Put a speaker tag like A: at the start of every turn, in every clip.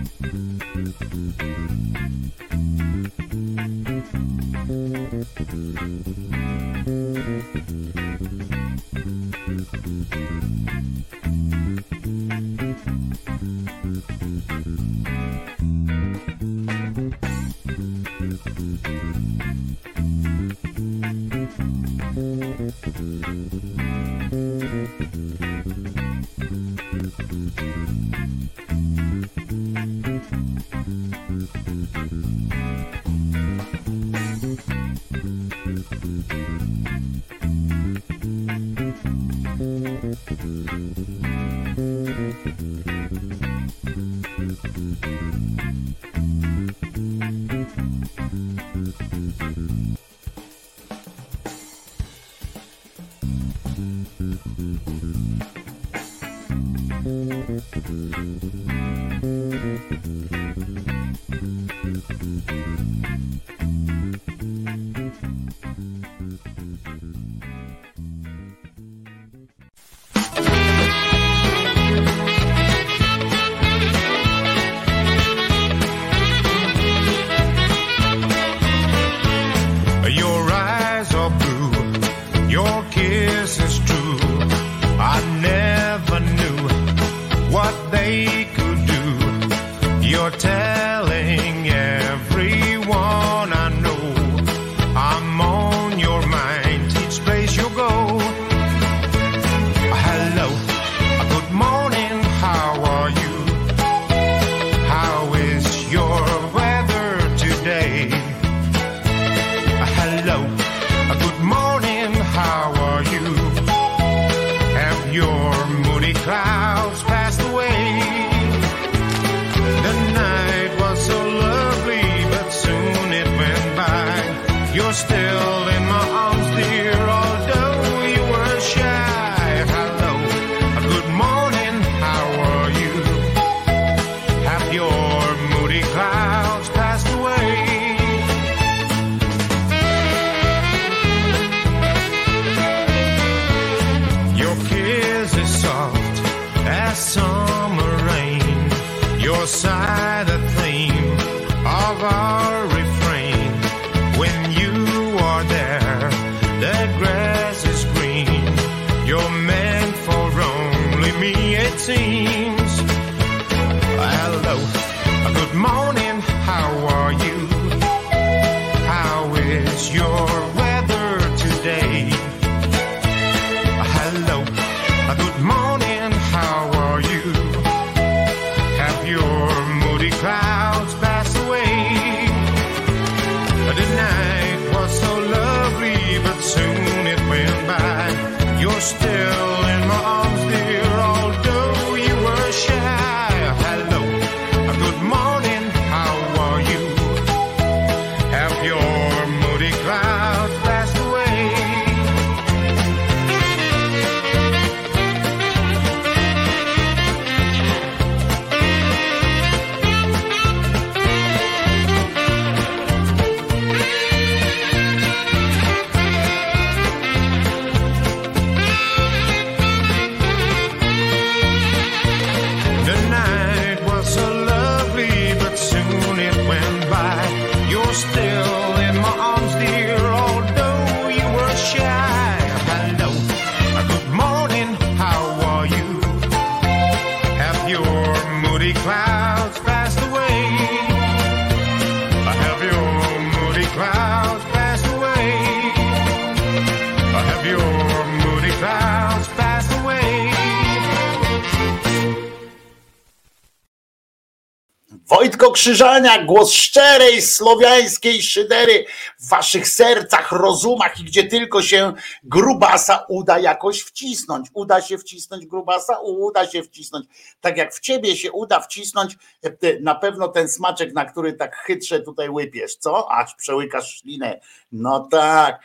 A: Wojtko Krzyżaniak, głos szczerej, słowiańskiej szydery w waszych sercach, rozumach i gdzie tylko się grubasa uda jakoś wcisnąć. Uda się wcisnąć grubasa? Uda się wcisnąć. Tak jak w ciebie się uda wcisnąć na pewno ten smaczek, na który tak chytrze tutaj łypiesz, co? Aż przełykasz ślinę. No tak.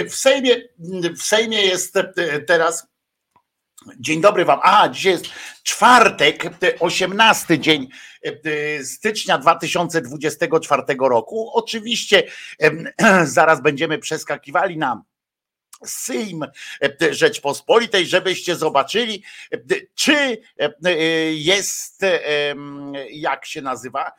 A: W Sejmie jest teraz... Dzień dobry wam. Dzisiaj jest czwartek, 18 dzień stycznia 2024 roku. Oczywiście zaraz będziemy przeskakiwali Sejm Rzeczpospolitej, żebyście zobaczyli, czy jest, jak się nazywa,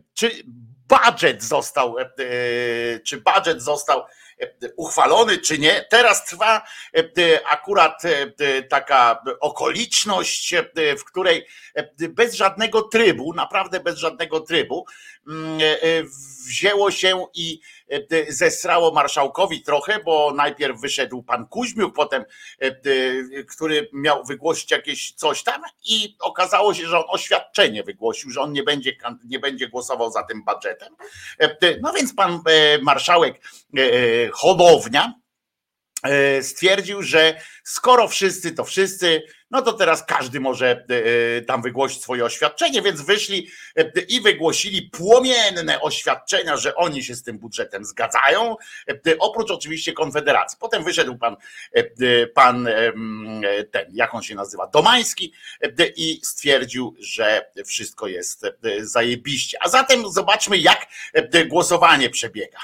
A: czy budżet został uchwalony, czy nie. Teraz trwa akurat taka okoliczność, w której bez żadnego trybu, naprawdę bez żadnego trybu, wzięło się i zesrało marszałkowi trochę, bo najpierw wyszedł pan Kuźmiuk, potem, który miał wygłosić jakieś coś tam i okazało się, że on oświadczenie wygłosił, że on nie będzie głosował za tym budżetem. No więc pan marszałek Hodownia stwierdził, że skoro wszyscy to wszyscy, no to teraz każdy może tam wygłosić swoje oświadczenie, więc wyszli i wygłosili płomienne oświadczenia, że oni się z tym budżetem zgadzają, oprócz oczywiście Konfederacji. Potem wyszedł pan ten, jak on się nazywa, Domański, i stwierdził, że wszystko jest zajebiście. A zatem zobaczmy, jak głosowanie przebiega.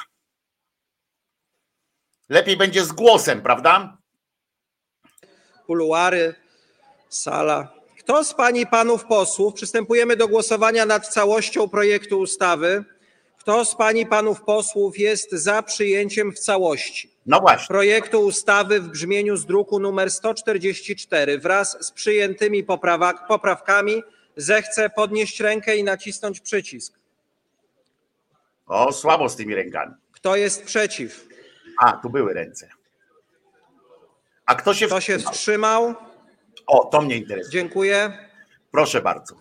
A: Lepiej będzie z głosem, prawda?
B: Kuluary, sala. Kto z pań i panów posłów, przystępujemy do głosowania nad całością projektu ustawy. Kto z pań i panów posłów jest za przyjęciem w całości projektu ustawy w brzmieniu z druku nr 144 wraz z przyjętymi poprawkami, zechce podnieść rękę i nacisnąć przycisk.
A: O, słabo z tymi rękami.
B: Kto jest przeciw?
A: A, tu były ręce. A kto się
B: wstrzymał?
A: O, to mnie interesuje.
B: Dziękuję.
A: Proszę bardzo.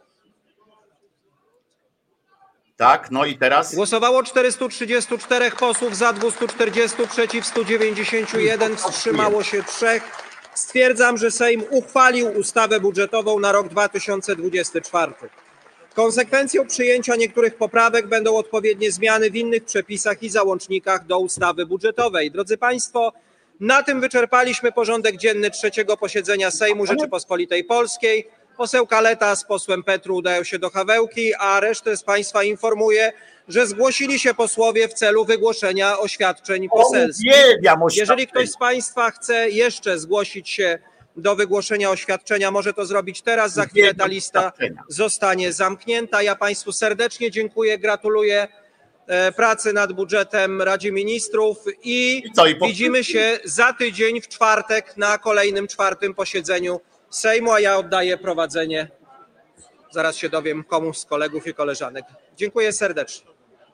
A: Tak, no i teraz?
B: Głosowało 434 posłów, za 240, przeciw 191, wstrzymało się 3. Stwierdzam, że Sejm uchwalił ustawę budżetową na rok 2024. Konsekwencją przyjęcia niektórych poprawek będą odpowiednie zmiany w innych przepisach i załącznikach do ustawy budżetowej. Drodzy Państwo, na tym wyczerpaliśmy porządek dzienny 3. posiedzenia Sejmu Rzeczypospolitej Polskiej. Poseł Kaleta z posłem Petru udają się do Hawełki, a resztę z Państwa informuję, że zgłosili się posłowie w celu wygłoszenia oświadczeń poselskich. Jeżeli ktoś z Państwa chce jeszcze zgłosić się do wygłoszenia oświadczenia, może to zrobić teraz. Za chwilę ta lista zostanie zamknięta. Ja Państwu serdecznie dziękuję, gratuluję pracy nad budżetem Radzie Ministrów i widzimy się za tydzień w czwartek na kolejnym 4. posiedzeniu Sejmu, a ja oddaję prowadzenie. Zaraz się dowiem, komuś z kolegów i koleżanek. Dziękuję serdecznie.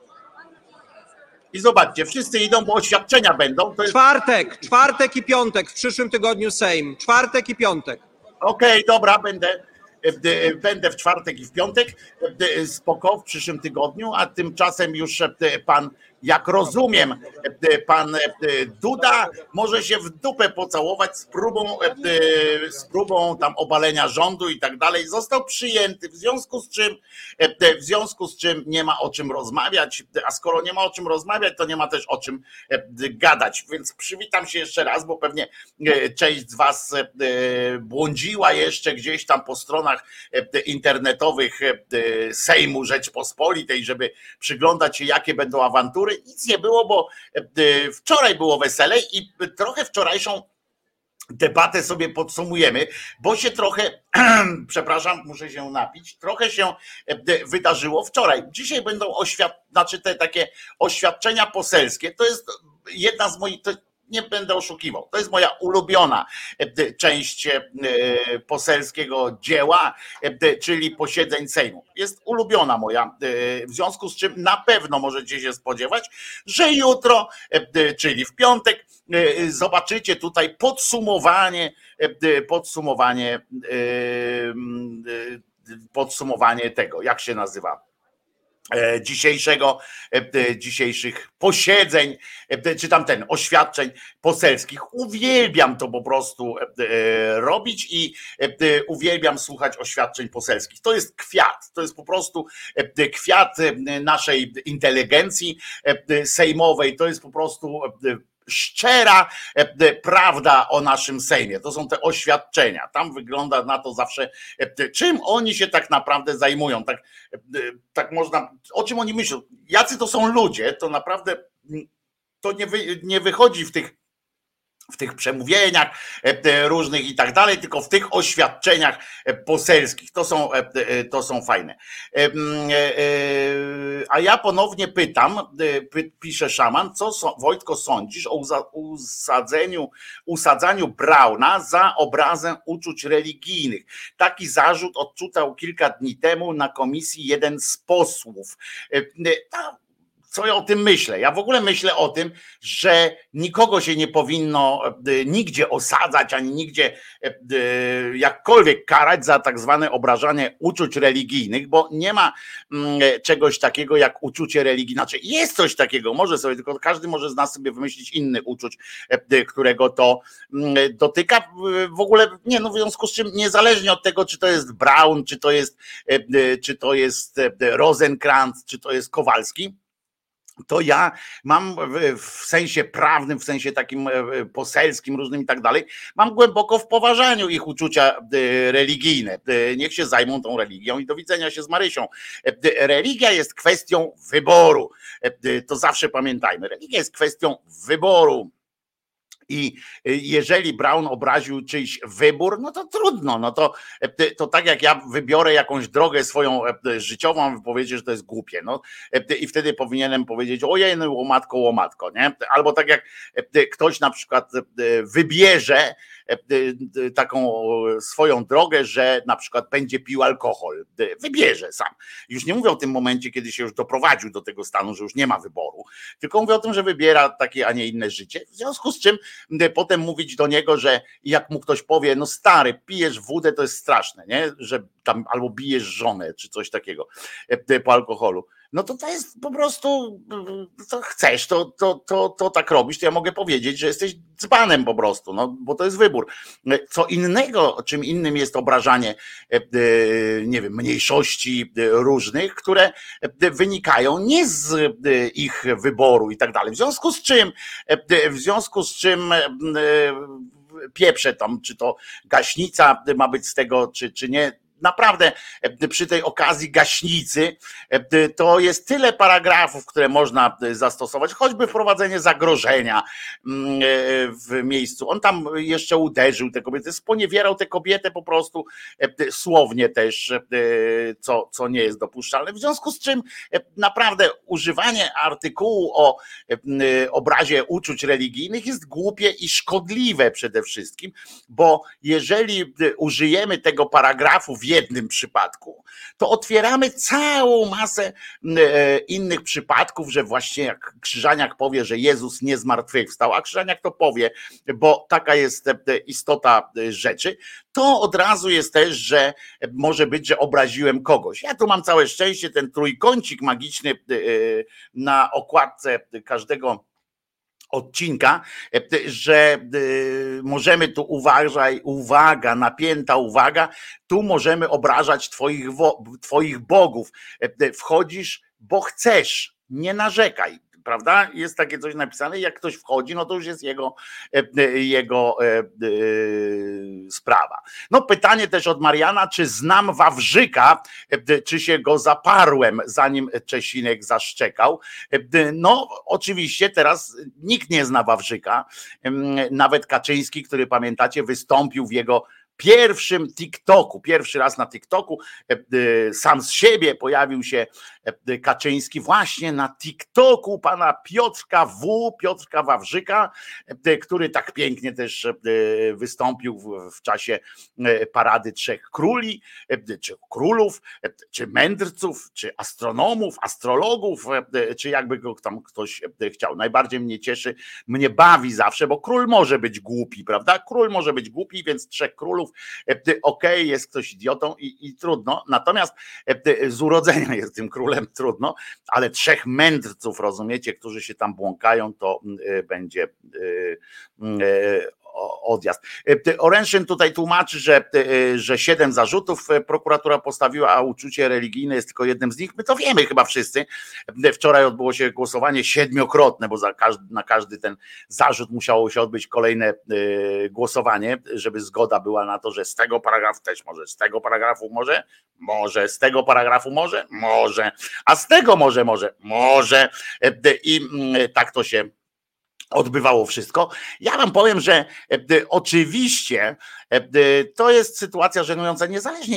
A: I zobaczcie, wszyscy idą, bo oświadczenia będą. To jest...
B: Czwartek i piątek, w przyszłym tygodniu Sejm. Czwartek i piątek.
A: Okej, dobra, będę w czwartek i w piątek, spoko, w przyszłym tygodniu, a tymczasem już pan, jak rozumiem, pan Duda może się w dupę pocałować z próbą tam obalenia rządu i tak dalej. Został przyjęty, w związku z czym nie ma o czym rozmawiać, a skoro nie ma o czym rozmawiać, to nie ma też o czym gadać, więc przywitam się jeszcze raz, bo pewnie część z was błądziła jeszcze gdzieś tam po stronach internetowych Sejmu Rzeczpospolitej, żeby przyglądać się, jakie będą awantury. Nic nie było, bo wczoraj było weselej i trochę wczorajszą debatę sobie podsumujemy, bo się trochę, przepraszam, muszę się napić, trochę się wydarzyło wczoraj. Dzisiaj będą te takie oświadczenia poselskie. To jest jedna z moich, nie będę oszukiwał, to jest moja ulubiona część poselskiego dzieła, czyli posiedzeń Sejmu. Jest ulubiona moja, w związku z czym na pewno możecie się spodziewać, że jutro, czyli w piątek, zobaczycie tutaj podsumowanie tego, jak się nazywa, dzisiejszych posiedzeń, czy tam oświadczeń poselskich. Uwielbiam to po prostu robić i uwielbiam słuchać oświadczeń poselskich. To jest kwiat, to jest po prostu kwiat naszej inteligencji sejmowej, to jest po prostu szczera prawda o naszym Sejmie. To są te oświadczenia. Tam wygląda na to zawsze, czym oni się tak naprawdę zajmują. Tak można, o czym oni myślą. Jacy to są ludzie, to naprawdę to nie wychodzi w tych przemówieniach różnych i tak dalej, tylko w tych oświadczeniach poselskich. To są fajne. A ja ponownie pytam, pisze szaman, co Wojtko sądzisz o usadzaniu Brauna za obrazę uczuć religijnych? Taki zarzut odczytał kilka dni temu na komisji jeden z posłów. Co ja o tym myślę? Ja w ogóle myślę o tym, że nikogo się nie powinno nigdzie osadzać, ani nigdzie jakkolwiek karać za tak zwane obrażanie uczuć religijnych, bo nie ma czegoś takiego jak uczucie religijne. Znaczy jest coś takiego, może sobie, tylko każdy może z nas sobie wymyślić inny uczuć, którego to dotyka. W ogóle nie, no w związku z czym niezależnie od tego, czy to jest Braun, czy to jest Rosenkrantz, czy to jest Kowalski, to ja mam w sensie prawnym, w sensie takim poselskim, różnym i tak dalej, mam głęboko w poważaniu ich uczucia religijne. Niech się zajmą tą religią i do widzenia się z Marysią. Religia jest kwestią wyboru. To zawsze pamiętajmy. Religia jest kwestią wyboru. I jeżeli Braun obraził czyjś wybór, no to trudno, no to tak jak ja wybiorę jakąś drogę swoją życiową, powiedzieć, że to jest głupie, no i wtedy powinienem powiedzieć, ojej, no łomatko, nie? Albo tak jak ktoś na przykład wybierze taką swoją drogę, że na przykład będzie pił alkohol, wybierze sam. Już nie mówię o tym momencie, kiedy się już doprowadził do tego stanu, że już nie ma wyboru, tylko mówię o tym, że wybiera takie, a nie inne życie, w związku z czym potem mówić do niego, że jak mu ktoś powie, no stary, pijesz wódę, to jest straszne, nie? Że tam albo bijesz żonę, czy coś takiego po alkoholu. No to jest po prostu, to chcesz, to tak robisz, to ja mogę powiedzieć, że jesteś dzbanem po prostu, no bo to jest wybór. Co innego, czym innym jest obrażanie, nie wiem, mniejszości różnych, które wynikają nie z ich wyboru i tak dalej. W związku z czym pieprzę tam, czy to gaśnica ma być z tego, czy nie. Naprawdę przy tej okazji gaśnicy to jest tyle paragrafów, które można zastosować, choćby wprowadzenie zagrożenia w miejscu. On tam jeszcze uderzył te kobiety, sponiewierał tę kobietę po prostu słownie też, co nie jest dopuszczalne. W związku z czym naprawdę używanie artykułu o obrazie uczuć religijnych jest głupie i szkodliwe przede wszystkim, bo jeżeli użyjemy tego paragrafu w jednym przypadku, to otwieramy całą masę innych przypadków, że właśnie jak Krzyżaniak powie, że Jezus nie zmartwychwstał, a Krzyżaniak to powie, bo taka jest istota rzeczy, to od razu jest też, że może być, że obraziłem kogoś. Ja tu mam całe szczęście, ten trójkącik magiczny na okładce każdego odcinka, że możemy tu uwaga, napięta uwaga, tu możemy obrażać twoich bogów. Wchodzisz, bo chcesz, nie narzekaj. Prawda? Jest takie coś napisane, jak ktoś wchodzi, no to już jest jego sprawa. No pytanie też od Mariana, czy znam Wawrzyka, czy się go zaparłem, zanim Czesinek zaszczekał. No oczywiście teraz nikt nie zna Wawrzyka, nawet Kaczyński, który pamiętacie wystąpił w jego pierwszym TikToku, pierwszy raz na TikToku, sam z siebie pojawił się Kaczyński właśnie na TikToku pana Piotrka Wawrzyka, który tak pięknie też wystąpił w czasie parady trzech króli, czy królów, czy mędrców, czy astronomów, astrologów, czy jakby go tam ktoś chciał. Najbardziej mnie cieszy, mnie bawi zawsze, bo król może być głupi, prawda? Król może być głupi, więc trzech królów, okej, jest ktoś idiotą i trudno, natomiast z urodzenia jest tym królem, trudno, ale trzech mędrców, rozumiecie, którzy się tam błąkają, to będzie odjazd. Oręszyn tutaj tłumaczy, że 7 zarzutów prokuratura postawiła, a uczucie religijne jest tylko jednym z nich. My to wiemy chyba wszyscy. Wczoraj odbyło się głosowanie 7-krotne, bo na każdy ten zarzut musiało się odbyć kolejne głosowanie, żeby zgoda była na to, że z tego paragrafu też może, z tego paragrafu może, z tego paragrafu może, a z tego może. I tak to się odbywało wszystko. Ja wam powiem, że oczywiście to jest sytuacja żenująca, niezależnie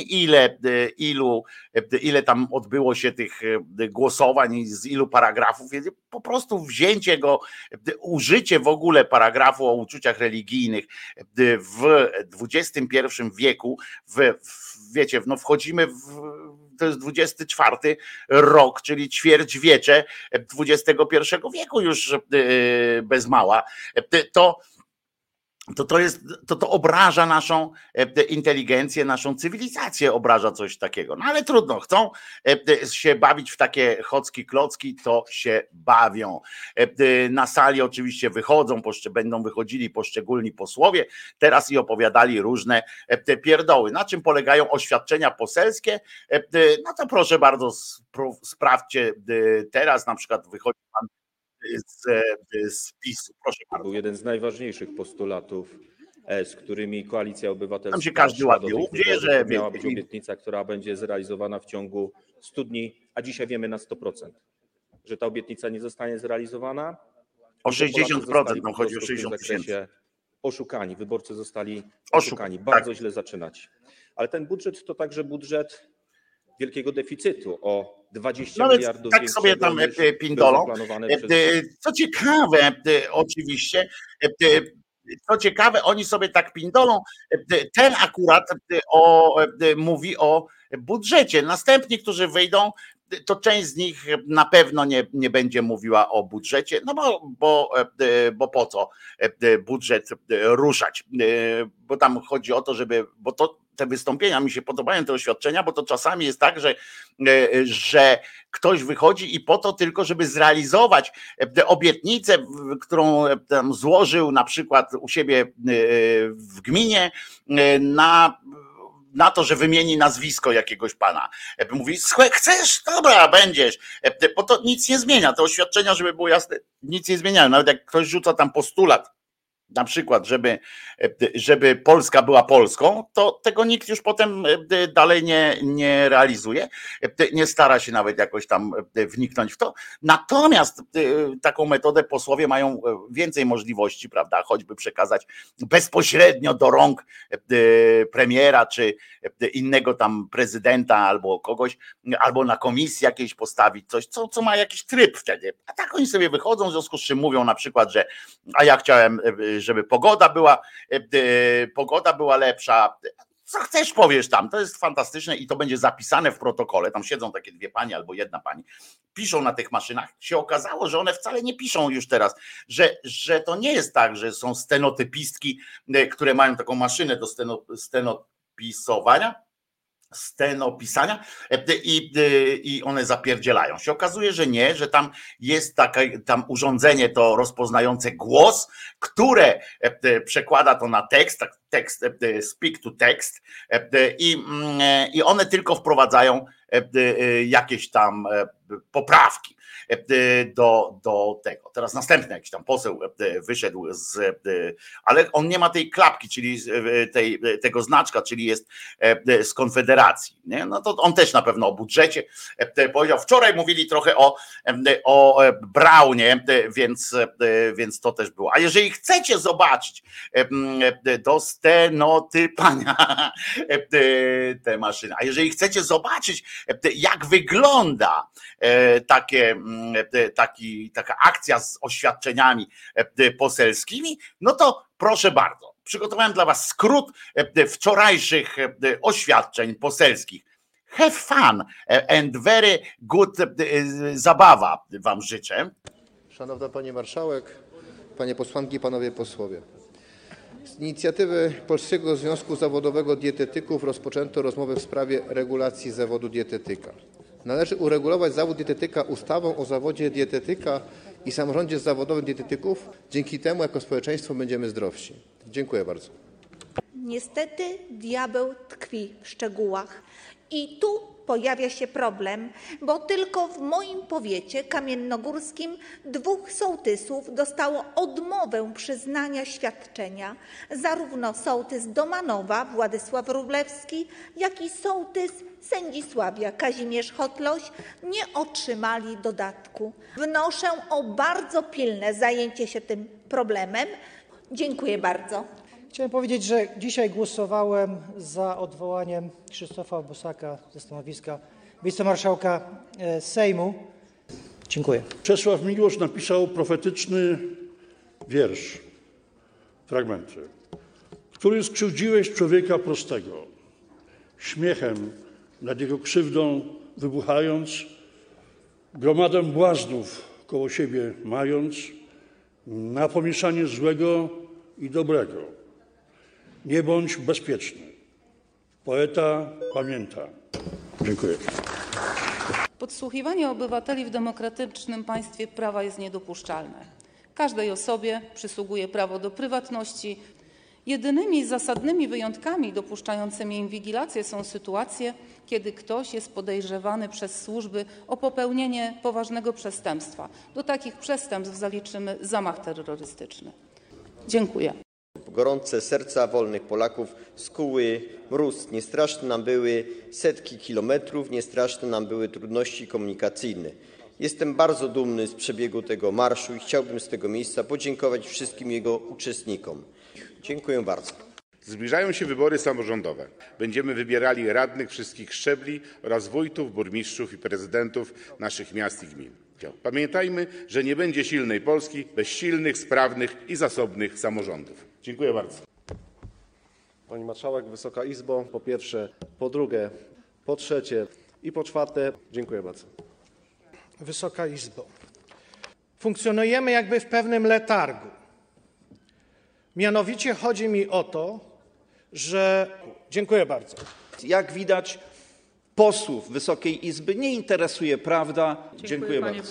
A: ile tam odbyło się tych głosowań i z ilu paragrafów, po prostu wzięcie go, użycie w ogóle paragrafu o uczuciach religijnych w XXI wieku, wiecie, no wchodzimy to jest 24 rok, czyli ćwierćwiecze XXI wieku już bez mała, to obraża naszą inteligencję, naszą cywilizację, obraża coś takiego. No ale trudno, chcą się bawić w takie chocki klocki, to się bawią. Na sali oczywiście będą wychodzili poszczególni posłowie teraz i opowiadali różne pierdoły. Na czym polegają oświadczenia poselskie? No to proszę bardzo, sprawdźcie teraz, na przykład wychodzi pan z PiS-u. Proszę bardzo.
C: Był jeden z najważniejszych postulatów, z którymi Koalicja Obywatelska
A: tam się każdy ładnie ugnie, że
C: miała być obietnica, która będzie zrealizowana w ciągu 100 dni, a dzisiaj wiemy na 100%, że ta obietnica nie zostanie zrealizowana.
A: O 60%, tam chodzi o 60 000.
C: Oszukani, wyborcy zostali oszukani. Bardzo źle zaczynać. Ale ten budżet to także budżet wielkiego deficytu, o 20 miliardów
A: tak sobie tam pindolą. Co ciekawe, oczywiście, co ciekawe, oni sobie tak pindolą. Ten akurat mówi o budżecie. Następni, którzy wyjdą, to część z nich na pewno nie będzie mówiła o budżecie, no bo po co budżet ruszać? Bo tam chodzi o to, bo te wystąpienia mi się podobają, te oświadczenia, bo to czasami jest tak, że ktoś wychodzi i po to tylko, żeby zrealizować obietnicę, którą tam złożył na przykład u siebie w gminie na to, że wymieni nazwisko jakiegoś pana. Mówi, chcesz? Dobra, będziesz. Bo to nic nie zmienia. Te oświadczenia, żeby było jasne, nic nie zmieniają. Nawet jak ktoś rzuca tam postulat, na przykład, żeby Polska była Polską, to tego nikt już potem dalej nie realizuje, nie stara się nawet jakoś tam wniknąć w to. Natomiast taką metodę posłowie mają więcej możliwości, prawda, choćby przekazać bezpośrednio do rąk premiera, czy innego tam prezydenta albo kogoś, albo na komisji jakiejś postawić coś, co ma jakiś tryb wtedy. A tak oni sobie wychodzą, w związku z czym mówią na przykład, że a ja chciałem, żeby pogoda była lepsza. Co chcesz, powiesz tam, to jest fantastyczne i to będzie zapisane w protokole. Tam siedzą takie dwie panie albo jedna pani, piszą na tych maszynach. Się okazało, że one wcale nie piszą już teraz, że to nie jest tak, że są stenotypistki, które mają taką maszynę do stenopisania i one zapierdzielają. Się okazuje, że nie, że tam jest tam urządzenie to rozpoznające głos, które przekłada to na tekst speak to text i one tylko wprowadzają jakieś tam poprawki do tego. Teraz następny jakiś tam poseł wyszedł ale on nie ma tej klapki, czyli tego znaczka, czyli jest z Konfederacji. Nie? No to on też na pewno o budżecie powiedział. Wczoraj mówili trochę o Braunie, więc to też było. A jeżeli chcecie zobaczyć do stenotypania te maszyny, a jeżeli chcecie zobaczyć, jak wygląda taka akcja z oświadczeniami poselskimi, no to proszę bardzo, przygotowałem dla was skrót wczorajszych oświadczeń poselskich. Have fun and very good zabawa wam życzę.
D: Szanowna Pani Marszałek, Panie Posłanki, Panowie Posłowie. Z inicjatywy Polskiego Związku Zawodowego Dietetyków rozpoczęto rozmowę w sprawie regulacji zawodu dietetyka. Należy uregulować zawód dietetyka ustawą o zawodzie dietetyka i samorządzie zawodowym dietetyków. Dzięki temu jako społeczeństwo będziemy zdrowsi. Dziękuję bardzo.
E: Niestety diabeł tkwi w szczegółach. I tu pojawia się problem, bo tylko w moim powiecie kamiennogórskim 2 sołtysów dostało odmowę przyznania świadczenia. Zarówno sołtys Domanowa Władysław Wróblewski, jak i sołtys Sędzisławia Kazimierz Hotloś nie otrzymali dodatku. Wnoszę o bardzo pilne zajęcie się tym problemem. Dziękuję bardzo.
F: Chciałem powiedzieć, że dzisiaj głosowałem za odwołaniem Krzysztofa Bosaka ze stanowiska wicemarszałka Sejmu. Dziękuję.
G: Czesław Miłosz napisał profetyczny wiersz, fragmenty. Który skrzywdziłeś człowieka prostego, śmiechem nad jego krzywdą wybuchając, gromadę błaznów koło siebie mając, na pomieszanie złego i dobrego. Nie bądź bezpieczny. Poeta pamięta. Dziękuję.
H: Podsłuchiwanie obywateli w demokratycznym państwie prawa jest niedopuszczalne. Każdej osobie przysługuje prawo do prywatności. Jedynymi zasadnymi wyjątkami dopuszczającymi inwigilację są sytuacje, kiedy ktoś jest podejrzewany przez służby o popełnienie poważnego przestępstwa. Do takich przestępstw zaliczymy zamach terrorystyczny. Dziękuję.
I: Gorące serca wolnych Polaków skuły mróz. Nie straszne nam były setki kilometrów, nie straszne nam były trudności komunikacyjne. Jestem bardzo dumny z przebiegu tego marszu i chciałbym z tego miejsca podziękować wszystkim jego uczestnikom. Dziękuję bardzo.
J: Zbliżają się wybory samorządowe. Będziemy wybierali radnych wszystkich szczebli oraz wójtów, burmistrzów i prezydentów naszych miast i gmin. Pamiętajmy, że nie będzie silnej Polski bez silnych, sprawnych i zasobnych samorządów. Dziękuję bardzo.
K: Pani Marszałek, Wysoka Izbo, po pierwsze, po drugie, po trzecie i po czwarte, dziękuję bardzo.
F: Wysoka Izbo, funkcjonujemy jakby w pewnym letargu. Mianowicie chodzi mi o to, że... Dziękuję bardzo.
L: Jak widać, posłów Wysokiej Izby nie interesuje prawda. Dziękuję bardzo.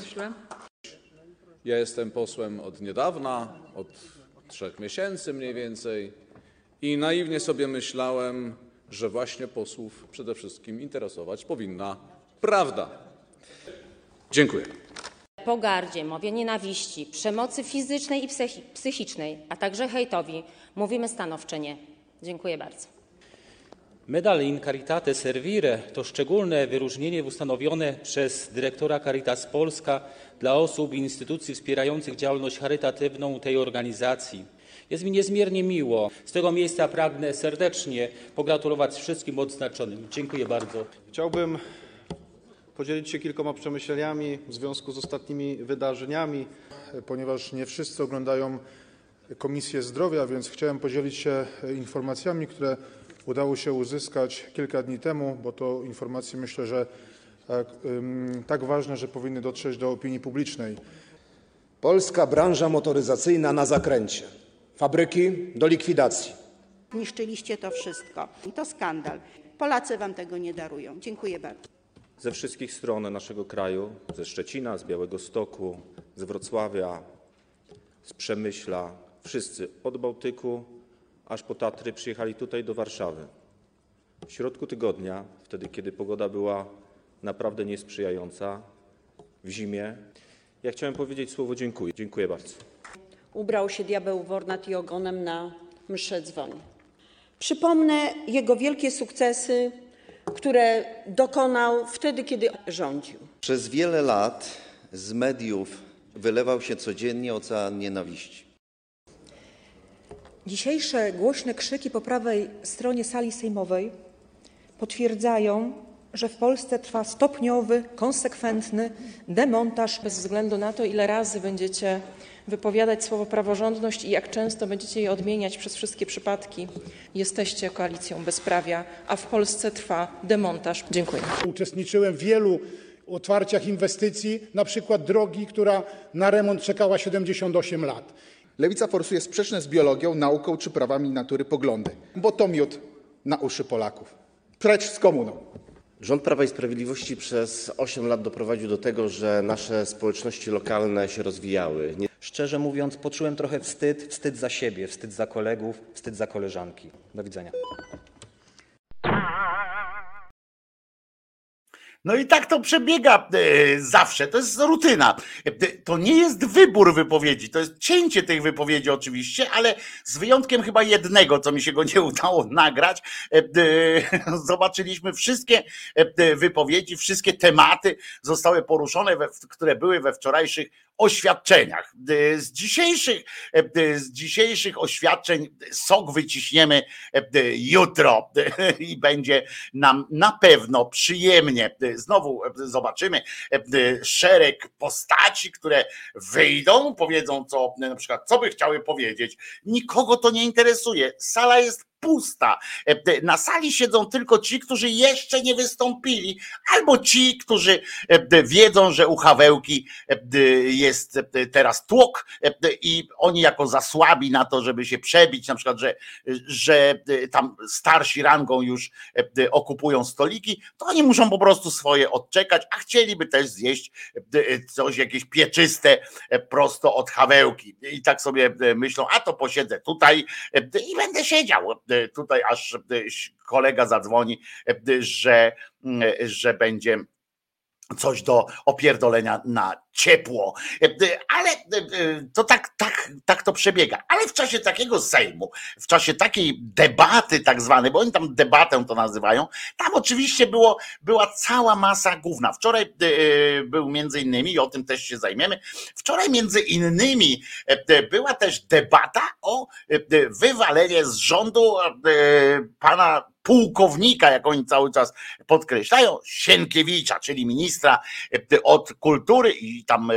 M: Ja jestem posłem od niedawna, od 3 miesięcy mniej więcej i naiwnie sobie myślałem, że właśnie posłów przede wszystkim interesować powinna prawda. Dziękuję.
N: Pogardzie, mowie nienawiści, przemocy fizycznej i psychicznej, a także hejtowi mówimy stanowcze nie. Dziękuję bardzo.
O: Medal in Caritate Servire to szczególne wyróżnienie ustanowione przez dyrektora Caritas Polska dla osób i instytucji wspierających działalność charytatywną tej organizacji. Jest mi niezmiernie miło. Z tego miejsca pragnę serdecznie pogratulować wszystkim odznaczonym. Dziękuję bardzo.
K: Chciałbym podzielić się kilkoma przemyśleniami w związku z ostatnimi wydarzeniami.
P: Ponieważ nie wszyscy oglądają Komisję Zdrowia, więc chciałem podzielić się informacjami, które udało się uzyskać kilka dni temu, bo to informacje, myślę, że tak ważne, że powinny dotrzeć do opinii publicznej.
Q: Polska branża motoryzacyjna na zakręcie. Fabryki do likwidacji.
R: Niszczyliście to wszystko. I to skandal. Polacy wam tego nie darują. Dziękuję bardzo.
C: Ze wszystkich stron naszego kraju, ze Szczecina, z Białegostoku, z Wrocławia, z Przemyśla, wszyscy od Bałtyku aż po Tatry przyjechali tutaj do Warszawy. W środku tygodnia, wtedy kiedy pogoda była naprawdę niesprzyjająca, w zimie, ja chciałem powiedzieć słowo dziękuję. Dziękuję bardzo.
R: Ubrał się diabeł w ornat i ogonem na mszę dzwoni. Przypomnę jego wielkie sukcesy, które dokonał wtedy, kiedy rządził.
I: Przez wiele lat z mediów wylewał się codziennie ocean nienawiści.
S: Dzisiejsze głośne krzyki po prawej stronie sali sejmowej potwierdzają, że w Polsce trwa stopniowy, konsekwentny demontaż.
T: Bez względu na to, ile razy będziecie wypowiadać słowo praworządność i jak często będziecie je odmieniać przez wszystkie przypadki, jesteście koalicją bezprawia, a w Polsce trwa demontaż. Dziękuję.
U: Uczestniczyłem w wielu otwarciach inwestycji, na przykład drogi, która na remont czekała 78 lat.
V: Lewica forsuje sprzeczne z biologią, nauką czy prawami natury poglądy, bo to miód na uszy Polaków. Precz z komuną.
W: Rząd Prawa i Sprawiedliwości przez 8 lat doprowadził do tego, że nasze społeczności lokalne się rozwijały.
X: Szczerze mówiąc, poczułem trochę wstyd za siebie, wstyd za kolegów, wstyd za koleżanki. Do widzenia.
A: No i tak to przebiega zawsze, to jest rutyna. To nie jest wybór wypowiedzi, to jest cięcie tych wypowiedzi oczywiście, ale z wyjątkiem chyba jednego, co mi się go nie udało nagrać. Zobaczyliśmy wszystkie wypowiedzi, wszystkie tematy zostały poruszone, które były we wczorajszych oświadczeniach. Z dzisiejszych oświadczeń sok wyciśniemy jutro i będzie nam na pewno przyjemnie. Znowu zobaczymy szereg postaci, które wyjdą, powiedzą co, na przykład co by chciały powiedzieć. Nikogo to nie interesuje. Sala jest pusta. Na sali siedzą tylko ci, którzy jeszcze nie wystąpili, albo ci, którzy wiedzą, że u Hawełki jest teraz tłok i oni jako za słabi na to, żeby się przebić, na przykład, że tam starsi rangą już okupują stoliki, to oni muszą po prostu swoje odczekać, a chcieliby też zjeść coś, jakieś pieczyste prosto od Hawełki. I tak sobie myślą, a to posiedzę tutaj i będę siedział tutaj, aż kolega zadzwoni, że będzie coś do opierdolenia na ciepło. Ale to tak to przebiega. Ale w czasie takiego Sejmu, w czasie takiej debaty tak zwanej, bo oni tam debatę to nazywają, tam oczywiście była cała masa gówna. Wczoraj był między innymi, i o tym też się zajmiemy, wczoraj między innymi była też debata o wywalenie z rządu pana pułkownika, jak oni cały czas podkreślają, Sienkiewicza, czyli ministra od kultury i tam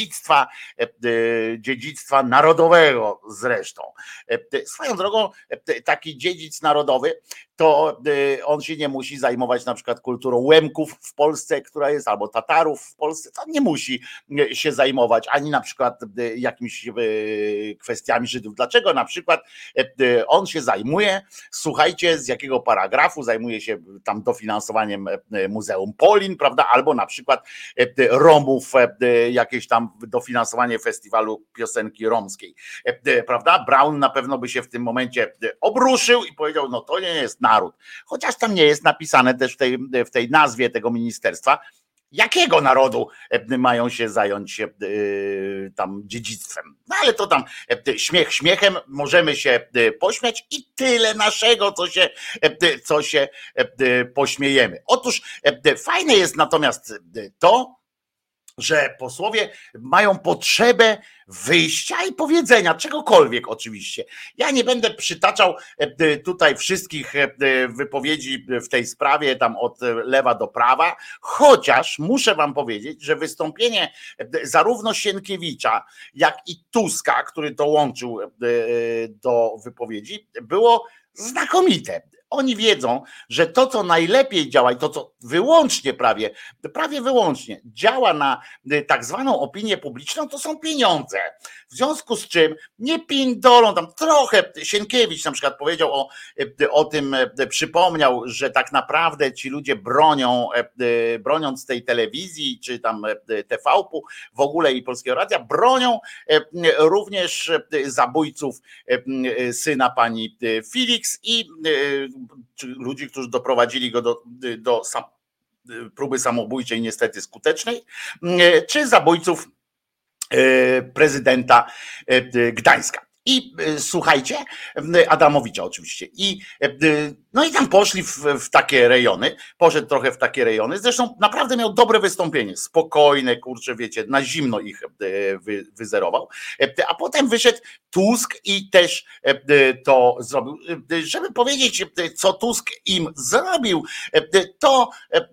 A: dziedzictwa narodowego zresztą. Swoją drogą taki dziedzic narodowy, to on się nie musi zajmować na przykład kulturą Łemków w Polsce, która jest, albo Tatarów w Polsce, to nie musi się zajmować, ani na przykład jakimiś kwestiami Żydów. Dlaczego na przykład on się zajmuje, słuchajcie, z jakiego paragrafu, zajmuje się tam dofinansowaniem Muzeum Polin, prawda, albo na przykład Romów, jakieś tam dofinansowanie festiwalu piosenki romskiej, prawda. Braun na pewno by się w tym momencie obruszył i powiedział, no to nie jest naród. Chociaż tam nie jest napisane też w tej nazwie tego ministerstwa, jakiego narodu mają się zająć tam dziedzictwem. No ale to tam śmiech śmiechem, możemy się pośmiać i tyle naszego, co się pośmiejemy. Otóż fajne jest natomiast to, że posłowie mają potrzebę wyjścia i powiedzenia czegokolwiek oczywiście. Ja nie będę przytaczał tutaj wszystkich wypowiedzi w tej sprawie, tam od lewa do prawa, chociaż muszę wam powiedzieć, że wystąpienie zarówno Sienkiewicza, jak i Tuska, który dołączył do wypowiedzi, było znakomite. Oni wiedzą, że to, co najlepiej działa i to, co wyłącznie prawie wyłącznie działa na tak zwaną opinię publiczną, to są pieniądze. W związku z czym nie pindolą tam trochę. Sienkiewicz na przykład powiedział o tym, przypomniał, że tak naprawdę ci ludzie broniąc tej telewizji, czy tam TVP-u w ogóle i Polskiego Radia, bronią również zabójców syna pani Felix i ludzi, którzy doprowadzili go do próby samobójczej, niestety skutecznej, czy zabójców prezydenta Gdańska. I słuchajcie, Adamowicza oczywiście. No i tam poszli w takie rejony, poszedł trochę w takie rejony. Zresztą naprawdę miał dobre wystąpienie, spokojne, kurczę, wiecie, na zimno ich wyzerował. A potem wyszedł Tusk i też to zrobił. Żeby powiedzieć, co Tusk im zrobił, to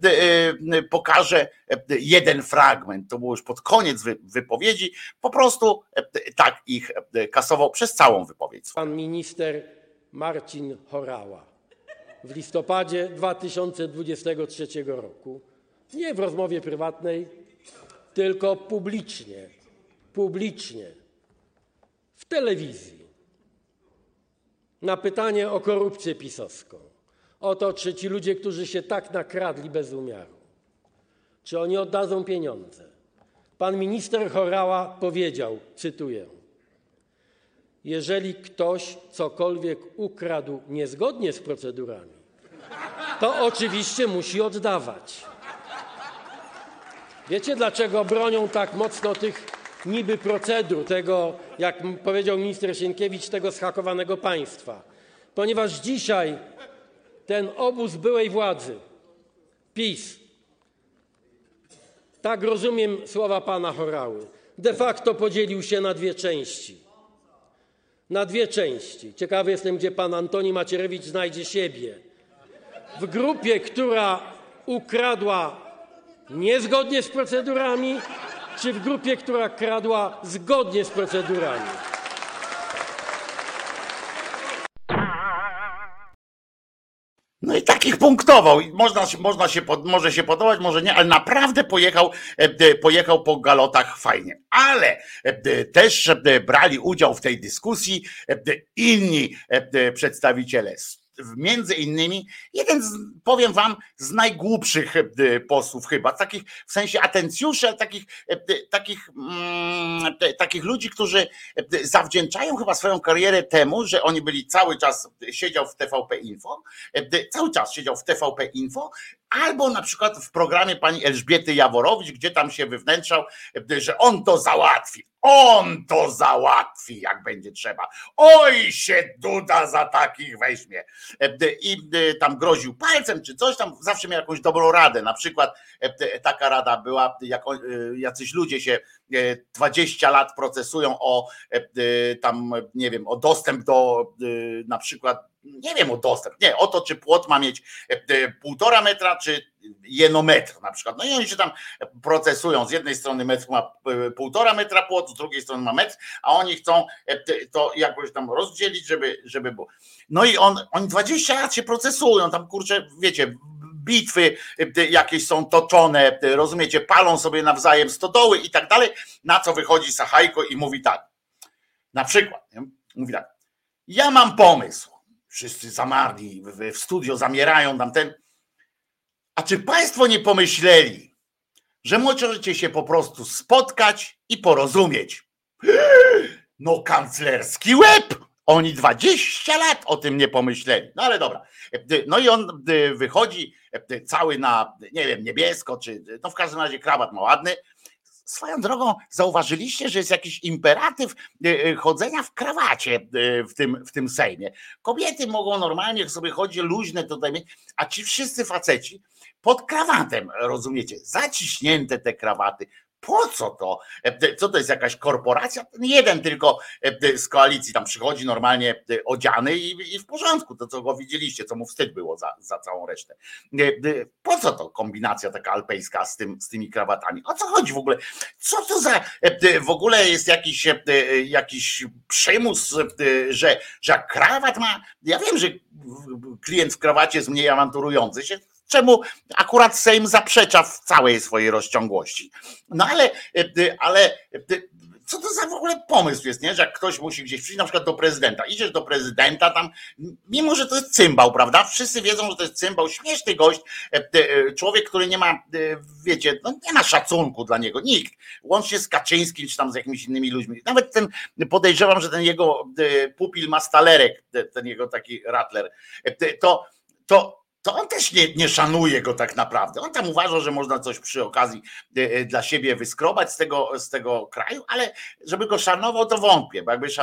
A: pokażę jeden fragment. To było już pod koniec wypowiedzi. Po prostu tak ich kasował przez całą wypowiedź.
B: Pan minister Marcin Horała w listopadzie 2023 roku, nie w rozmowie prywatnej, tylko publicznie, w telewizji, na pytanie o korupcję pisowską, o to, czy ci ludzie, którzy się tak nakradli bez umiaru, czy oni oddadzą pieniądze. Pan minister Horała powiedział, cytuję: jeżeli ktoś cokolwiek ukradł niezgodnie z procedurami, to oczywiście musi oddawać. Wiecie, dlaczego bronią tak mocno tych niby procedur, tego, jak powiedział minister Sienkiewicz, tego zhakowanego państwa? Ponieważ dzisiaj ten obóz byłej władzy, PiS, tak rozumiem słowa pana Horały, de facto podzielił się na dwie części. Na dwie części. Ciekawy jestem, gdzie pan Antoni Macierewicz znajdzie siebie. W grupie, która ukradła niezgodnie z procedurami, czy w grupie, która kradła zgodnie z procedurami?
A: No i takich punktował. Może się podobać, może nie, ale naprawdę pojechał po galotach fajnie. Ale też brali udział w tej dyskusji inni przedstawiciele. Między innymi jeden, powiem wam, z najgłupszych posłów chyba, takich w sensie atencjuszy, ale takich ludzi, którzy zawdzięczają chyba swoją karierę temu, że oni byli cały czas, siedział w TVP Info, albo na przykład w programie pani Elżbiety Jaworowicz, gdzie tam się wywnętrzał, że on to załatwi, jak będzie trzeba. Oj, się Duda za takich weźmie. I tam groził palcem czy coś tam, zawsze miał jakąś dobrą radę. Na przykład taka rada była, jak jacyś ludzie się 20 lat procesują o tam, nie wiem, o dostęp do na przykład, nie wiem, o to, czy płot ma mieć 1,5 metra, czy 1 metr na przykład. No i oni się tam procesują. Z jednej strony metr ma 1,5 metra płot, z drugiej strony ma metr, a oni chcą to jakoś tam rozdzielić, żeby było. No i oni 20 lat się procesują, tam kurczę, wiecie, bitwy jakieś są toczone, rozumiecie, palą sobie nawzajem stodoły i tak dalej, na co wychodzi Sachajko i mówi tak, na przykład, nie? Mówi tak, ja mam pomysł, wszyscy zamarli, w studio zamierają tamten, a czy państwo nie pomyśleli, że możecie się po prostu spotkać i porozumieć? No kanclerski łeb! Oni 20 lat o tym nie pomyśleli. No ale dobra. No i on wychodzi cały na, nie wiem, niebiesko, czy no w każdym razie krawat ma ładny. Swoją drogą zauważyliście, że jest jakiś imperatyw chodzenia w krawacie w tym Sejmie. Kobiety mogą normalnie sobie chodzić luźne tutaj, a ci wszyscy faceci pod krawatem, rozumiecie, zaciśnięte te krawaty. Po co to? Co to jest, jakaś korporacja? Ten jeden tylko z koalicji tam przychodzi normalnie odziany i w porządku, to co go widzieliście, co mu wstyd było za całą resztę. Po co to kombinacja taka alpejska z tymi krawatami? O co chodzi w ogóle? Co to za w ogóle jest jakiś przymus, że jak krawat ma? Ja wiem, że klient w krawacie jest mniej awanturujący się, czemu akurat Sejm zaprzecza w całej swojej rozciągłości. No ale co to za w ogóle pomysł jest, nie? Że jak ktoś musi gdzieś przyjść, na przykład do prezydenta, idziesz do prezydenta tam, mimo że to jest cymbał, prawda? Wszyscy wiedzą, że to jest cymbał, śmieszny gość, człowiek, który nie ma, wiecie, no nie ma szacunku dla niego, nikt. Łącznie z Kaczyńskim, czy tam z jakimiś innymi ludźmi. Nawet ten, podejrzewam, że ten jego pupil ma stalerek, ten jego taki Rattler, to on też nie szanuje go tak naprawdę. On tam uważa, że można coś przy okazji dla siebie wyskrobać z tego kraju, ale żeby go szanował, to wątpię, bo jakby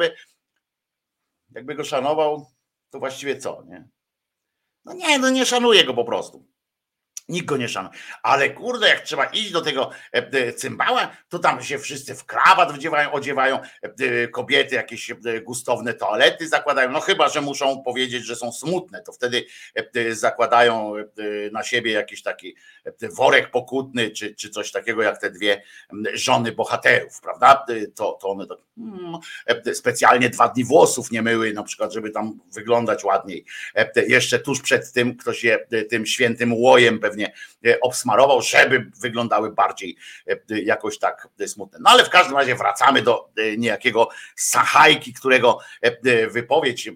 A: go szanował, to właściwie co, nie? No nie szanuje go po prostu. Nikt go nie szanuje. Ale kurde, jak trzeba iść do tego cymbała, to tam się wszyscy w krawat odziewają, kobiety jakieś gustowne toalety zakładają, no chyba, że muszą powiedzieć, że są smutne, to wtedy zakładają na siebie jakiś taki worek pokutny, czy coś takiego, jak te dwie żony bohaterów, prawda? To one tak specjalnie 2 dni włosów nie myły, na przykład, żeby tam wyglądać ładniej. Jeszcze tuż przed tym ktoś je tym świętym łojem pewnie obsmarował, żeby wyglądały bardziej jakoś tak smutne. No ale w każdym razie wracamy do niejakiego Sachajki, którego wypowiedź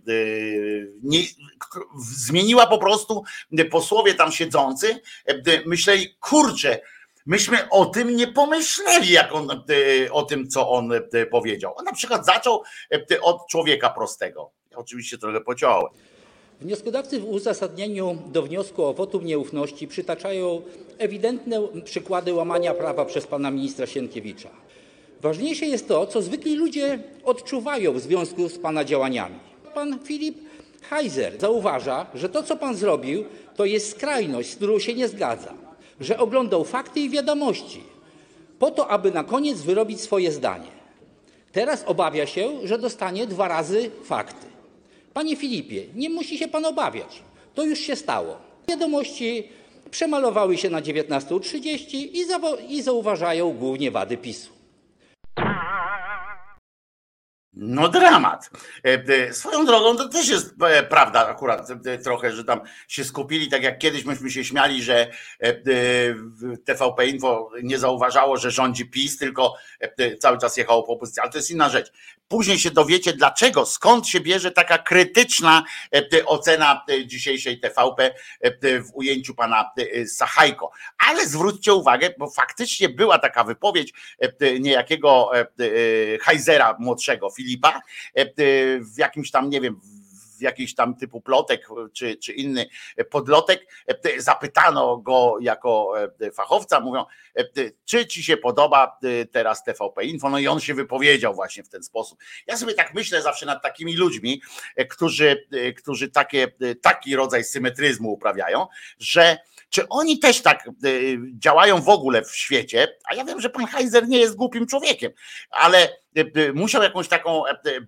A: zmieniła po prostu posłowie tam siedzący, myśleli, kurczę, myśmy o tym nie pomyśleli, jak on o tym, co on powiedział. On na przykład zaczął od człowieka prostego. Ja oczywiście trochę pociąłem.
D: Wnioskodawcy w uzasadnieniu do wniosku o wotum nieufności przytaczają ewidentne przykłady łamania prawa przez pana ministra Sienkiewicza. Ważniejsze jest to, co zwykli ludzie odczuwają w związku z pana działaniami. Pan Filip Heiser zauważa, że to, co pan zrobił, to jest skrajność, z którą się nie zgadza, że oglądał fakty i wiadomości po to, aby na koniec wyrobić swoje zdanie. Teraz obawia się, że dostanie 2 razy fakty. Panie Filipie, nie musi się pan obawiać. To już się stało. Wiadomości przemalowały się na 19:30 i zauważają głównie wady PiS-u.
A: No dramat. Swoją drogą to też jest prawda akurat trochę, że tam się skupili, tak jak kiedyś myśmy się śmiali, że TVP Info nie zauważało, że rządzi PiS, tylko cały czas jechało po opozycji, ale to jest inna rzecz. Później się dowiecie dlaczego, skąd się bierze taka krytyczna ocena dzisiejszej TVP w ujęciu pana Sachajko. Ale zwróćcie uwagę, bo faktycznie była taka wypowiedź niejakiego Heisera młodszego, Filipa, w jakimś tam, nie wiem, w jakiś tam typu plotek czy inny podlotek, zapytano go jako fachowca, mówią, czy ci się podoba teraz TVP Info, no i on się wypowiedział właśnie w ten sposób. Ja sobie tak myślę zawsze nad takimi ludźmi, którzy taki rodzaj symetryzmu uprawiają, że czy oni też tak działają w ogóle w świecie, a ja wiem, że pan Heiser nie jest głupim człowiekiem, ale musiał jakąś taką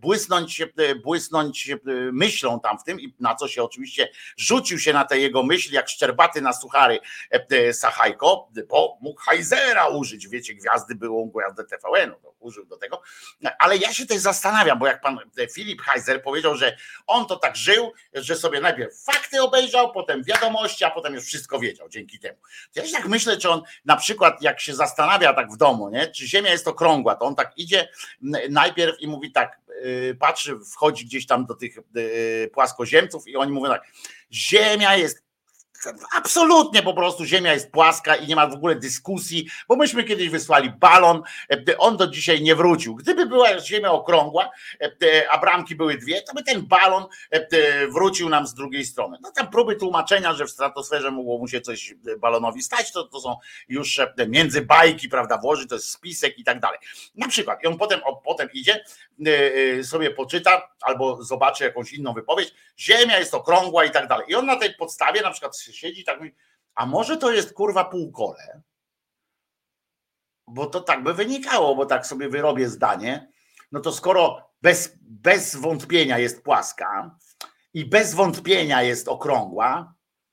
A: błysnąć myślą tam w tym i na co się oczywiście rzucił się na te jego myśli jak szczerbaty na suchary Sachajko, bo mógł Heisera użyć, wiecie, gwiazdy byłą, gwiazdę TVN-u, użył do tego, ale ja się też zastanawiam, bo jak pan Filip Heiser powiedział, że on to tak żył, że sobie najpierw fakty obejrzał, potem wiadomości, a potem już wszystko wiedział dzięki temu. To ja się tak myślę, czy on na przykład jak się zastanawia tak w domu, nie, czy Ziemia jest okrągła, to on tak idzie najpierw i mówi tak, patrzy, wchodzi gdzieś tam do tych płaskoziemców i oni mówią tak, Ziemia jest absolutnie po prostu, Ziemia jest płaska i nie ma w ogóle dyskusji, bo myśmy kiedyś wysłali balon, on do dzisiaj nie wrócił. Gdyby była Ziemia okrągła, a bramki były 2, to by ten balon wrócił nam z drugiej strony. No tam próby tłumaczenia, że w stratosferze mogło mu się coś balonowi stać, to są już między bajki, prawda, włoży, to jest spisek i tak dalej. Na przykład i on potem idzie, sobie poczyta albo zobaczy jakąś inną wypowiedź, Ziemia jest okrągła i tak dalej. I on na tej podstawie na przykład siedzi tak mówi, a może to jest kurwa półkole? Bo to tak by wynikało, bo tak sobie wyrobię zdanie, no to skoro bez wątpienia jest płaska i bez wątpienia jest okrągła,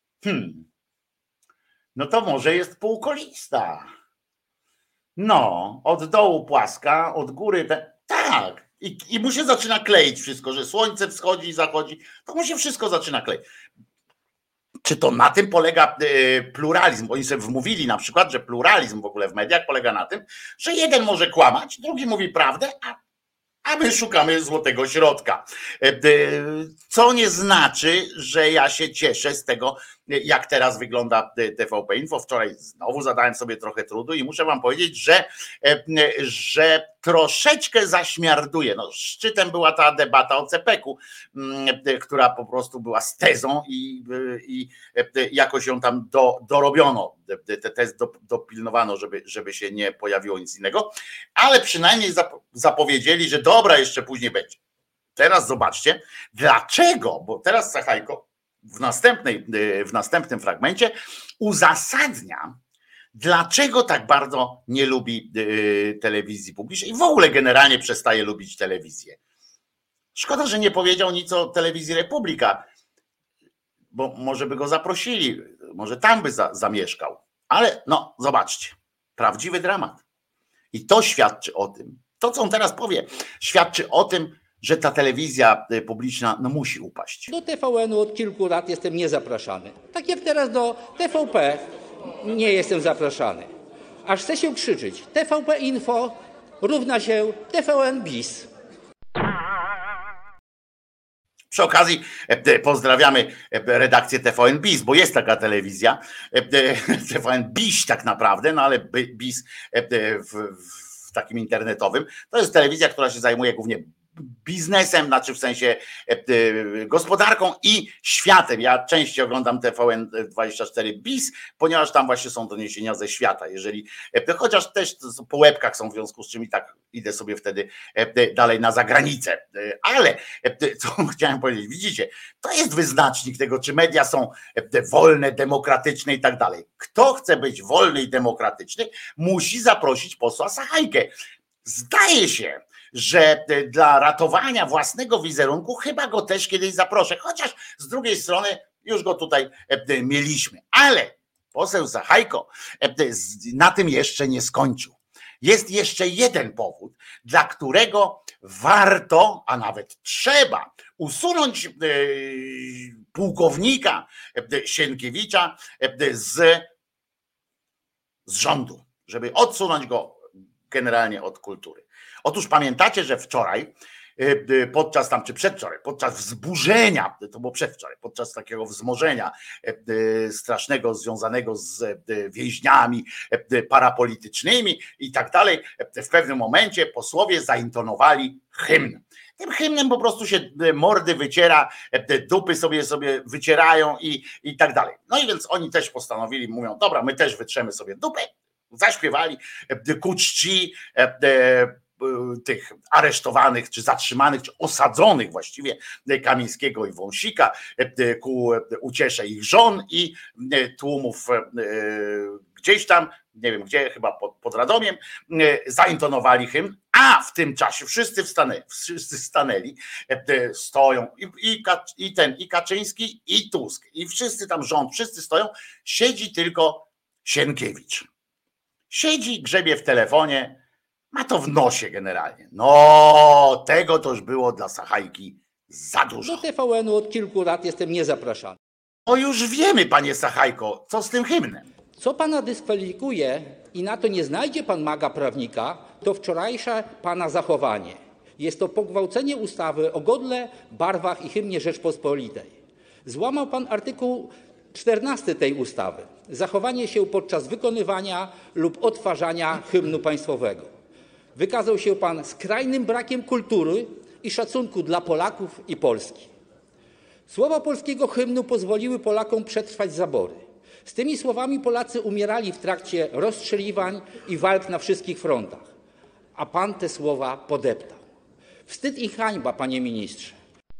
A: no to może jest półkolista. No, od dołu płaska, od góry, tak. I mu się zaczyna kleić wszystko, że słońce wschodzi i zachodzi, to mu się wszystko zaczyna kleić. Czy to na tym polega pluralizm? Oni sobie wmówili na przykład, że pluralizm w ogóle w mediach polega na tym, że jeden może kłamać, drugi mówi prawdę, a my szukamy złotego środka. Co nie znaczy, że ja się cieszę z tego, jak teraz wygląda TVP Info. Wczoraj znowu zadałem sobie trochę trudu i muszę wam powiedzieć, że troszeczkę zaśmiarduje. No, szczytem była ta debata o CPK-u, która po prostu była z tezą i jakoś ją tam dorobiono. Tez dopilnowano, żeby się nie pojawiło nic innego, ale przynajmniej zapowiedzieli, że dobra, jeszcze później będzie. Teraz zobaczcie, dlaczego, bo teraz Sachajko w następnym fragmencie uzasadnia, dlaczego tak bardzo nie lubi telewizji publicznej i w ogóle generalnie przestaje lubić telewizję. Szkoda, że nie powiedział nic o telewizji Republika, bo może by go zaprosili, może tam by zamieszkał. Ale no, zobaczcie, prawdziwy dramat. I to świadczy o tym, to co on teraz powie, świadczy o tym, że ta telewizja publiczna no, musi upaść.
D: Do TVN-u od kilku lat jestem niezapraszany. Tak jak teraz do TVP nie jestem zapraszany. Aż chce się krzyczeć. TVP Info równa się TVN BIS.
A: Przy okazji pozdrawiamy redakcję TVN BIS, bo jest taka telewizja, TVN BIS tak naprawdę, no ale BIS w takim internetowym. To jest telewizja, która się zajmuje głównie biznesem, znaczy w sensie gospodarką i światem. Ja częściej oglądam TVN24 bis, ponieważ tam właśnie są doniesienia ze świata. Jeżeli, chociaż też po łebkach są, w związku z czym i tak idę sobie wtedy dalej na zagranicę. Ale co chciałem powiedzieć, widzicie, to jest wyznacznik tego, czy media są wolne, demokratyczne i tak dalej. Kto chce być wolny i demokratyczny, musi zaprosić posła Sachajkę. Zdaje się, że dla ratowania własnego wizerunku chyba go też kiedyś zaproszę, chociaż z drugiej strony już go tutaj mieliśmy. Ale poseł Sachajko na tym jeszcze nie skończył. Jest jeszcze jeden powód, dla którego warto, a nawet trzeba usunąć pułkownika Sienkiewicza z rządu, żeby odsunąć go generalnie od kultury. Otóż pamiętacie, że wczoraj, podczas tam, czy przedwczoraj, podczas wzburzenia, to było przedwczoraj, podczas takiego wzmożenia strasznego związanego z więźniami parapolitycznymi i tak dalej, w pewnym momencie posłowie zaintonowali hymn. Tym hymnem po prostu się mordy wyciera, dupy sobie wycierają i tak dalej. No i więc oni też postanowili, mówią, dobra, my też wytrzemy sobie dupę, zaśpiewali ku czci tych aresztowanych, czy zatrzymanych, czy osadzonych właściwie Kamińskiego i Wąsika, ku uciesze ich żon i tłumów gdzieś tam, nie wiem gdzie, chyba pod Radomiem, zaintonowali hymn, a w tym czasie wszyscy stanęli, stoją i Kaczyński, i Tusk, i wszyscy tam rząd, wszyscy stoją, siedzi tylko Sienkiewicz. Siedzi, grzebie w telefonie, ma to w nosie generalnie. No, tego to już było dla Sachajki za dużo.
D: Do TVN-u od kilku lat jestem niezapraszany.
A: No już wiemy, panie Sachajko, co z tym hymnem.
D: Co pana dyskwalifikuje i na to nie znajdzie pan maga prawnika, to wczorajsze pana zachowanie. Jest to pogwałcenie ustawy o godle, barwach i hymnie Rzeczpospolitej. Złamał pan artykuł 14 tej ustawy. Zachowanie się podczas wykonywania lub odtwarzania hymnu państwowego. Wykazał się pan skrajnym brakiem kultury i szacunku dla Polaków i Polski. Słowa polskiego hymnu pozwoliły Polakom przetrwać zabory. Z tymi słowami Polacy umierali w trakcie rozstrzeliwań i walk na wszystkich frontach. A pan te słowa podeptał. Wstyd i hańba, panie ministrze.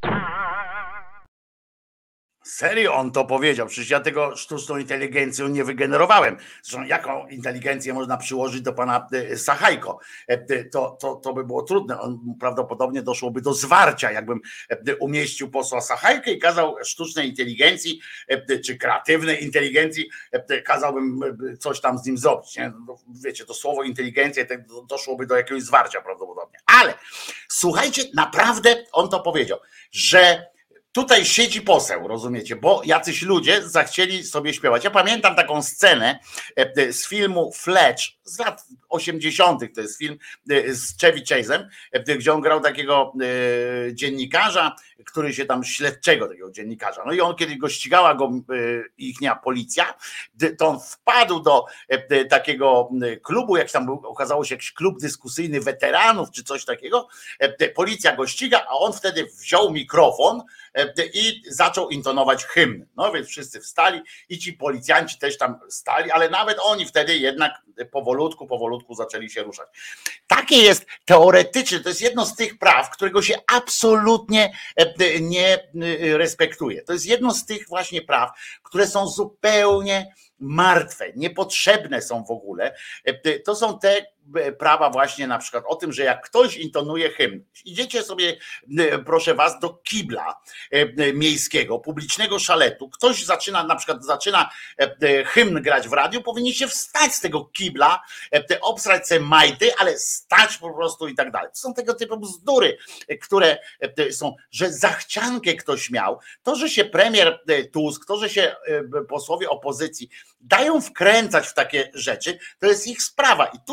A: Serio on to powiedział? Przecież ja tego sztuczną inteligencją nie wygenerowałem. Zresztą jaką inteligencję można przyłożyć do pana Sachajko? To by było trudne. Prawdopodobnie doszłoby do zwarcia, jakbym umieścił posła Sachajkę i kazał sztucznej inteligencji, czy kreatywnej inteligencji, kazałbym coś tam z nim zrobić. Nie? Wiecie, to słowo inteligencja doszłoby do jakiegoś zwarcia prawdopodobnie. Ale słuchajcie, naprawdę on to powiedział, że tutaj siedzi poseł, rozumiecie, bo jacyś ludzie zachcieli sobie śpiewać. Ja pamiętam taką scenę z filmu Fletch z lat 80. To jest film z Chevy Chase'em, gdzie on grał takiego dziennikarza, który się tam śledczego takiego dziennikarza. No i on, kiedy go ścigała ichnia policja, to on wpadł do takiego klubu, jak tam był, okazało się jakiś klub dyskusyjny weteranów czy coś takiego. Policja go ściga, a on wtedy wziął mikrofon i zaczął intonować hymn. No więc wszyscy wstali i ci policjanci też tam stali, ale nawet oni wtedy jednak powolutku zaczęli się ruszać. Takie jest teoretyczne, to jest jedno z tych praw, którego się absolutnie nie respektuje. To jest jedno z tych właśnie praw, które są zupełnie martwe, niepotrzebne są w ogóle. To są te prawa właśnie na przykład o tym, że jak ktoś intonuje hymn, idziecie sobie, proszę was, do kibla miejskiego, publicznego szaletu, ktoś na przykład zaczyna hymn grać w radiu, powinniście wstać z tego kibla, obsrać sobie majty, ale stać po prostu i tak dalej. To są tego typu bzdury, które są, że zachciankę ktoś miał, to, że się premier Tusk, to, że się posłowie opozycji dają wkręcać w takie rzeczy, to jest ich sprawa i tu będę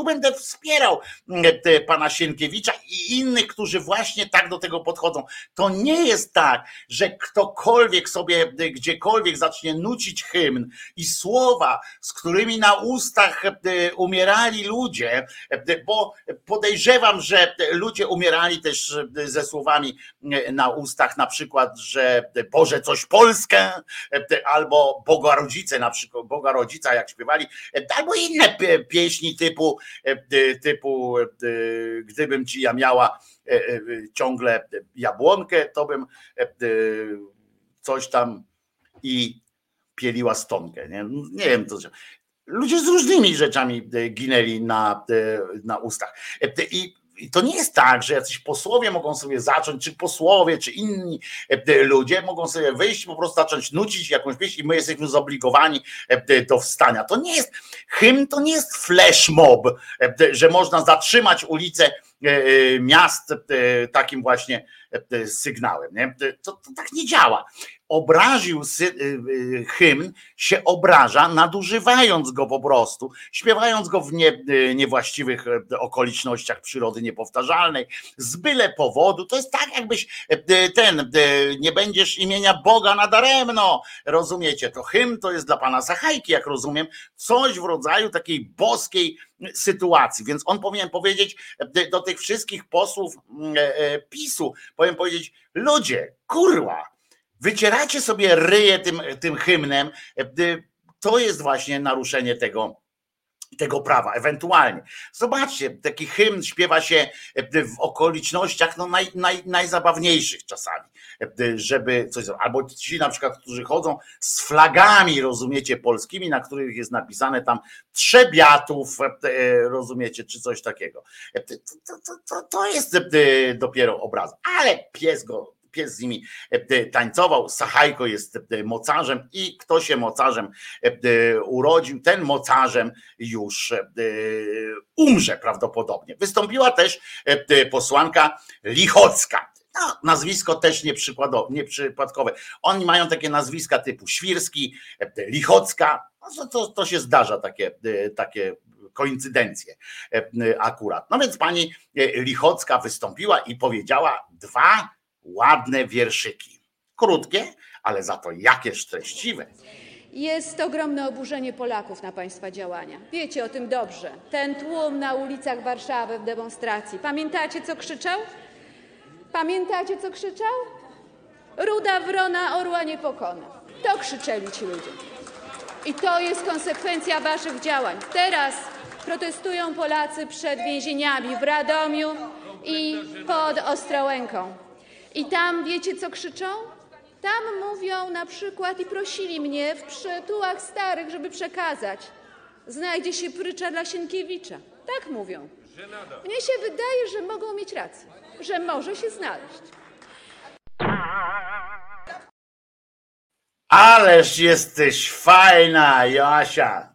A: wspierał pana Sienkiewicza i innych, którzy właśnie tak do tego podchodzą. To nie jest tak, że ktokolwiek sobie gdziekolwiek zacznie nucić hymn i słowa, z którymi na ustach umierali ludzie, bo podejrzewam, że ludzie umierali też ze słowami na ustach, na przykład, że Boże coś Polskę, albo Boga Rodzice, na przykład Boga Rodzica, jak śpiewali, albo inne pieśni typu gdybym ci ja miała ciągle jabłonkę, to bym coś tam i pieliła stonkę. Nie wiem, to ludzie z różnymi rzeczami ginęli na ustach. I to nie jest tak, że jacyś posłowie mogą sobie zacząć, czy posłowie, czy inni ludzie mogą sobie wyjść, po prostu zacząć nucić jakąś pieśń i my jesteśmy zobligowani do wstania. To nie jest, hymn to nie jest flash mob, że można zatrzymać ulicę miast takim właśnie sygnałem. Nie? To tak nie działa. Obraził hymn, się obraża, nadużywając go po prostu, śpiewając go w niewłaściwych okolicznościach przyrody niepowtarzalnej, z byle powodu. To jest tak, jakbyś nie będziesz imienia Boga nadaremno, rozumiecie? To hymn to jest dla pana Sachajki, jak rozumiem, coś w rodzaju takiej boskiej sytuacji, więc on powinien powiedzieć do tych wszystkich posłów PiS-u, powinien powiedzieć: ludzie, kurwa, wycieracie sobie ryje tym hymnem, to jest właśnie naruszenie tego prawa, ewentualnie. Zobaczcie, taki hymn śpiewa się w okolicznościach najzabawniejszych czasami, żeby coś zrobić. Albo ci na przykład, którzy chodzą z flagami, rozumiecie, polskimi, na których jest napisane tam Trzebiatów, rozumiecie, czy coś takiego. To jest dopiero obraz. Ale pies z nimi tańcował, Sachajko jest mocarzem i kto się mocarzem urodził, ten mocarzem już umrze prawdopodobnie. Wystąpiła też posłanka Lichocka. No, nazwisko też nieprzypadkowe. Oni mają takie nazwiska typu Świrski, Lichocka. To się zdarza, takie koincydencje akurat. No więc pani Lichocka wystąpiła i powiedziała 2 ładne wierszyki. Krótkie, ale za to jakież treściwe.
E: Jest ogromne oburzenie Polaków na państwa działania. Wiecie o tym dobrze. Ten tłum na ulicach Warszawy w demonstracji. Pamiętacie, co krzyczał? Pamiętacie, co krzyczał? Ruda wrona orła nie pokona. To krzyczeli ci ludzie. I to jest konsekwencja waszych działań. Teraz protestują Polacy przed więzieniami w Radomiu i pod Ostrołęką. I tam wiecie, co krzyczą? Tam mówią na przykład i prosili mnie w przytułach starych, żeby przekazać: znajdzie się prycza dla Sienkiewicza. Tak mówią. Mnie się wydaje, że mogą mieć rację, że może się znaleźć.
A: Ależ jesteś fajna, Joasia.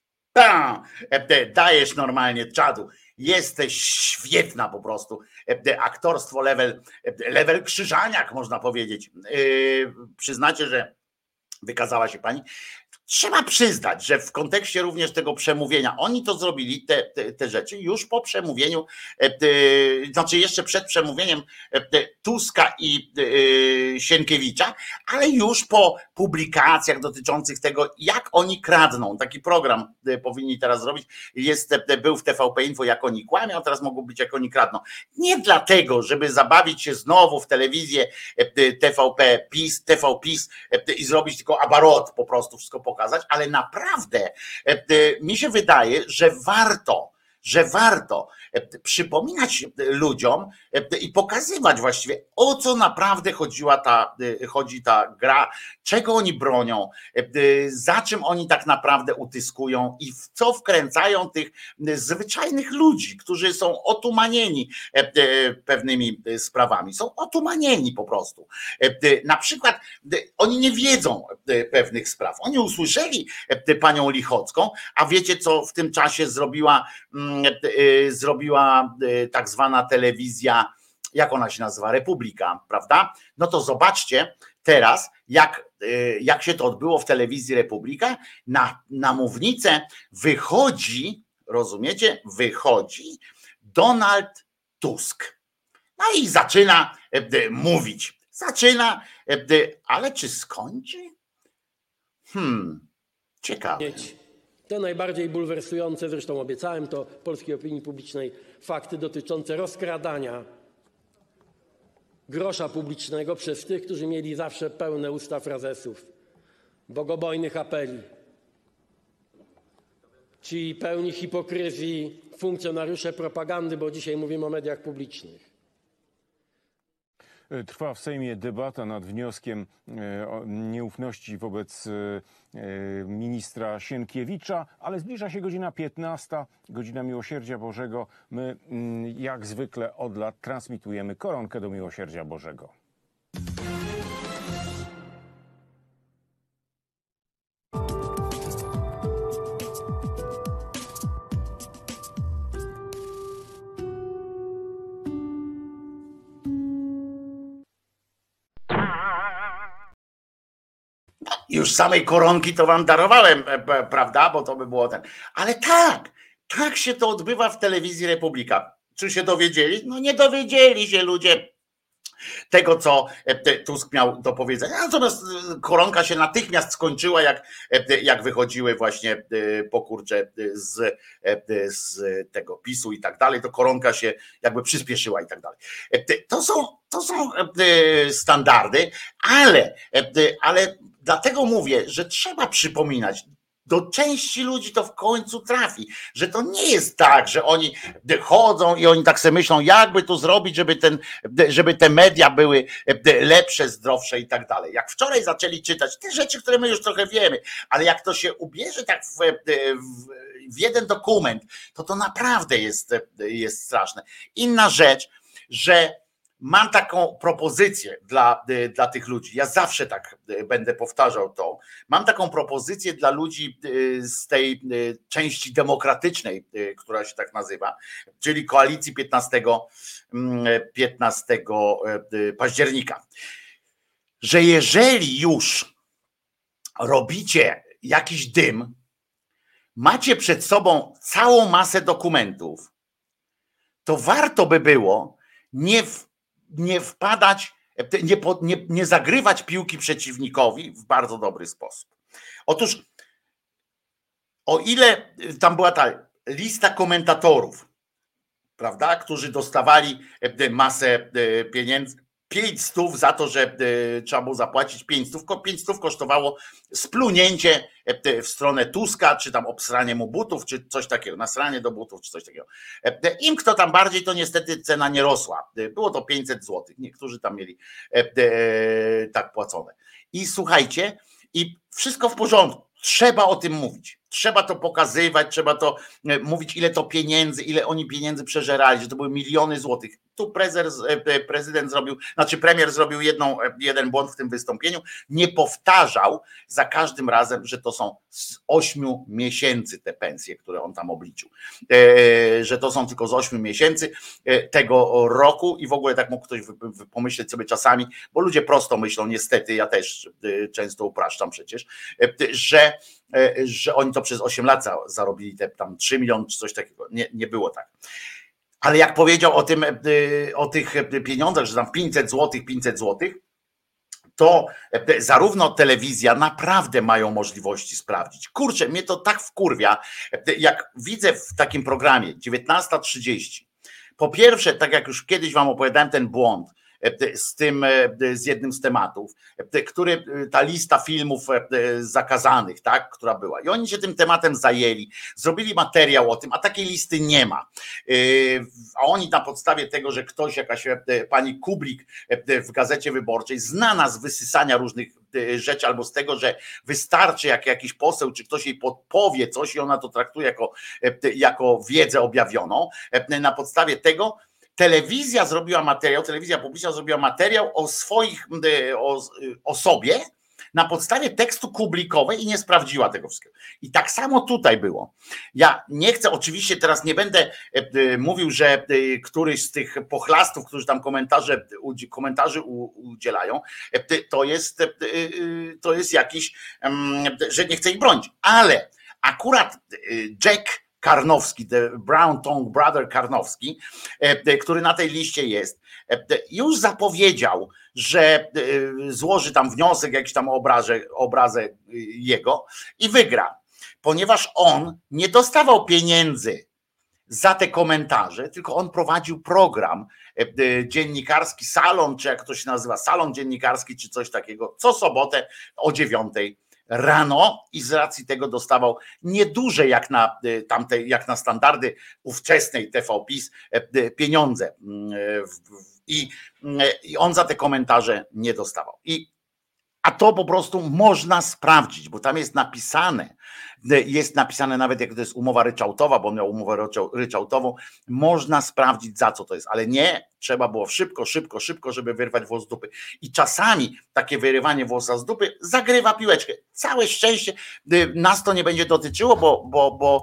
A: Dajesz normalnie czadu. Jesteś świetna po prostu. Aktorstwo level Krzyżaniak, można powiedzieć. Przyznacie, że wykazała się pani. Trzeba przyznać, że w kontekście również tego przemówienia, oni to zrobili, te rzeczy, już po przemówieniu, znaczy jeszcze przed przemówieniem Tuska i Sienkiewicza, ale już po publikacjach dotyczących tego, jak oni kradną. Taki program powinni teraz zrobić. Był w TVP Info, jak oni kłamią, teraz mogą być, jak oni kradną. Nie dlatego, żeby zabawić się znowu w telewizję TVP PiS, TV PiS i zrobić tylko abarot, po prostu wszystko pokazać, ale naprawdę mi się wydaje, że warto przypominać ludziom i pokazywać właściwie, o co naprawdę chodzi ta gra, czego oni bronią, za czym oni tak naprawdę utyskują i w co wkręcają tych zwyczajnych ludzi, którzy są otumanieni pewnymi sprawami. Są otumanieni po prostu. Na przykład oni nie wiedzą pewnych spraw. Oni usłyszeli panią Lichocką, a wiecie, co w tym czasie zrobiła tak zwana telewizja, jak ona się nazywa, Republika, prawda? No to zobaczcie teraz, jak się to odbyło w telewizji Republika. Na mównicę wychodzi rozumiecie, wychodzi Donald Tusk. No i zaczyna mówić. Ale czy skończy? Ciekawe.
B: Te najbardziej bulwersujące, zresztą obiecałem to polskiej opinii publicznej, fakty dotyczące rozkradania grosza publicznego przez tych, którzy mieli zawsze pełne usta frazesów, bogobojnych apeli. Ci pełni hipokryzji funkcjonariusze propagandy, bo dzisiaj mówimy o mediach publicznych.
F: Trwa w Sejmie debata nad wnioskiem nieufności wobec ministra Sienkiewicza, ale zbliża się godzina 15, godzina Miłosierdzia Bożego. My jak zwykle od lat transmitujemy koronkę do Miłosierdzia Bożego.
A: Już samej koronki to wam darowałem, prawda? Bo to by było ten. Ale tak się to odbywa w telewizji Republika. Czy się dowiedzieli? No nie dowiedzieli się ludzie tego, co Tusk miał do powiedzenia. Natomiast koronka się natychmiast skończyła, jak wychodziły właśnie pokurcze z tego PiS-u i tak dalej, to koronka się jakby przyspieszyła i tak dalej. To są standardy, ale dlatego mówię, że trzeba przypominać, do części ludzi to w końcu trafi, że to nie jest tak, że oni chodzą i oni tak sobie myślą, jakby to zrobić, żeby te media były lepsze, zdrowsze i tak dalej. Jak wczoraj zaczęli czytać te rzeczy, które my już trochę wiemy, ale jak to się ubierze tak w jeden dokument, to naprawdę jest straszne. Inna rzecz, że mam taką propozycję dla tych ludzi. Ja zawsze tak będę powtarzał to. Mam taką propozycję dla ludzi z tej części demokratycznej, która się tak nazywa, czyli koalicji 15 października. Że jeżeli już robicie jakiś dym, macie przed sobą całą masę dokumentów, to warto by było nie wpadać, nie zagrywać piłki przeciwnikowi w bardzo dobry sposób. Otóż, o ile tam była ta lista komentatorów, prawda, którzy dostawali masę pieniędzy, 500 za to, że trzeba było zapłacić 500. 500 kosztowało splunięcie w stronę Tuska, czy tam obsranie mu butów, czy coś takiego, nasranie do butów, czy coś takiego. Im kto tam bardziej, to niestety cena nie rosła. Było to 500 zł. Niektórzy tam mieli tak płacone. I słuchajcie, i wszystko w porządku. Trzeba o tym mówić. Trzeba to pokazywać, trzeba to mówić, ile to pieniędzy, ile oni pieniędzy przeżerali, że to były miliony złotych. Tu premier zrobił jeden błąd w tym wystąpieniu. Nie powtarzał za każdym razem, że to są z 8 miesięcy te pensje, które on tam obliczył. Że to są tylko z 8 miesięcy tego roku i w ogóle tak mógł ktoś pomyśleć sobie czasami, bo ludzie prosto myślą, niestety, ja też często upraszczam przecież, że oni to przez 8 lat zarobili te tam 3 miliony czy coś takiego. Nie było tak. Ale jak powiedział o tych pieniądzach, że tam 500 zł, to zarówno telewizja naprawdę mają możliwości sprawdzić. Kurczę, mnie to tak wkurwia, jak widzę w takim programie 19:30. Po pierwsze, tak jak już kiedyś wam opowiadałem ten błąd, z jednym z tematów, ta lista filmów zakazanych, tak, która była. I oni się tym tematem zajęli, zrobili materiał o tym, a takiej listy nie ma. A oni na podstawie tego, że jakaś pani Kublik w Gazecie Wyborczej, znana z wysysania różnych rzeczy, albo z tego, że wystarczy, jak jakiś poseł, czy ktoś jej podpowie coś i ona to traktuje jako wiedzę objawioną. Na podstawie tego telewizja publiczna zrobiła materiał o sobie na podstawie tekstu Kublikowej i nie sprawdziła tego wszystkiego. I tak samo tutaj było. Ja nie chcę, oczywiście teraz nie będę mówił, że któryś z tych pochlastów, którzy tam komentarzy udzielają, to jest jakiś, że nie chcę ich bronić, ale akurat Jack Karnowski, the Brown Tongue Brother Karnowski, który na tej liście jest, już zapowiedział, że złoży tam wniosek, jakiś tam obrazę jego i wygra, ponieważ on nie dostawał pieniędzy za te komentarze, tylko on prowadził program dziennikarski, salon, czy jak to się nazywa, salon dziennikarski, czy coś takiego, co sobotę o 9 rano i z racji tego dostawał nieduże jak na standardy ówczesnej TV-PiS pieniądze i on za te komentarze nie dostawał. A to po prostu można sprawdzić, bo tam jest napisane nawet jak to jest umowa ryczałtowa, bo on miał umowę ryczałtową, można sprawdzić za co to jest, ale nie, trzeba było szybko, żeby wyrwać włos z dupy. I czasami takie wyrywanie włosa z dupy zagrywa piłeczkę. Całe szczęście nas to nie będzie dotyczyło, bo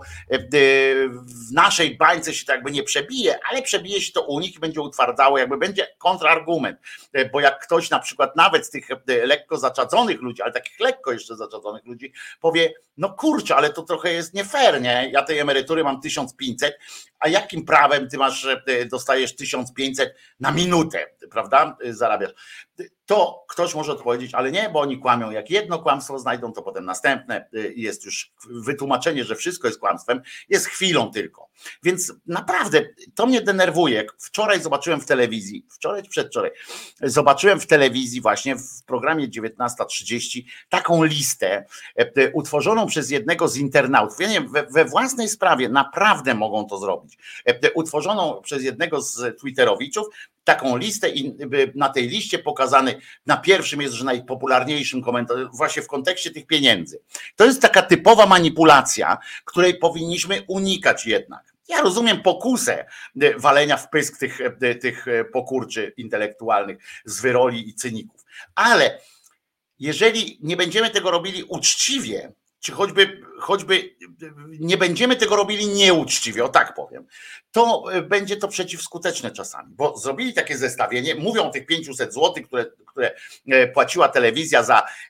A: w naszej bańce się to jakby nie przebije, ale przebije się to u nich i będzie utwardzało, jakby będzie kontrargument, bo jak ktoś na przykład nawet z tych lekko zaczadzonych ludzi, ale takich lekko jeszcze zaczadzonych ludzi powie, no kurczę, ale to trochę jest nie fair, nie? Ja tej emerytury mam 1500, a jakim prawem ty dostajesz 1500 na minutę, prawda? Zarabiasz. To ktoś może odpowiedzieć, ale nie, bo oni kłamią. Jak jedno kłamstwo znajdą, to potem następne. Jest już wytłumaczenie, że wszystko jest kłamstwem, jest chwilą tylko. Więc naprawdę to mnie denerwuje. Wczoraj zobaczyłem w telewizji, wczoraj czy przedwczoraj, zobaczyłem w telewizji właśnie w programie 19:30 taką listę utworzoną przez jednego z internautów. Ja nie wiem, we własnej sprawie naprawdę mogą to zrobić. Utworzoną przez jednego z twitterowiczów taką listę i na tej liście pokazany na pierwszym jest, że najpopularniejszym komentarzem właśnie w kontekście tych pieniędzy. To jest taka typowa manipulacja, której powinniśmy unikać jednak. Ja rozumiem pokusę walenia w pysk tych pokurczy intelektualnych, zwyroli i cyników, ale jeżeli nie będziemy tego robili uczciwie, czy choćby nie będziemy tego robili nieuczciwie, o tak powiem, to będzie to przeciwskuteczne czasami, bo zrobili takie zestawienie, mówią o tych 500 zł, które płaciła telewizja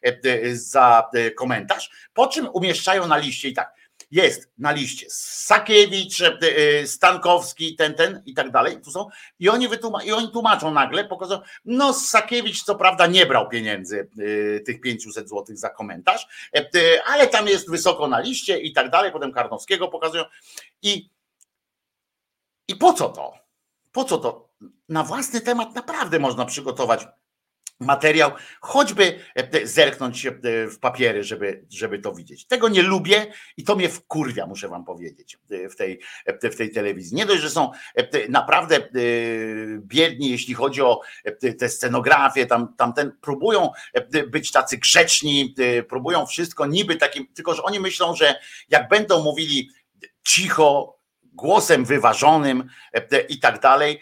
A: za komentarz, po czym umieszczają na liście i tak, jest na liście Sakiewicz, Stankowski, ten i tak dalej, tu są, i oni tłumaczą nagle, pokazują, no Sakiewicz co prawda nie brał pieniędzy, tych 500 zł za komentarz, ale tam jest wysoko na liście i tak dalej, potem Karnowskiego pokazują i po co to? Po co to? Na własny temat naprawdę można przygotować materiał, choćby zerknąć w papiery, żeby to widzieć. Tego nie lubię i to mnie wkurwia, muszę wam powiedzieć, w tej telewizji. Nie dość, że są naprawdę biedni, jeśli chodzi o tę scenografię, tamten próbują być tacy grzeczni, próbują wszystko niby takim, tylko że oni myślą, że jak będą mówili cicho, głosem wyważonym i tak dalej,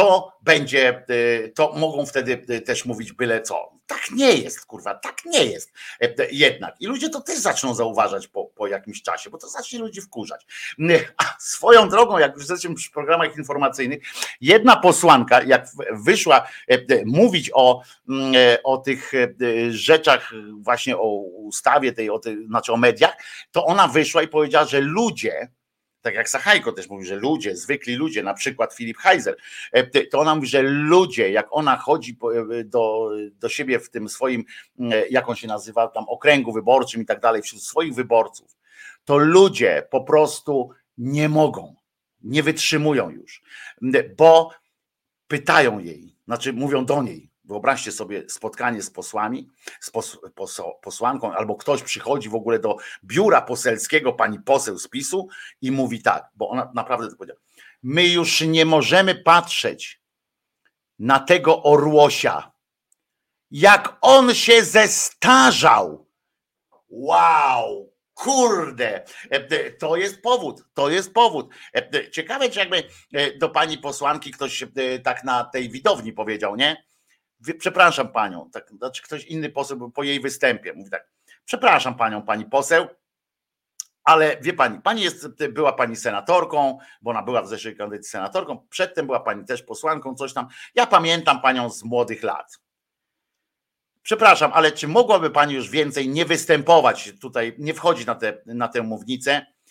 A: to mogą wtedy też mówić byle co. Tak nie jest, kurwa, tak nie jest jednak. I ludzie to też zaczną zauważać po jakimś czasie, bo to zacznie ludzi wkurzać. A swoją drogą, jak już jesteśmy przy programach informacyjnych, jedna posłanka, jak wyszła mówić o tych rzeczach, właśnie o ustawie tej, znaczy o mediach, to ona wyszła i powiedziała, że ludzie, tak jak Sachajko też mówi, że ludzie, zwykli ludzie, na przykład Filip Heiser, to ona mówi, że ludzie, jak ona chodzi do siebie w tym swoim, jak on się nazywa, tam okręgu wyborczym i tak dalej, wśród swoich wyborców, to ludzie po prostu nie mogą, nie wytrzymują już, bo pytają jej, znaczy mówią do niej, wyobraźcie sobie spotkanie z posłami, z posłanką, albo ktoś przychodzi w ogóle do biura poselskiego, pani poseł z PiS-u i mówi tak, bo ona naprawdę to powiedziała, my już nie możemy patrzeć na tego Orłosia, jak on się zestarzał. Wow, kurde, to jest powód. Ciekawe, czy jakby do pani posłanki ktoś tak na tej widowni powiedział, nie? Przepraszam panią, tak, znaczy ktoś inny poseł po jej występie mówi tak, przepraszam panią, pani poseł, ale wie pani, była pani senatorką, bo ona była w zeszłej kadencji senatorką, przedtem była pani też posłanką, coś tam, ja pamiętam panią z młodych lat. Przepraszam, ale czy mogłaby pani już więcej nie występować tutaj, nie wchodzić na tę mównicę,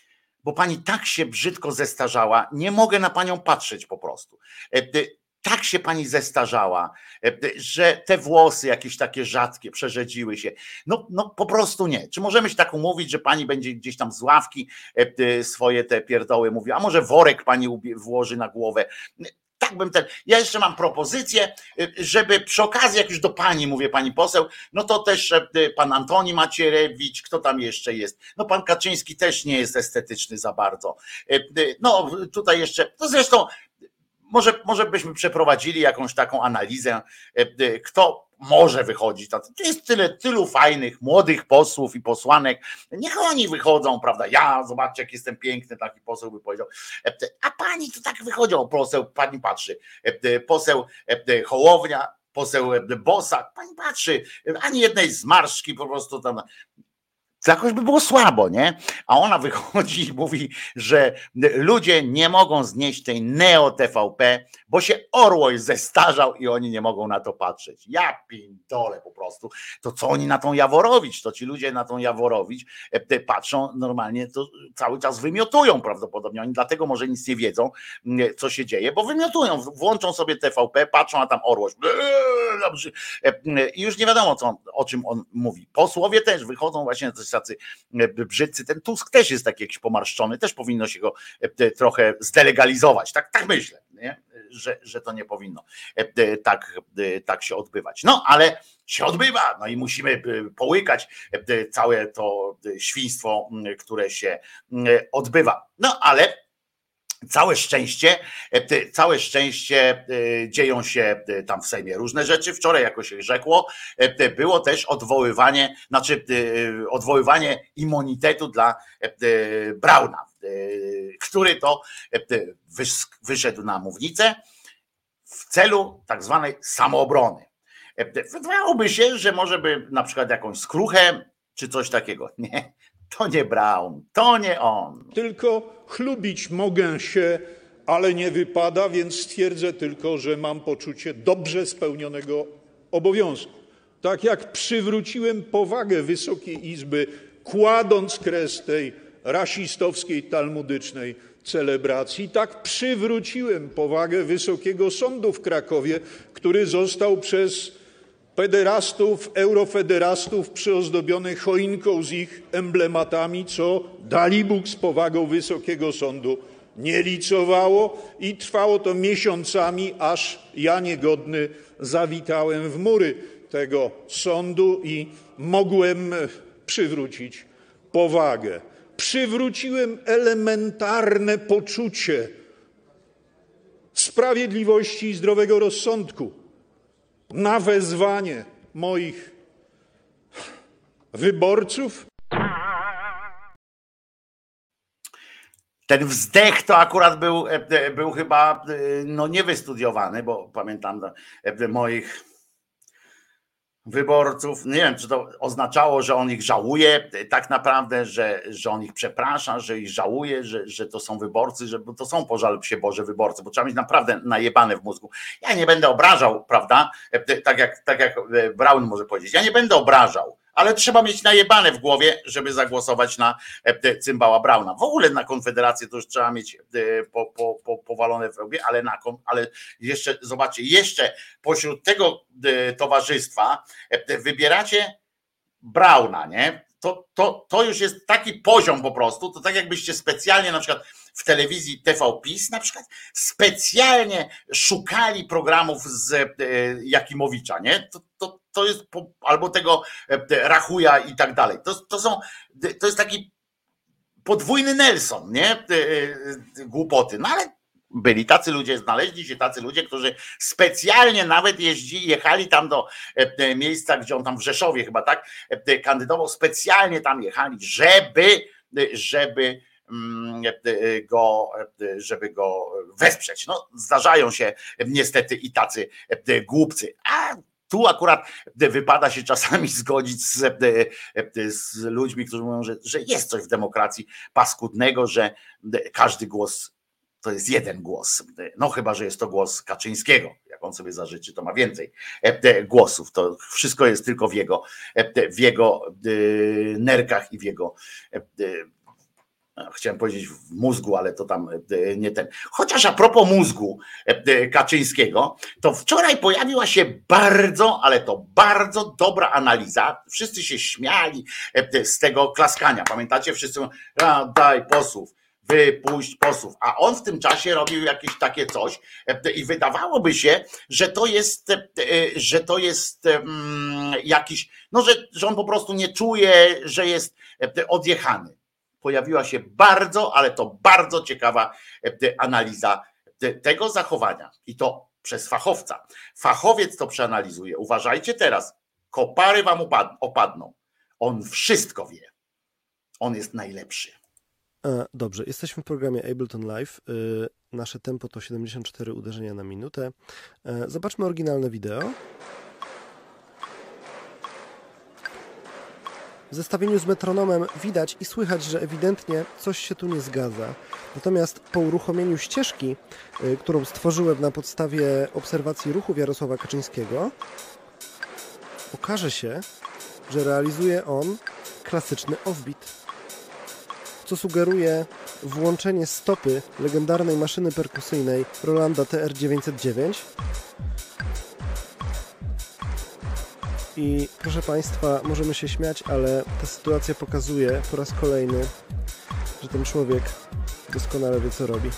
A: bo pani tak się brzydko zestarzała, nie mogę na panią patrzeć po prostu. Tak się pani zestarzała, że te włosy jakieś takie rzadkie przerzedziły się. No po prostu nie. Czy możemy się tak umówić, że pani będzie gdzieś tam z ławki swoje te pierdoły mówiła, a może worek pani włoży na głowę? Tak bym ja jeszcze mam propozycję, żeby przy okazji, jak już do pani mówię, pani poseł, no to też pan Antoni Macierewicz, kto tam jeszcze jest? No pan Kaczyński też nie jest estetyczny za bardzo. No tutaj jeszcze, to zresztą może byśmy przeprowadzili jakąś taką analizę, kto może wychodzić. To jest tylu fajnych, młodych posłów i posłanek. Niech oni wychodzą, prawda? Ja, zobaczcie, jak jestem piękny, taki poseł by powiedział. A pani to tak wychodzi, poseł, pani patrzy. Poseł Hołownia, poseł Bosak, pani patrzy, ani jednej zmarszczki po prostu tam. Jakoś by było słabo, nie? A ona wychodzi i mówi, że ludzie nie mogą znieść tej neo-TVP, bo się Orłoś zestarzał i oni nie mogą na to patrzeć. Ja pindole po prostu. To co oni na tą Jaworowicz? To ci ludzie na tą Jaworowicz patrzą normalnie, to cały czas wymiotują prawdopodobnie. Oni dlatego może nic nie wiedzą, co się dzieje, bo wymiotują. Włączą sobie TVP, patrzą, a tam Orłoś. I już nie wiadomo, o czym on mówi. Posłowie też wychodzą właśnie tacy brzydcy. Ten Tusk też jest taki jakiś pomarszczony, też powinno się go trochę zdelegalizować. Tak myślę, nie? Że to nie powinno tak się odbywać. No ale się odbywa, no i musimy połykać całe to świństwo, które się odbywa. No ale całe szczęście dzieją się tam w Sejmie różne rzeczy. Wczoraj, jakoś się rzekło, było też odwoływanie immunitetu dla Brauna, który to wyszedł na mównicę w celu tak zwanej samoobrony. Wydawałoby się, że może by na przykład jakąś skruchę czy coś takiego. Nie, to nie Braun, to nie on.
G: Tylko chlubić mogę się, ale nie wypada, więc stwierdzę tylko, że mam poczucie dobrze spełnionego obowiązku. Tak jak przywróciłem powagę Wysokiej Izby, kładąc kres tej rasistowskiej, talmudycznej celebracji, tak przywróciłem powagę Wysokiego Sądu w Krakowie, który został przez pederastów, eurofederastów przyozdobiony choinką z ich emblematami, co dalibóg z powagą Wysokiego Sądu nie licowało i trwało to miesiącami, aż ja niegodny zawitałem w mury tego sądu i mogłem przywrócić powagę. Przywróciłem elementarne poczucie sprawiedliwości i zdrowego rozsądku. Na wezwanie moich wyborców.
A: Ten wzdech to akurat był chyba niewystudiowany, bo pamiętam moich wyborców. Nie wiem, czy to oznaczało, że on ich żałuje tak naprawdę, że on ich przeprasza, że ich żałuje, że to są wyborcy, że to są, pożal się Boże, wyborcy, bo trzeba mieć naprawdę najebane w mózgu. Ja nie będę obrażał, prawda? Tak jak Braun może powiedzieć. Ja nie będę obrażał, ale trzeba mieć najebane w głowie, żeby zagłosować na cymbała Brauna. W ogóle na Konfederację to już trzeba mieć powalone w łbie, ale jeszcze, zobaczcie, jeszcze pośród tego towarzystwa wybieracie Brauna, nie? To już jest taki poziom po prostu, to tak jakbyście specjalnie na przykład w telewizji TV PiS na przykład specjalnie szukali programów z Jakimowicza, nie? To jest, albo tego Rachuja i tak dalej. To jest taki podwójny Nelson, nie? Głupoty. No ale byli tacy ludzie, znaleźli się tacy ludzie, którzy specjalnie nawet jechali tam do miejsca, gdzie on tam w Rzeszowie chyba tak kandydował, specjalnie tam jechali, żeby go wesprzeć. No, zdarzają się niestety i tacy głupcy. A tu akurat wypada się czasami zgodzić z ludźmi, którzy mówią, że jest coś w demokracji paskudnego, że każdy głos to jest jeden głos. No chyba, że jest to głos Kaczyńskiego. Jak on sobie zażyczy, to ma więcej głosów. To wszystko jest tylko w jego nerkach i w jego chciałem powiedzieć w mózgu, ale to tam nie ten. Chociaż a propos mózgu Kaczyńskiego, to wczoraj pojawiła się bardzo, ale to bardzo dobra analiza. Wszyscy się śmiali z tego klaskania. Pamiętacie? Wszyscy mówią, daj posłów, wypuść posłów. A on w tym czasie robił jakieś takie coś i wydawałoby się, że to jest jakiś, no że on po prostu nie czuje, że jest odjechany. Pojawiła się bardzo, ale to bardzo ciekawa analiza tego zachowania i to przez fachowca. Fachowiec to przeanalizuje. Uważajcie teraz, kopary wam opadną. On wszystko wie. On jest najlepszy.
H: Dobrze, jesteśmy w programie Ableton Live. Nasze tempo to 74 uderzenia na minutę. Zobaczmy oryginalne wideo. W zestawieniu z metronomem widać i słychać, że ewidentnie coś się tu nie zgadza. Natomiast po uruchomieniu ścieżki, którą stworzyłem na podstawie obserwacji ruchów Jarosława Kaczyńskiego, okaże się, że realizuje on klasyczny offbeat, co sugeruje włączenie stopy legendarnej maszyny perkusyjnej Rolanda TR-909. I proszę Państwa, możemy się śmiać, ale ta sytuacja pokazuje po raz kolejny, że ten człowiek doskonale wie, co robi.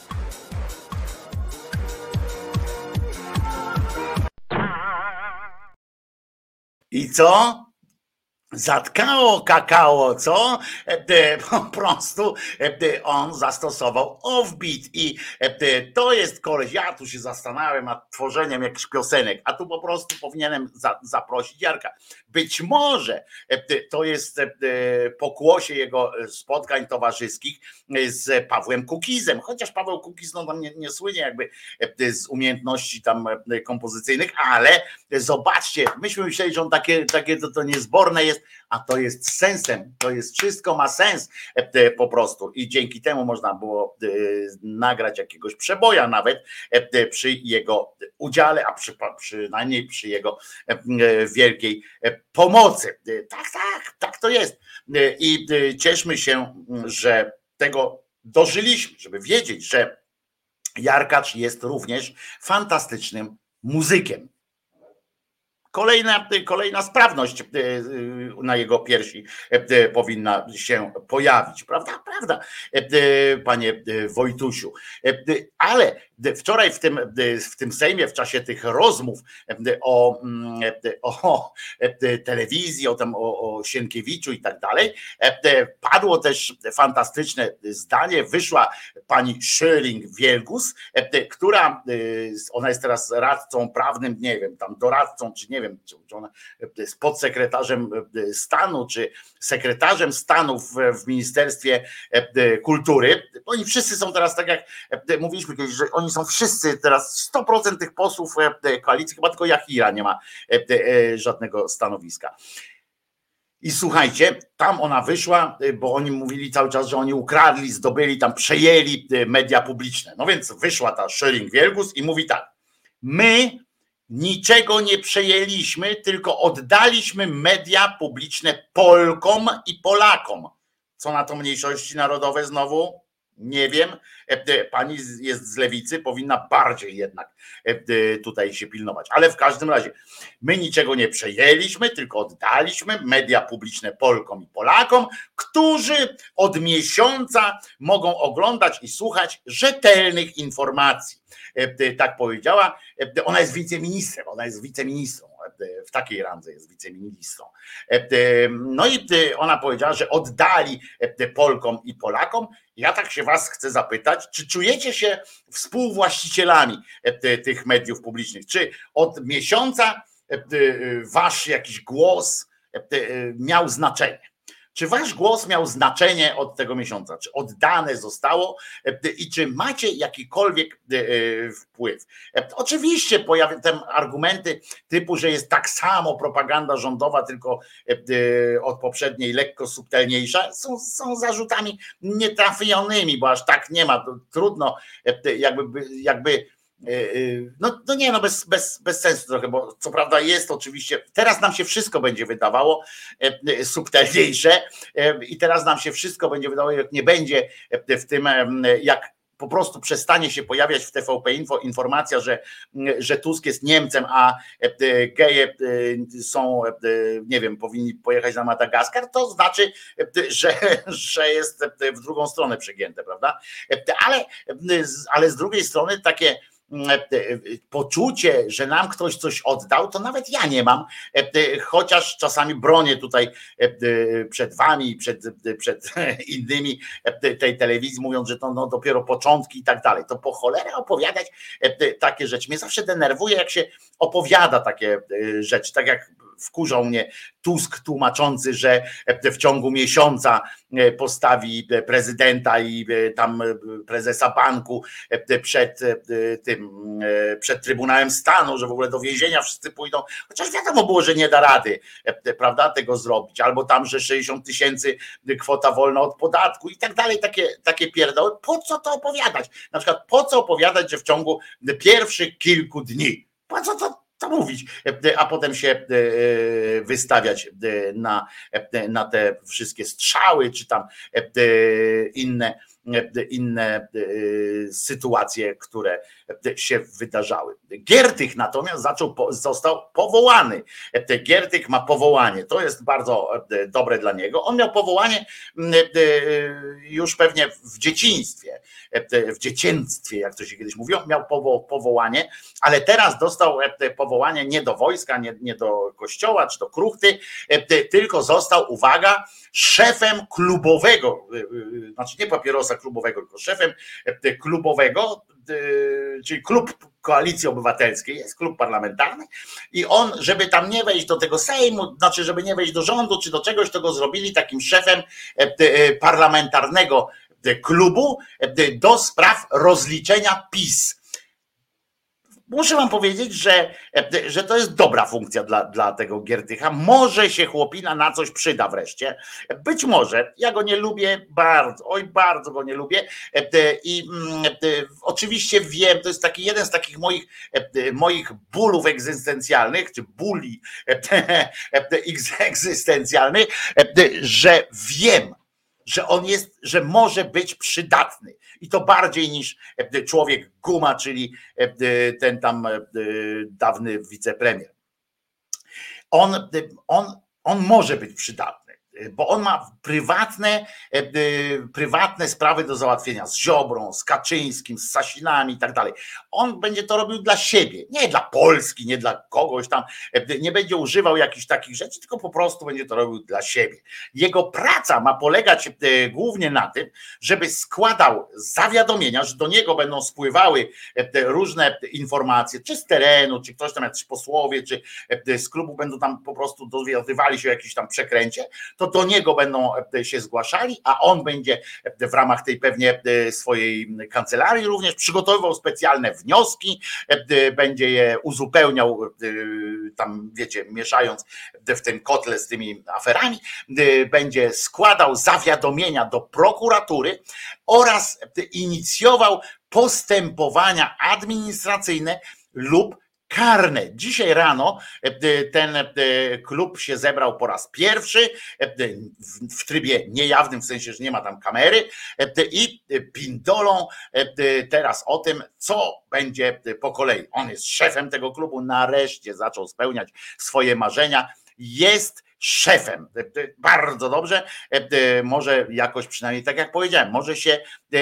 A: I co? Zatkało kakao, co? Po prostu on zastosował offbeat i to jest koleś. Ja tu się zastanawiam nad tworzeniem jakichś piosenek, a tu po prostu powinienem zaprosić Jarka. Być może to jest pokłosie jego spotkań towarzyskich z Pawłem Kukizem, chociaż Paweł Kukiz no tam nie słynie jakby z umiejętności tam kompozycyjnych, ale zobaczcie, myśmy myśleli, że on takie to niezborne jest, a to jest sensem, to jest wszystko ma sens po prostu i dzięki temu można było nagrać jakiegoś przeboja nawet przy jego udziale, a przynajmniej przy jego wielkiej pomocy. Tak to jest i cieszmy się, że tego dożyliśmy, żeby wiedzieć, że Jarkacz jest również fantastycznym muzykiem. Kolejna sprawność na jego piersi powinna się pojawić, prawda, panie Wojtusiu. Ale wczoraj w tym Sejmie, w czasie tych rozmów o telewizji, o Sienkiewiczu i tak dalej, padło też fantastyczne zdanie. Wyszła pani Schilling-Wielgus, która, ona jest teraz radcą prawnym, nie wiem, tam doradcą, czy nie wiem, czy ona jest podsekretarzem stanu, czy sekretarzem stanu w Ministerstwie Kultury. Oni wszyscy są teraz, tak jak mówiliśmy kiedyś, że oni są wszyscy teraz 100% tych posłów koalicji, chyba tylko Jachira nie ma żadnego stanowiska. I słuchajcie, tam ona wyszła, bo oni mówili cały czas, że oni ukradli, zdobyli, tam przejęli media publiczne. No więc wyszła ta Schilling-Wielgus i mówi tak: my niczego nie przejęliśmy, tylko oddaliśmy media publiczne Polkom i Polakom. Co na to mniejszości narodowe znowu? Nie wiem. Pani jest z lewicy, powinna bardziej jednak tutaj się pilnować. Ale w każdym razie, my niczego nie przejęliśmy, tylko oddaliśmy media publiczne Polkom i Polakom, którzy od miesiąca mogą oglądać i słuchać rzetelnych informacji. Tak powiedziała. Ona jest wiceministrą. W takiej randze jest wiceministrą. No i ona powiedziała, że oddali Polkom i Polakom. Ja tak się was chcę zapytać, czy czujecie się współwłaścicielami tych mediów publicznych? Czy od miesiąca wasz jakiś głos miał znaczenie? Czy wasz głos miał znaczenie od tego miesiąca? Czy oddane zostało i czy macie jakikolwiek wpływ? Oczywiście pojawią się argumenty typu, że jest tak samo propaganda rządowa, tylko od poprzedniej lekko subtelniejsza. Są zarzutami nietrafionymi, bo aż tak nie ma. To trudno jakby No nie, no bez sensu trochę, bo co prawda jest oczywiście, teraz nam się wszystko będzie wydawało subtelniejsze i teraz nam się wszystko będzie wydawało, jak nie będzie w tym, jak po prostu przestanie się pojawiać w TVP Info informacja, że Tusk jest Niemcem, a geje są, nie wiem, powinni pojechać na Madagaskar, to znaczy, że jest w drugą stronę przegięte, prawda? Ale z drugiej strony takie poczucie, że nam ktoś coś oddał, to nawet ja nie mam, chociaż czasami bronię tutaj przed wami, przed innymi tej telewizji, mówiąc, że to no dopiero początki i tak dalej. To po cholerę opowiadać takie rzeczy. Mnie zawsze denerwuje, jak się opowiada takie rzeczy, tak jak wkurzał mnie Tusk tłumaczący, że w ciągu miesiąca postawi prezydenta i tam prezesa banku przed Trybunałem Stanu, że w ogóle do więzienia wszyscy pójdą, chociaż wiadomo było, że nie da rady, prawda, tego zrobić, albo tam, że 60 000 kwota wolna od podatku i tak dalej, takie pierdoły. Po co to opowiadać? Na przykład po co opowiadać, że w ciągu pierwszych kilku dni, po co to mówić, a potem się wystawiać na te wszystkie strzały, czy tam inne sytuacje, które się wydarzały. Giertych natomiast został powołany. Giertych ma powołanie. To jest bardzo dobre dla niego. On miał powołanie już pewnie w dzieciństwie, jak to się kiedyś mówiło, miał powołanie, ale teraz dostał powołanie nie do wojska, nie do kościoła, czy do kruchty, tylko został, uwaga, szefem klubowego, znaczy nie papierosa klubowego, tylko szefem klubowego, czyli klub Koalicji Obywatelskiej, jest klub parlamentarny i on, żeby tam nie wejść do tego Sejmu, znaczy żeby nie wejść do rządu czy do czegoś, to go zrobili takim szefem parlamentarnego klubu do spraw rozliczenia PiS. Muszę wam powiedzieć, że to jest dobra funkcja dla tego Giertycha. Może się chłopina na coś przyda wreszcie. Być może. Ja go nie lubię bardzo. Oj, bardzo go nie lubię. I oczywiście wiem, to jest taki jeden z takich moich bólów egzystencjalnych, czy bóli egzystencjalnych, że wiem, że on jest, że może być przydatny. I to bardziej niż człowiek Guma, czyli ten tam dawny wicepremier. On może być przydatny, bo on ma prywatne sprawy do załatwienia z Ziobrą, z Kaczyńskim, z Sasinami i tak dalej. On będzie to robił dla siebie, nie dla Polski, nie dla kogoś tam, nie będzie używał jakichś takich rzeczy, tylko po prostu będzie to robił dla siebie. Jego praca ma polegać głównie na tym, żeby składał zawiadomienia, że do niego będą spływały różne informacje, czy z terenu, czy ktoś tam, jacyś posłowie, czy z klubu będą tam po prostu dowiadywali się o jakimś tam przekręcie, to do niego będą się zgłaszali, a on będzie w ramach tej pewnie swojej kancelarii również przygotowywał specjalne wnioski, będzie je uzupełniał tam, wiecie, mieszając w ten kotle z tymi aferami, będzie składał zawiadomienia do prokuratury oraz inicjował postępowania administracyjne lub karne. Dzisiaj rano ten klub się zebrał po raz pierwszy w trybie niejawnym, w sensie, że nie ma tam kamery i pindolą teraz o tym, co będzie po kolei. On jest szefem tego klubu, nareszcie zaczął spełniać swoje marzenia, jest szefem. Bardzo dobrze, może jakoś przynajmniej tak jak powiedziałem, może się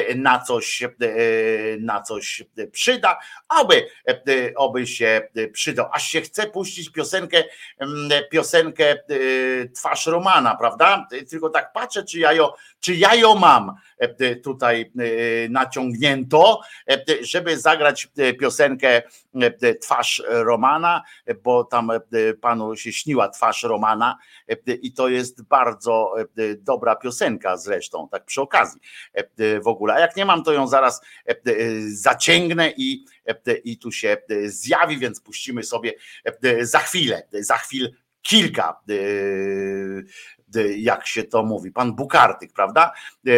A: na coś przyda, oby się przydał. Aż się chce puścić piosenkę Twarz Romana, prawda? Tylko tak patrzę, czy ja ją mam tutaj naciągnięto, żeby zagrać piosenkę Twarz Romana, bo tam panu się śniła Twarz Romana i to jest bardzo dobra piosenka zresztą, tak przy okazji w ogóle. A jak nie mam, to ją zaraz zaciągnę i tu się zjawi, więc puścimy sobie za chwilę kilka, jak się to mówi, pan Bukartyk, prawda?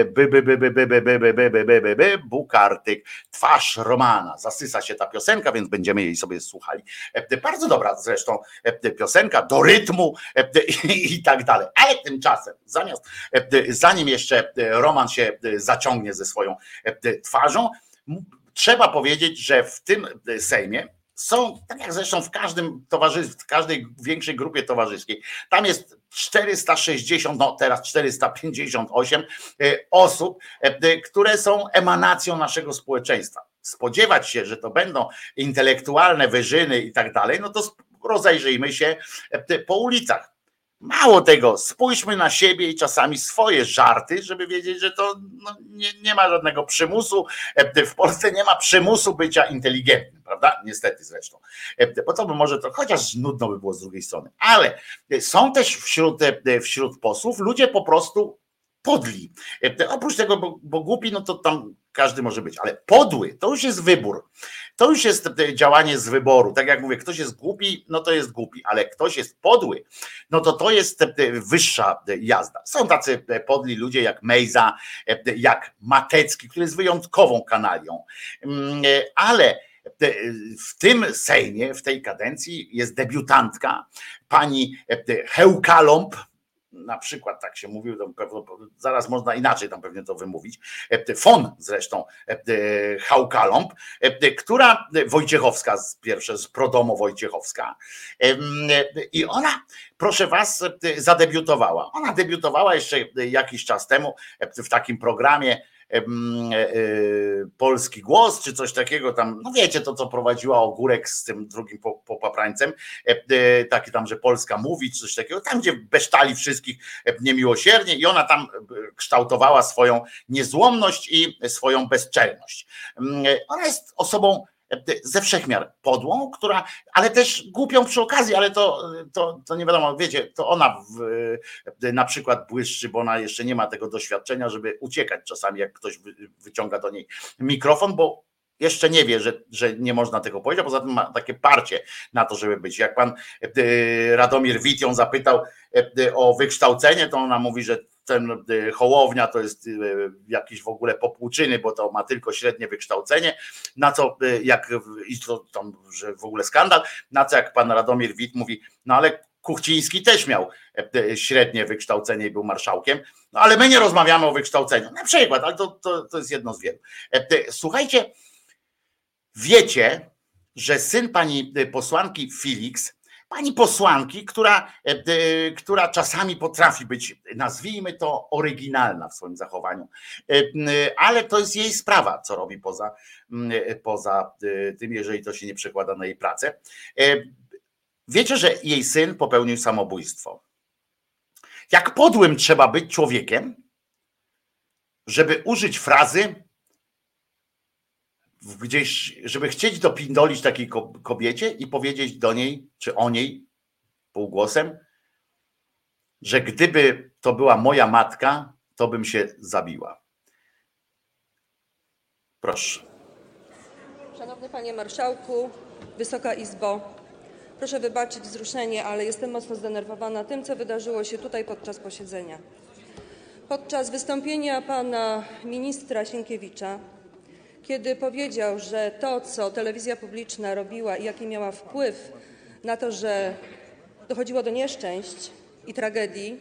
A: Bukartyk, twarz Romana. Zasysa się ta piosenka, więc będziemy jej sobie słuchali. Bardzo dobra zresztą piosenka, do rytmu i tak dalej. Ale tymczasem, zanim jeszcze Roman się zaciągnie ze swoją twarzą, trzeba powiedzieć, że w tym Sejmie są, tak jak zresztą w każdym towarzystwie, w każdej większej grupie towarzyskiej, tam jest 460, no teraz 458 osób, które są emanacją naszego społeczeństwa. Spodziewać się, że to będą intelektualne wyżyny i tak dalej, no to rozejrzyjmy się po ulicach. Mało tego, spójrzmy na siebie i czasami swoje żarty, żeby wiedzieć, że to nie ma żadnego przymusu. W Polsce nie ma przymusu bycia inteligentnym, prawda? Niestety zresztą. Bo to by może to, chociaż nudno by było z drugiej strony. Ale są też wśród posłów ludzie po prostu podli. Oprócz tego, bo głupi, no to tam każdy może być, ale podły to już jest wybór. To już jest działanie z wyboru. Tak jak mówię, ktoś jest głupi, no to jest głupi, ale ktoś jest podły, no to jest wyższa jazda. Są tacy podli ludzie jak Mejza, jak Matecki, który jest wyjątkową kanalią. Ale w tym Sejmie, w tej kadencji jest debiutantka, pani Heukalomb, na przykład tak się mówił, zaraz można inaczej tam pewnie to wymówić, von zresztą Heukalomb, która Wojciechowska, pierwsze z Prodomo Wojciechowska, i ona, proszę was, zadebiutowała. Ona debiutowała jeszcze jakiś czas temu w takim programie Polski Głos, czy coś takiego tam, no wiecie to, co prowadziła Ogórek z tym drugim popaprańcem, taki tam, że Polska mówi, czy coś takiego, tam gdzie besztali wszystkich niemiłosiernie i ona tam kształtowała swoją niezłomność i swoją bezczelność. Ona jest osobą ze wszechmiar podłą, ale też głupią przy okazji, ale to nie wiadomo, wiecie, to ona na przykład błyszczy, bo ona jeszcze nie ma tego doświadczenia, żeby uciekać czasami, jak ktoś wyciąga do niej mikrofon, bo jeszcze nie wie, że nie można tego powiedzieć, a poza tym ma takie parcie na to, żeby być. Jak pan Radomir Wit ją zapytał o wykształcenie, to ona mówi, że ten Hołownia to jest jakiś w ogóle popłuczyny, bo to ma tylko średnie wykształcenie, na co i to tam, że w ogóle skandal, na co jak pan Radomir Wit mówi, no ale Kuchciński też miał średnie wykształcenie i był marszałkiem, no ale my nie rozmawiamy o wykształceniu, na przykład, ale to jest jedno z wielu. Słuchajcie, wiecie, że syn pani posłanki Felix, pani posłanki, która czasami potrafi być, nazwijmy to, oryginalna w swoim zachowaniu, ale to jest jej sprawa, co robi poza tym, jeżeli to się nie przekłada na jej pracę. Wiecie, że jej syn popełnił samobójstwo. Jak podłym trzeba być człowiekiem, żeby użyć frazy gdzieś, żeby chcieć dopindolić takiej kobiecie i powiedzieć do niej, czy o niej półgłosem, że gdyby to była moja matka, to bym się zabiła. Proszę.
J: Szanowny Panie Marszałku, Wysoka Izbo, proszę wybaczyć wzruszenie, ale jestem mocno zdenerwowana tym, co wydarzyło się tutaj podczas posiedzenia. Podczas wystąpienia pana ministra Sienkiewicza, kiedy powiedział, że to, co telewizja publiczna robiła i jaki miała wpływ na to, że dochodziło do nieszczęść i tragedii,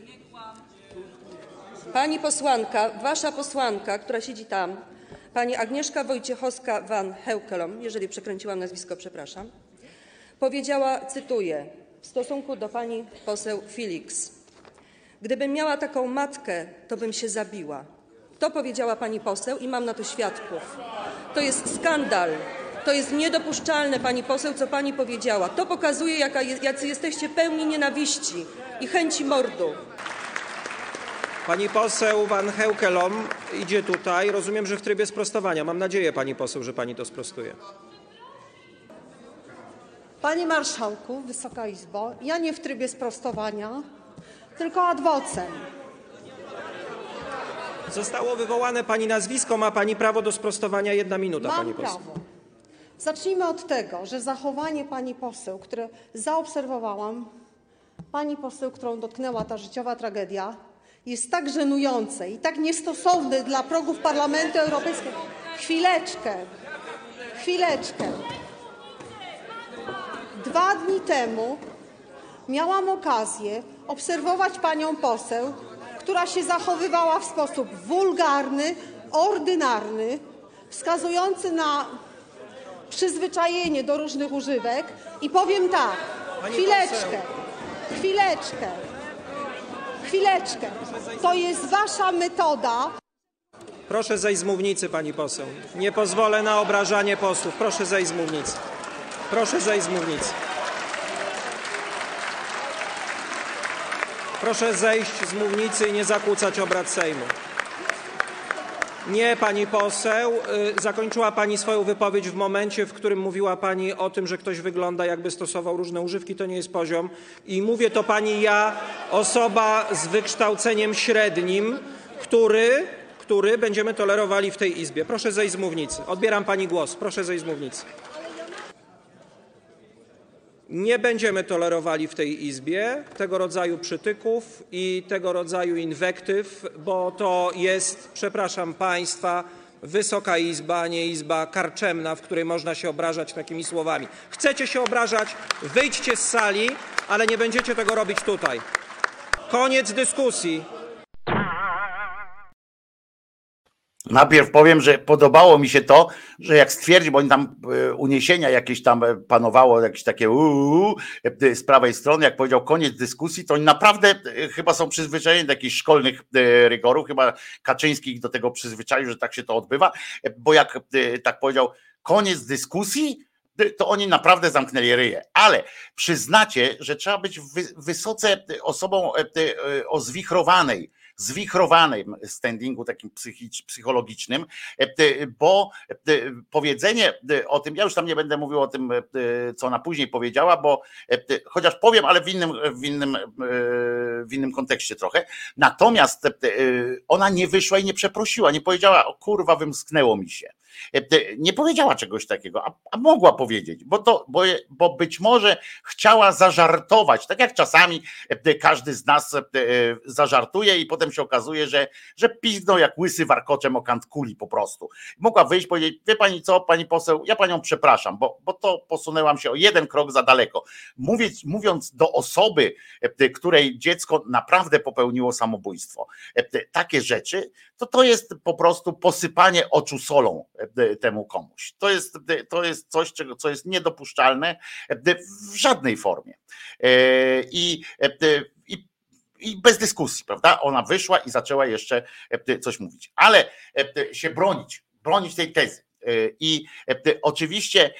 J: pani posłanka, wasza posłanka, która siedzi tam, pani Agnieszka Wojciechowska van Heukelom, jeżeli przekręciłam nazwisko, przepraszam, powiedziała, cytuję, w stosunku do pani poseł Felix: gdybym miała taką matkę, to bym się zabiła. To powiedziała pani poseł i mam na to świadków. To jest skandal. To jest niedopuszczalne, pani poseł, co pani powiedziała. To pokazuje, jacy jesteście pełni nienawiści i chęci mordu.
L: Pani poseł van Heukelom idzie tutaj. Rozumiem, że w trybie sprostowania. Mam nadzieję, pani poseł, że pani to sprostuje.
M: Panie Marszałku, Wysoka Izbo, ja nie w trybie sprostowania, tylko ad vocem.
L: Zostało wywołane pani nazwisko. Ma pani prawo do sprostowania. 1 minuta, pani poseł.
M: Mam prawo. Zacznijmy od tego, że zachowanie pani poseł, które zaobserwowałam, pani poseł, którą dotknęła ta życiowa tragedia, jest tak żenujące i tak niestosowne dla progów Parlamentu Europejskiego. Chwileczkę. 2 dni temu miałam okazję obserwować panią poseł, która się zachowywała w sposób wulgarny, ordynarny, wskazujący na przyzwyczajenie do różnych używek i powiem tak, chwileczkę, to jest wasza metoda.
L: Proszę zejść z mównicy, pani poseł. Nie pozwolę na obrażanie posłów. Proszę zejść z mównicy. Proszę zejść z mównicy. Proszę zejść z mównicy i nie zakłócać obrad Sejmu. Nie, pani poseł, zakończyła pani swoją wypowiedź w momencie, w którym mówiła pani o tym, że ktoś wygląda, jakby stosował różne używki. To nie jest poziom. I mówię to pani ja, osoba z wykształceniem średnim, który będziemy tolerowali w tej Izbie. Proszę zejść z mównicy. Odbieram pani głos. Proszę zejść z mównicy. Nie będziemy tolerowali w tej Izbie tego rodzaju przytyków i tego rodzaju inwektyw, bo to jest, przepraszam państwa, Wysoka Izba, a nie izba karczemna, w której można się obrażać takimi słowami. Chcecie się obrażać? Wyjdźcie z sali, ale nie będziecie tego robić tutaj. Koniec dyskusji.
A: Najpierw powiem, że podobało mi się to, że jak stwierdził, bo oni tam uniesienia jakieś tam panowało, jakieś takie z prawej strony, jak powiedział koniec dyskusji, to oni naprawdę chyba są przyzwyczajeni do jakichś szkolnych rygorów, chyba Kaczyński ich do tego przyzwyczaił, że tak się to odbywa, bo jak tak powiedział koniec dyskusji, to oni naprawdę zamknęli ryje. Ale przyznacie, że trzeba być wysoce osobą o zwichrowanym standingu takim psychologicznym, bo powiedzenie o tym, ja już tam nie będę mówił o tym, co ona później powiedziała, bo chociaż powiem, ale w innym kontekście trochę. Natomiast ona nie wyszła i nie przeprosiła, nie powiedziała, o kurwa, wymsknęło mi się. Nie powiedziała czegoś takiego, a mogła powiedzieć, bo być może chciała zażartować, tak jak czasami każdy z nas zażartuje i potem się okazuje, że pizdną jak łysy warkoczem o kant kuli po prostu. Mogła wyjść i powiedzieć, wie pani co, pani poseł, ja panią przepraszam, bo to posunęłam się o 1 krok za daleko. Mówiąc do osoby, której dziecko naprawdę popełniło samobójstwo, takie rzeczy, to jest po prostu posypanie oczu solą temu komuś. To jest coś, co jest niedopuszczalne w żadnej formie. I bez dyskusji, prawda? Ona wyszła i zaczęła jeszcze coś mówić, ale się bronić tej tezy. I oczywiście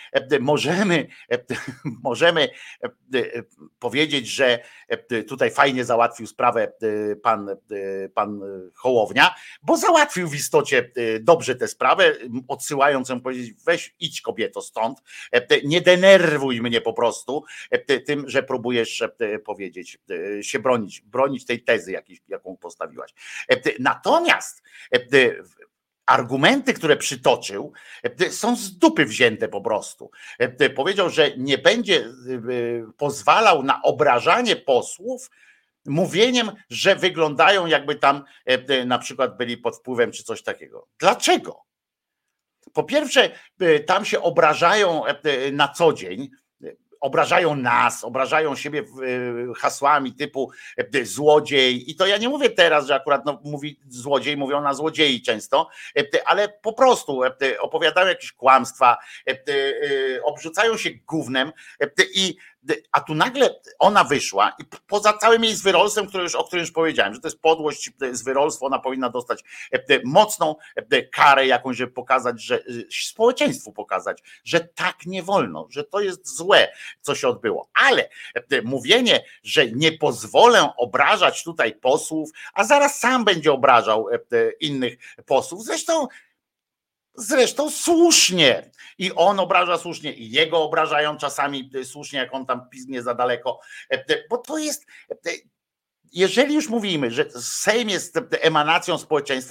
A: możemy powiedzieć, że tutaj fajnie załatwił sprawę pan Hołownia, bo załatwił w istocie dobrze tę sprawę, odsyłając ją powiedzieć, weź idź kobieto stąd, nie denerwuj mnie po prostu tym, że próbujesz powiedzieć, się bronić tej tezy, jaką postawiłaś. Natomiast argumenty, które przytoczył, są z dupy wzięte po prostu. Powiedział, że nie będzie pozwalał na obrażanie posłów mówieniem, że wyglądają jakby tam na przykład byli pod wpływem czy coś takiego. Dlaczego? Po pierwsze, tam się obrażają na co dzień, obrażają nas, obrażają siebie hasłami typu złodziej i to ja nie mówię teraz, że akurat mówi złodziej, mówią na złodziei często, ale po prostu opowiadają jakieś kłamstwa, obrzucają się gównem a tu nagle ona wyszła i poza całym jej zwyrolstwem, o którym już powiedziałem, że to jest podłość, zwyrolstwo, ona powinna dostać mocną karę jakąś, żeby pokazać, że społeczeństwu pokazać, że tak nie wolno, że to jest złe, co się odbyło. Ale mówienie, że nie pozwolę obrażać tutaj posłów, a zaraz sam będzie obrażał innych posłów, Zresztą słusznie. I on obraża słusznie, i jego obrażają czasami słusznie, jak on tam pizgnie za daleko. Bo to jest, jeżeli już mówimy, że Sejm jest emanacją społeczeństwa,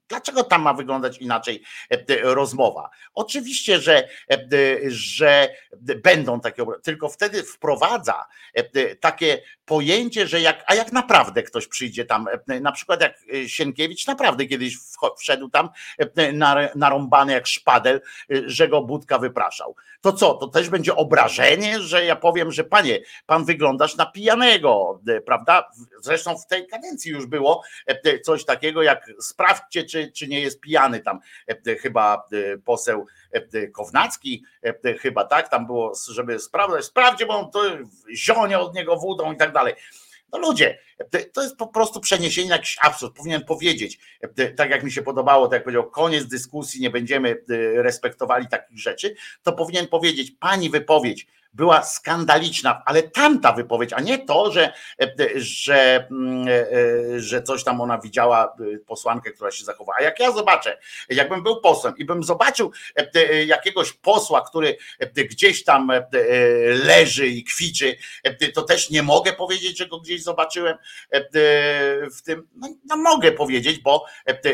A: Dlaczego tam ma wyglądać inaczej rozmowa? Oczywiście, że będą takie obrazy, tylko wtedy wprowadza takie pojęcie, że jak naprawdę ktoś przyjdzie tam, na przykład jak Sienkiewicz naprawdę kiedyś wszedł tam narąbany jak szpadel, że go Budka wypraszał. To co, to też będzie obrażenie, że ja powiem, że panie, pan wyglądasz na pijanego, prawda? Zresztą w tej kadencji już było coś takiego jak sprawdźcie, czy nie jest pijany tam chyba poseł Kownacki, chyba tak, tam było, żeby sprawdźcie, bo on to zionie od niego wódą i tak dalej. No ludzie, to jest po prostu przeniesienie na jakiś absurd. Powinien powiedzieć, tak jak mi się podobało, tak jak powiedział, koniec dyskusji, nie będziemy respektowali takich rzeczy, to powinien powiedzieć, pani wypowiedź była skandaliczna, ale tamta wypowiedź, a nie to, że coś tam ona widziała posłankę, która się zachowała. A jak ja zobaczę, jakbym był posłem i bym zobaczył jakiegoś posła, który gdzieś tam leży i kwiczy, to też nie mogę powiedzieć, że go gdzieś zobaczyłem w tym. No mogę powiedzieć, bo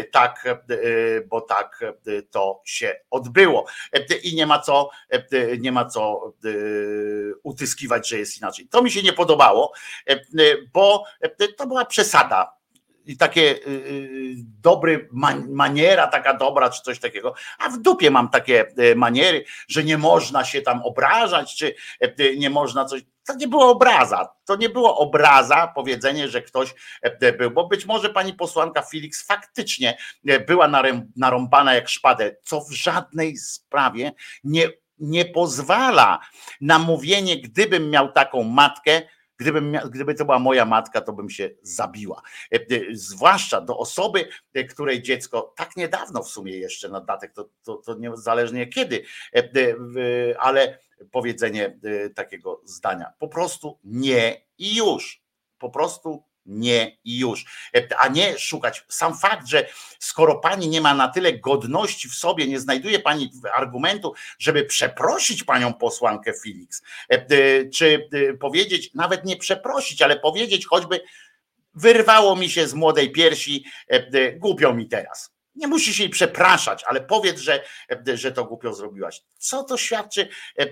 A: tak to się odbyło. I nie ma co utyskiwać, że jest inaczej. To mi się nie podobało, bo to była przesada i takie dobry maniera, taka dobra, czy coś takiego, a w dupie mam takie maniery, że nie można się tam obrażać, czy nie można coś. To nie było obraza. To nie było obraza powiedzenie, że ktoś był, bo być może pani posłanka Felix faktycznie była narąbana jak szpadel, co w żadnej sprawie nie pozwala na mówienie, gdybym miał taką matkę, gdyby to była moja matka, to bym się zabiła. Zwłaszcza do osoby, której dziecko tak niedawno w sumie jeszcze na datek, to niezależnie kiedy, ale powiedzenie takiego zdania. Po prostu nie i już. Po prostu nie i już. A nie szukać. Sam fakt, że skoro pani nie ma na tyle godności w sobie, nie znajduje pani argumentu, żeby przeprosić panią posłankę Felix, czy powiedzieć, nawet nie przeprosić, ale powiedzieć choćby wyrwało mi się z młodej piersi, głupio mi teraz. Nie musisz jej przepraszać, ale powiedz, że to głupio zrobiłaś. Co to świadczy,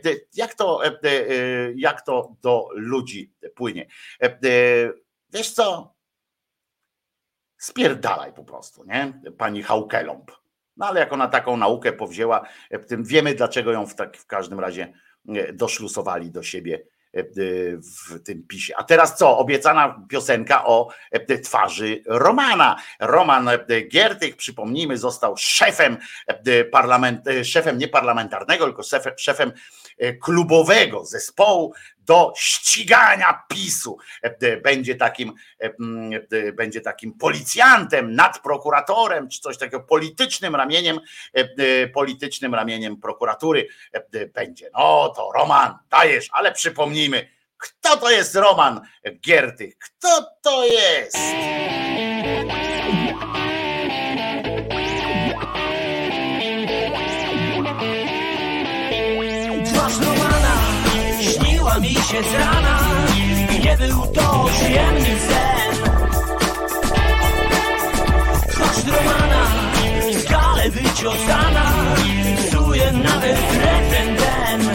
A: jak to do ludzi płynie? Wiesz co? Spierdalaj po prostu, nie? Pani Haukelomb. No ale jak ona taką naukę powzięła, wiemy dlaczego ją w każdym razie doszlusowali do siebie w tym PiSie. A teraz co? Obiecana piosenka o twarzy Romana. Roman Giertych, przypomnijmy, został szefem nie parlamentarnego, tylko szefem klubowego zespołu do ścigania PiS-u. Będzie takim policjantem, nadprokuratorem, czy coś takiego, politycznym ramieniem prokuratury będzie. No to Roman, dajesz, ale przypomnijmy, kto to jest Roman Giertych? Kto to jest?
K: Twarz Romana śniła mi się z rana i nie był to przyjemny sen. Twarz Romana w skale wyciosana psuje nawet refren ten.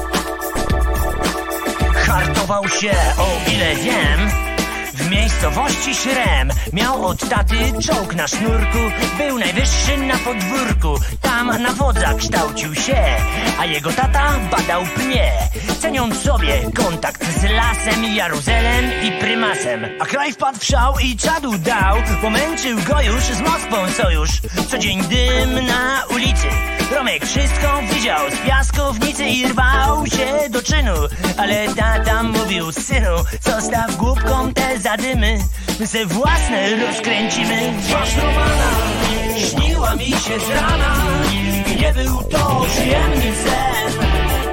K: Hartował się, o ile wiem, w miejscowości Śrem. Miał od taty czołg na sznurku, był najwyższy na podwórku. Tam na wodza kształcił się, a jego tata badał pnie, ceniąc sobie kontakt z lasem, Jaruzelem i prymasem. A kraj wpadł w szał i czadu dał, pomęczył go już z Moskwą sojusz. Co dzień dym na ulicy, Romek wszystko widział z piaskownicy i rwał się do czynu. Ale tata mówił, synu, zostaw głupkom te zadymy, my se własne rozkręcimy. Twarz Romana śniła mi się z rana i nie był to przyjemny sen.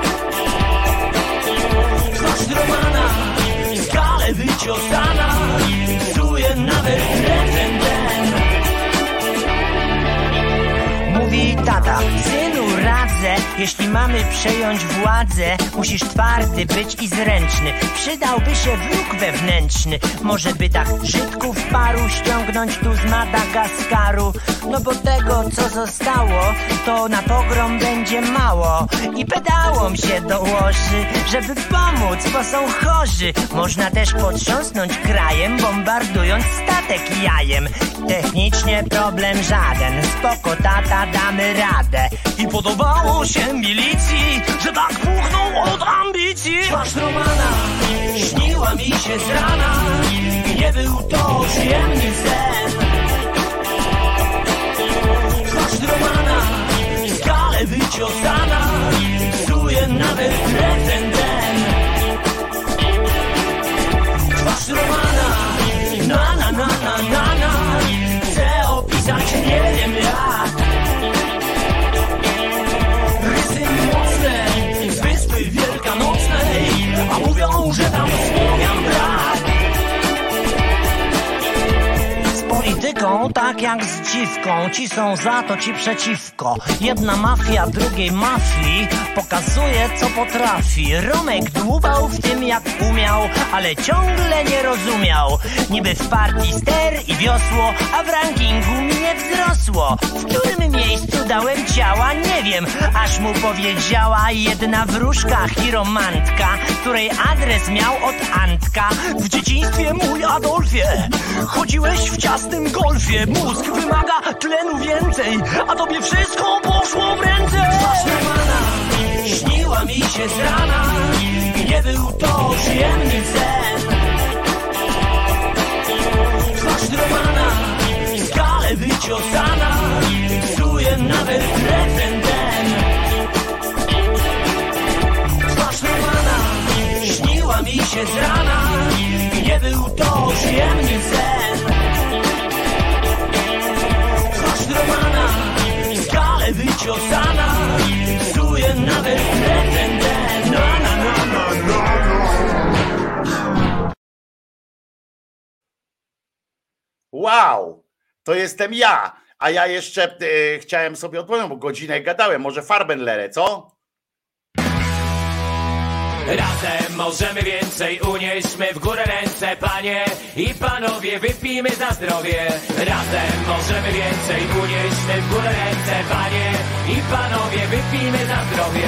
K: Twarz Romana w skale wyciosana psuje nawet refren ten. Mówi tata, synu, rad władze. Jeśli mamy przejąć władzę, musisz twardy być i zręczny. Przydałby się wróg wewnętrzny. Może by tak Żydków paru ściągnąć tu z Madagaskaru. No bo tego, co zostało, to na pogrom będzie mało. I pedałom się dołoży, żeby pomóc, bo są chorzy. Można też potrząsnąć krajem, bombardując statek jajem. Technicznie problem żaden, spoko tata, damy radę. I podobało się milicji, że tak puchnął od ambicji. Twarz Romana śniła mi się z rana i nie był to przyjemny sen. Twarz Romana skale wyciosana, psuje nawet ten. Twarz Romana na chcę opisać, nie wiem jak. Rysy mocne z wyspy wielkanocnej, a mówią, że tam wspomnian brak. Z polityką tak jak z dziwką, ci są za to, ci przeciwko. Jedna mafia drugiej mafii pokazuje, co potrafi. Romek dłubał w tym jak umiał, ale ciągle nie rozumiał. Niby w partii ster i wiosło, a w rankingu mi nie wzrosło. W którym miejscu dałem ciała, nie wiem, aż mu powiedziała jedna wróżka, chiromantka, której adres miał od Antka. W dzieciństwie, mój Adolfie, chodziłeś w ciasnym golfie. Mózg wymaga tlenu więcej, a tobie wszystko poszło w ręce. Twarz Romana śniła mi się z rana i nie był to przyjemny sen. Twarz Romana skale wyciosana, psuje nawet ten. Twarz Romana śniła mi się z rana i nie był to przyjemny sen. Twarz Romana skale wyciosana, psuje nawet ten.
A: Wow, to jestem ja, a ja jeszcze chciałem sobie odpowiedzieć, bo godzinę gadałem, może Farbenlere, co?
K: Razem możemy więcej, unieśmy w górę ręce, panie i panowie, wypijmy za zdrowie. Razem możemy więcej, unieśmy w górę ręce, panie i panowie, wypijmy za zdrowie.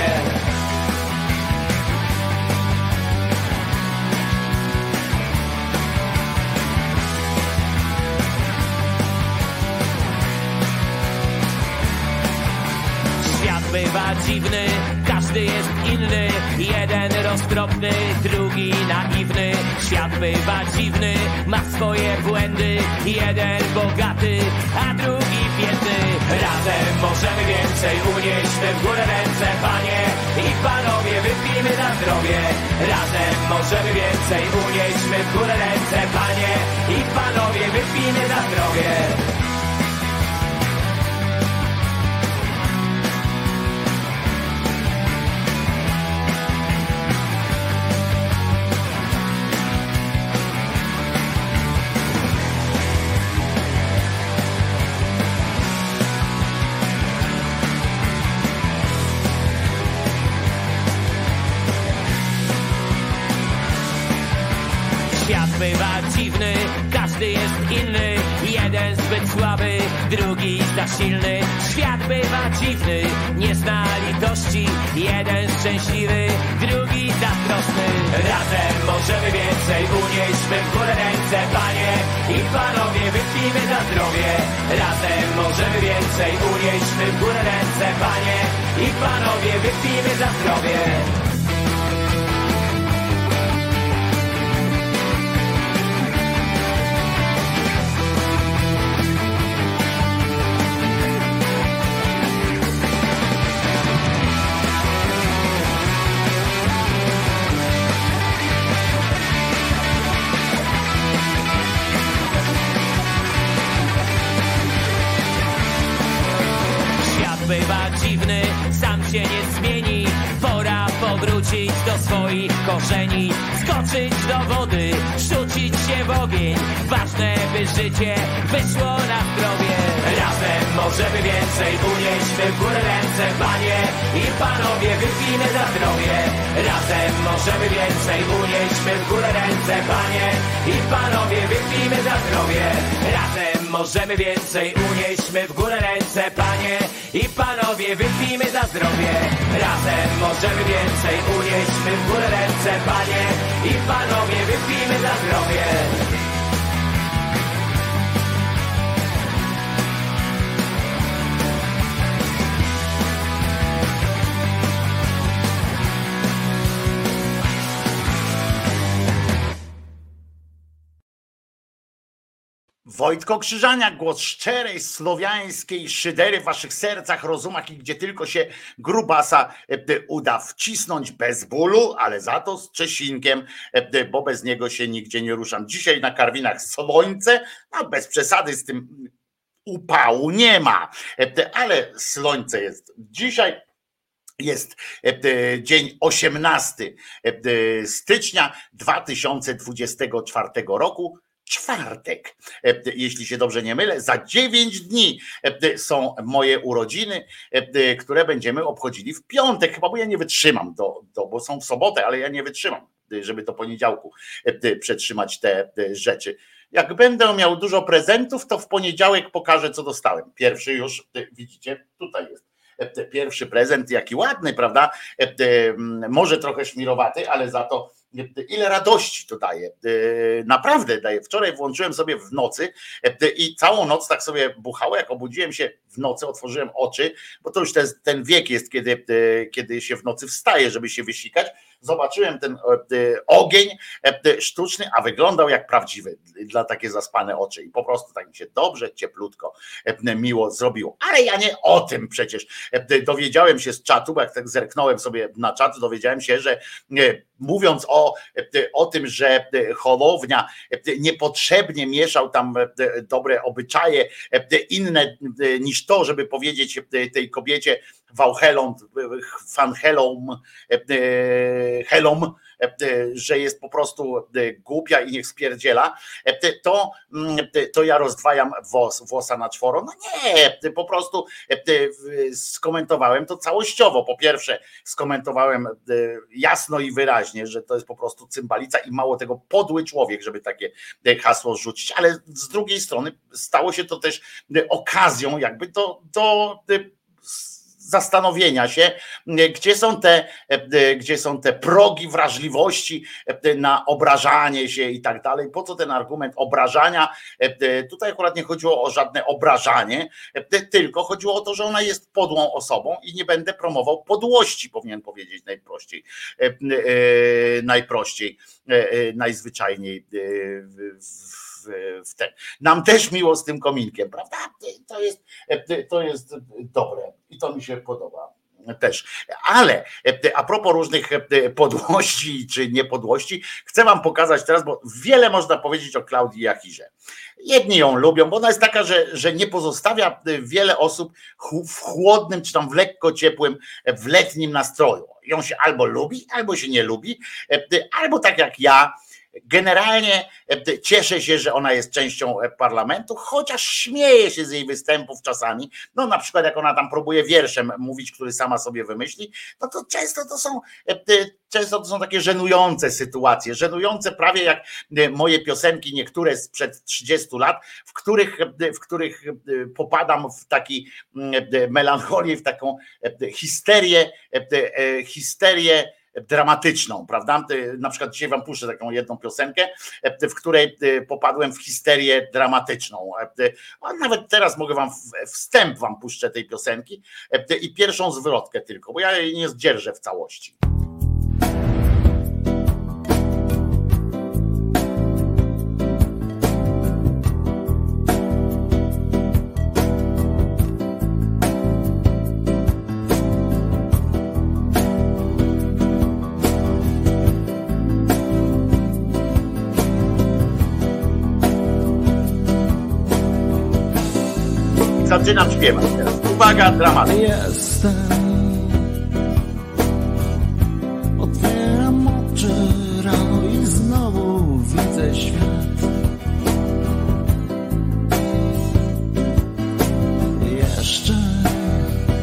K: Bywa dziwny, każdy jest inny. Jeden roztropny, drugi naiwny. Świat bywa dziwny, ma swoje błędy. Jeden bogaty, a drugi biedny. Razem możemy więcej, unieśmy w górę ręce, panie i panowie, wypijmy za zdrowie. Razem możemy więcej, unieśmy w górę ręce, panie i panowie, wypijmy za zdrowie. Bywa dziwny, każdy jest inny. Jeden zbyt słaby, drugi za silny. Świat bywa dziwny, nie zna litości. Jeden szczęśliwy, drugi zazdrosny. Razem możemy więcej, unieśmy w górę ręce, panie i panowie, wypijmy za zdrowie. Razem możemy więcej, unieśmy w górę ręce, panie i panowie, wypijmy za zdrowie. Bywa dziwny, sam się nie zmieni. Pora powrócić do swoich korzeni. Skoczyć do wody, rzucić się w ogień. Ważne, by życie wyszło na zdrowie. Razem możemy więcej, unieść unieśmy w górę ręce, panie i panowie, wypijmy za zdrowie. Razem możemy więcej, unieśmy w górę ręce, panie i panowie, wypijmy za zdrowie. Razem możemy więcej, unieśmy w górę ręce, panie i panowie, wypijmy za zdrowie. Razem możemy więcej, unieśmy w górę ręce, panie i panowie, wypijmy za zdrowie.
A: Wojtko Krzyżaniak, głos szczerej, słowiańskiej szydery w waszych sercach, rozumach i gdzie tylko się grubasa uda wcisnąć bez bólu, ale za to z Czesinkiem, bo bez niego się nigdzie nie ruszam. Dzisiaj na Karwinach słońce, a bez przesady z tym upału nie ma, ale słońce jest dzisiaj. Jest dzień 18 stycznia 2024 roku. Czwartek, jeśli się dobrze nie mylę, za 9 dni są moje urodziny, które będziemy obchodzili w piątek, chyba, bo ja nie wytrzymam, bo są w sobotę, ale ja nie wytrzymam, żeby do poniedziałku przetrzymać te rzeczy. Jak będę miał dużo prezentów, to w poniedziałek pokażę, co dostałem. Pierwszy już, widzicie, tutaj jest. Pierwszy prezent, jaki ładny, prawda? Może trochę szmirowaty, ale za to ile radości to daje. Naprawdę daje. Wczoraj włączyłem sobie w nocy i całą noc tak sobie buchało. Jak obudziłem się w nocy, otworzyłem oczy, bo to już ten wiek jest, kiedy się w nocy wstaje, żeby się wysikać. Zobaczyłem ten ogień sztuczny, a wyglądał jak prawdziwy dla takie zaspane oczy. I po prostu tak mi się dobrze, cieplutko, miło zrobiło. Ale ja nie o tym przecież. Dowiedziałem się z czatu, bo jak tak zerknąłem sobie na czat, dowiedziałem się, że mówiąc o tym, że Hołownia niepotrzebnie mieszał tam dobre obyczaje inne niż to, żeby powiedzieć tej kobiecie Wauchelon, Van Helom, że jest po prostu głupia i niech spierdziela, to ja rozdwajam włosa na czworo. No nie, po prostu skomentowałem to całościowo. Po pierwsze skomentowałem jasno i wyraźnie, że to jest po prostu cymbalica i mało tego podły człowiek, żeby takie hasło rzucić, ale z drugiej strony stało się to też okazją jakby do zastanowienia się, gdzie są te progi wrażliwości na obrażanie się i tak dalej. Po co ten argument obrażania? Tutaj akurat nie chodziło o żadne obrażanie, tylko chodziło o to, że ona jest podłą osobą i nie będę promował podłości, powinien powiedzieć najprościej, najzwyczajniej w ten. Nam też miło z tym kominkiem, prawda? To jest dobre i to mi się podoba też. Ale a propos różnych podłości czy niepodłości, chcę wam pokazać teraz, bo wiele można powiedzieć o Klaudii Jachirze. Jedni ją lubią, bo ona jest taka, że nie pozostawia wiele osób w chłodnym czy tam w lekko ciepłym, w letnim nastroju. Ją się albo lubi, albo się nie lubi, albo tak jak ja, generalnie cieszę się, że ona jest częścią parlamentu, chociaż śmieję się z jej występów czasami. No na przykład jak ona tam próbuje wierszem mówić, który sama sobie wymyśli, no to często to są takie żenujące sytuacje, żenujące prawie jak moje piosenki, niektóre sprzed 30 lat, w których popadam w taki melancholię, w taką histerię dramatyczną, prawda? Na przykład dzisiaj wam puszczę taką jedną piosenkę, w której popadłem w histerię dramatyczną. A nawet teraz mogę wam wstęp wam puszczę tej piosenki i pierwszą zwrotkę tylko, bo ja jej nie zdzierżę w całości. Zaczynam śpiewać teraz. Uwaga, dramat.
N: Jestem. Otwieram oczy rano i znowu widzę świat. Jeszcze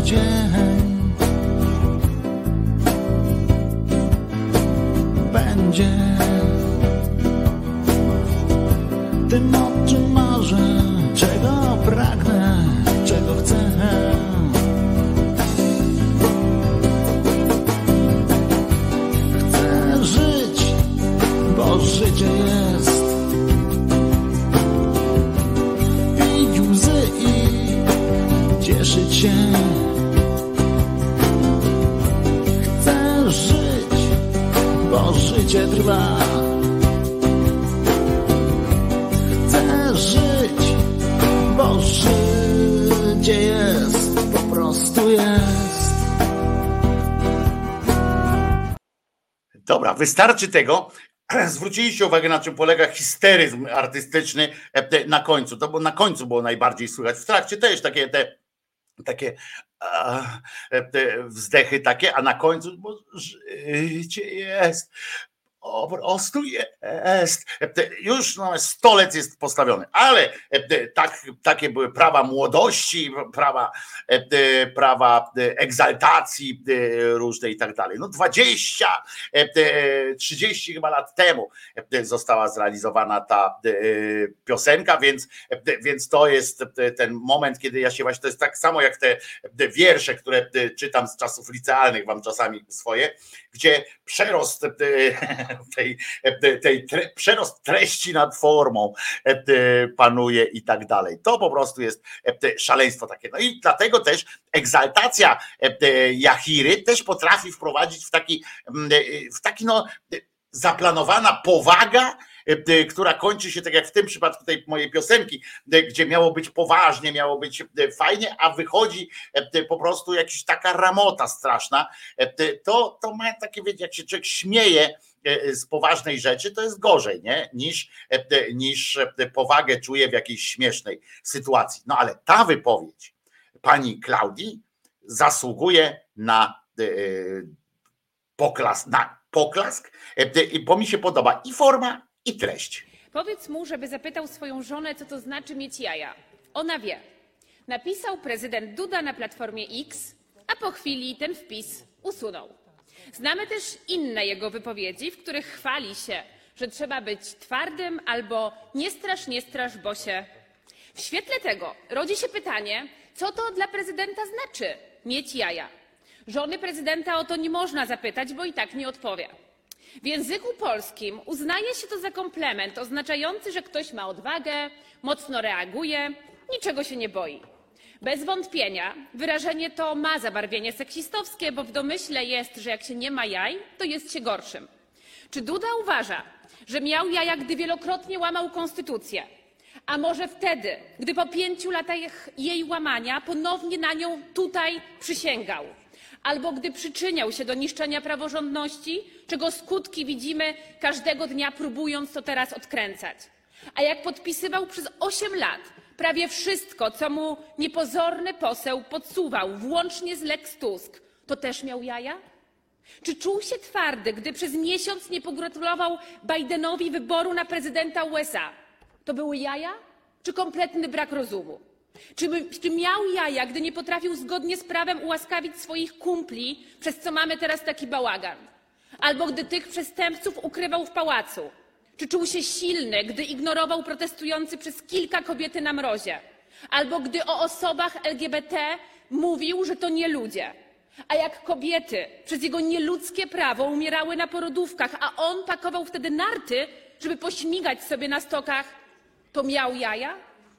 N: dzień będzie tym, o czym marzę, czego pragnę, czego chcę. Chcę żyć, bo życie jest. Pić łzy i cieszyć się. Chcę żyć, bo życie trwa. Chcę żyć, bo życie jest, po prostu jest.
A: Dobra, wystarczy tego. Zwróciliście uwagę, na czym polega histeryzm artystyczny na końcu. To bo na końcu było najbardziej słychać. W trakcie też takie wzdechy takie, a na końcu bo życie jest. Po prostu jest. Już stolec jest postawiony, ale takie były prawa młodości, prawa egzaltacji różnej i tak dalej. No 30 chyba lat temu została zrealizowana ta piosenka, więc to jest ten moment, kiedy ja się właśnie, to jest tak samo jak te wiersze, które czytam z czasów licealnych wam czasami swoje, gdzie przerost przerost treści nad formą panuje i tak dalej. To po prostu jest szaleństwo takie. No i dlatego też egzaltacja Jachiry też potrafi wprowadzić w taki no zaplanowana powaga, która kończy się tak jak w tym przypadku tej mojej piosenki, gdzie miało być poważnie, miało być fajnie, a wychodzi po prostu jakaś taka ramota straszna. To ma takie, wiecie, jak się człowiek śmieje z poważnej rzeczy, to jest gorzej, nie? Niż powagę czuje w jakiejś śmiesznej sytuacji. No ale ta wypowiedź pani Klaudii zasługuje na poklask, bo mi się podoba i forma, i treść.
C: Powiedz mu, żeby zapytał swoją żonę, co to znaczy mieć jaja. Ona wie. Napisał prezydent Duda na Platformie X, a po chwili ten wpis usunął. Znamy też inne jego wypowiedzi, w których chwali się, że trzeba być twardym albo nie strasz, bo się. W świetle tego rodzi się pytanie, co to dla prezydenta znaczy mieć jaja. Żony prezydenta o to nie można zapytać, bo i tak nie odpowie. W języku polskim uznaje się to za komplement oznaczający, że ktoś ma odwagę, mocno reaguje, niczego się nie boi. Bez wątpienia wyrażenie to ma zabarwienie seksistowskie, bo w domyśle jest, że jak się nie ma jaj, to jest się gorszym. Czy Duda uważa, że miał jaja, gdy wielokrotnie łamał konstytucję? A może wtedy, gdy po 5 latach jej łamania ponownie na nią tutaj przysięgał? Albo gdy przyczyniał się do niszczenia praworządności, czego skutki widzimy każdego dnia, próbując to teraz odkręcać. A jak podpisywał przez 8 lat prawie wszystko, co mu niepozorny poseł podsuwał, włącznie z Lex Tusk, to też miał jaja? Czy czuł się twardy, gdy przez miesiąc nie pogratulował Bidenowi wyboru na prezydenta USA? To były jaja, czy kompletny brak rozumu? Czy miał jaja, gdy nie potrafił zgodnie z prawem ułaskawić swoich kumpli, przez co mamy teraz taki bałagan? Albo gdy tych przestępców ukrywał w pałacu? Czy czuł się silny, gdy ignorował protestujący przez kilka kobiety na mrozie? Albo gdy o osobach LGBT mówił, że to nie ludzie? A jak kobiety przez jego nieludzkie prawo umierały na porodówkach, a on pakował wtedy narty, żeby pośmigać sobie na stokach, to miał jaja?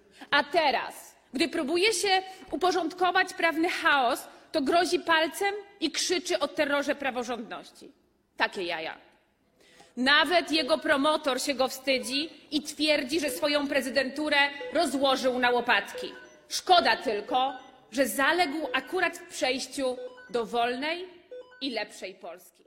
C: A teraz, gdy próbuje się uporządkować prawny chaos, to grozi palcem i krzyczy o terrorze praworządności. Takie jaja. Nawet jego promotor się go wstydzi i twierdzi, że swoją prezydenturę rozłożył na łopatki. Szkoda tylko, że zaległ akurat w przejściu do wolnej i lepszej Polski.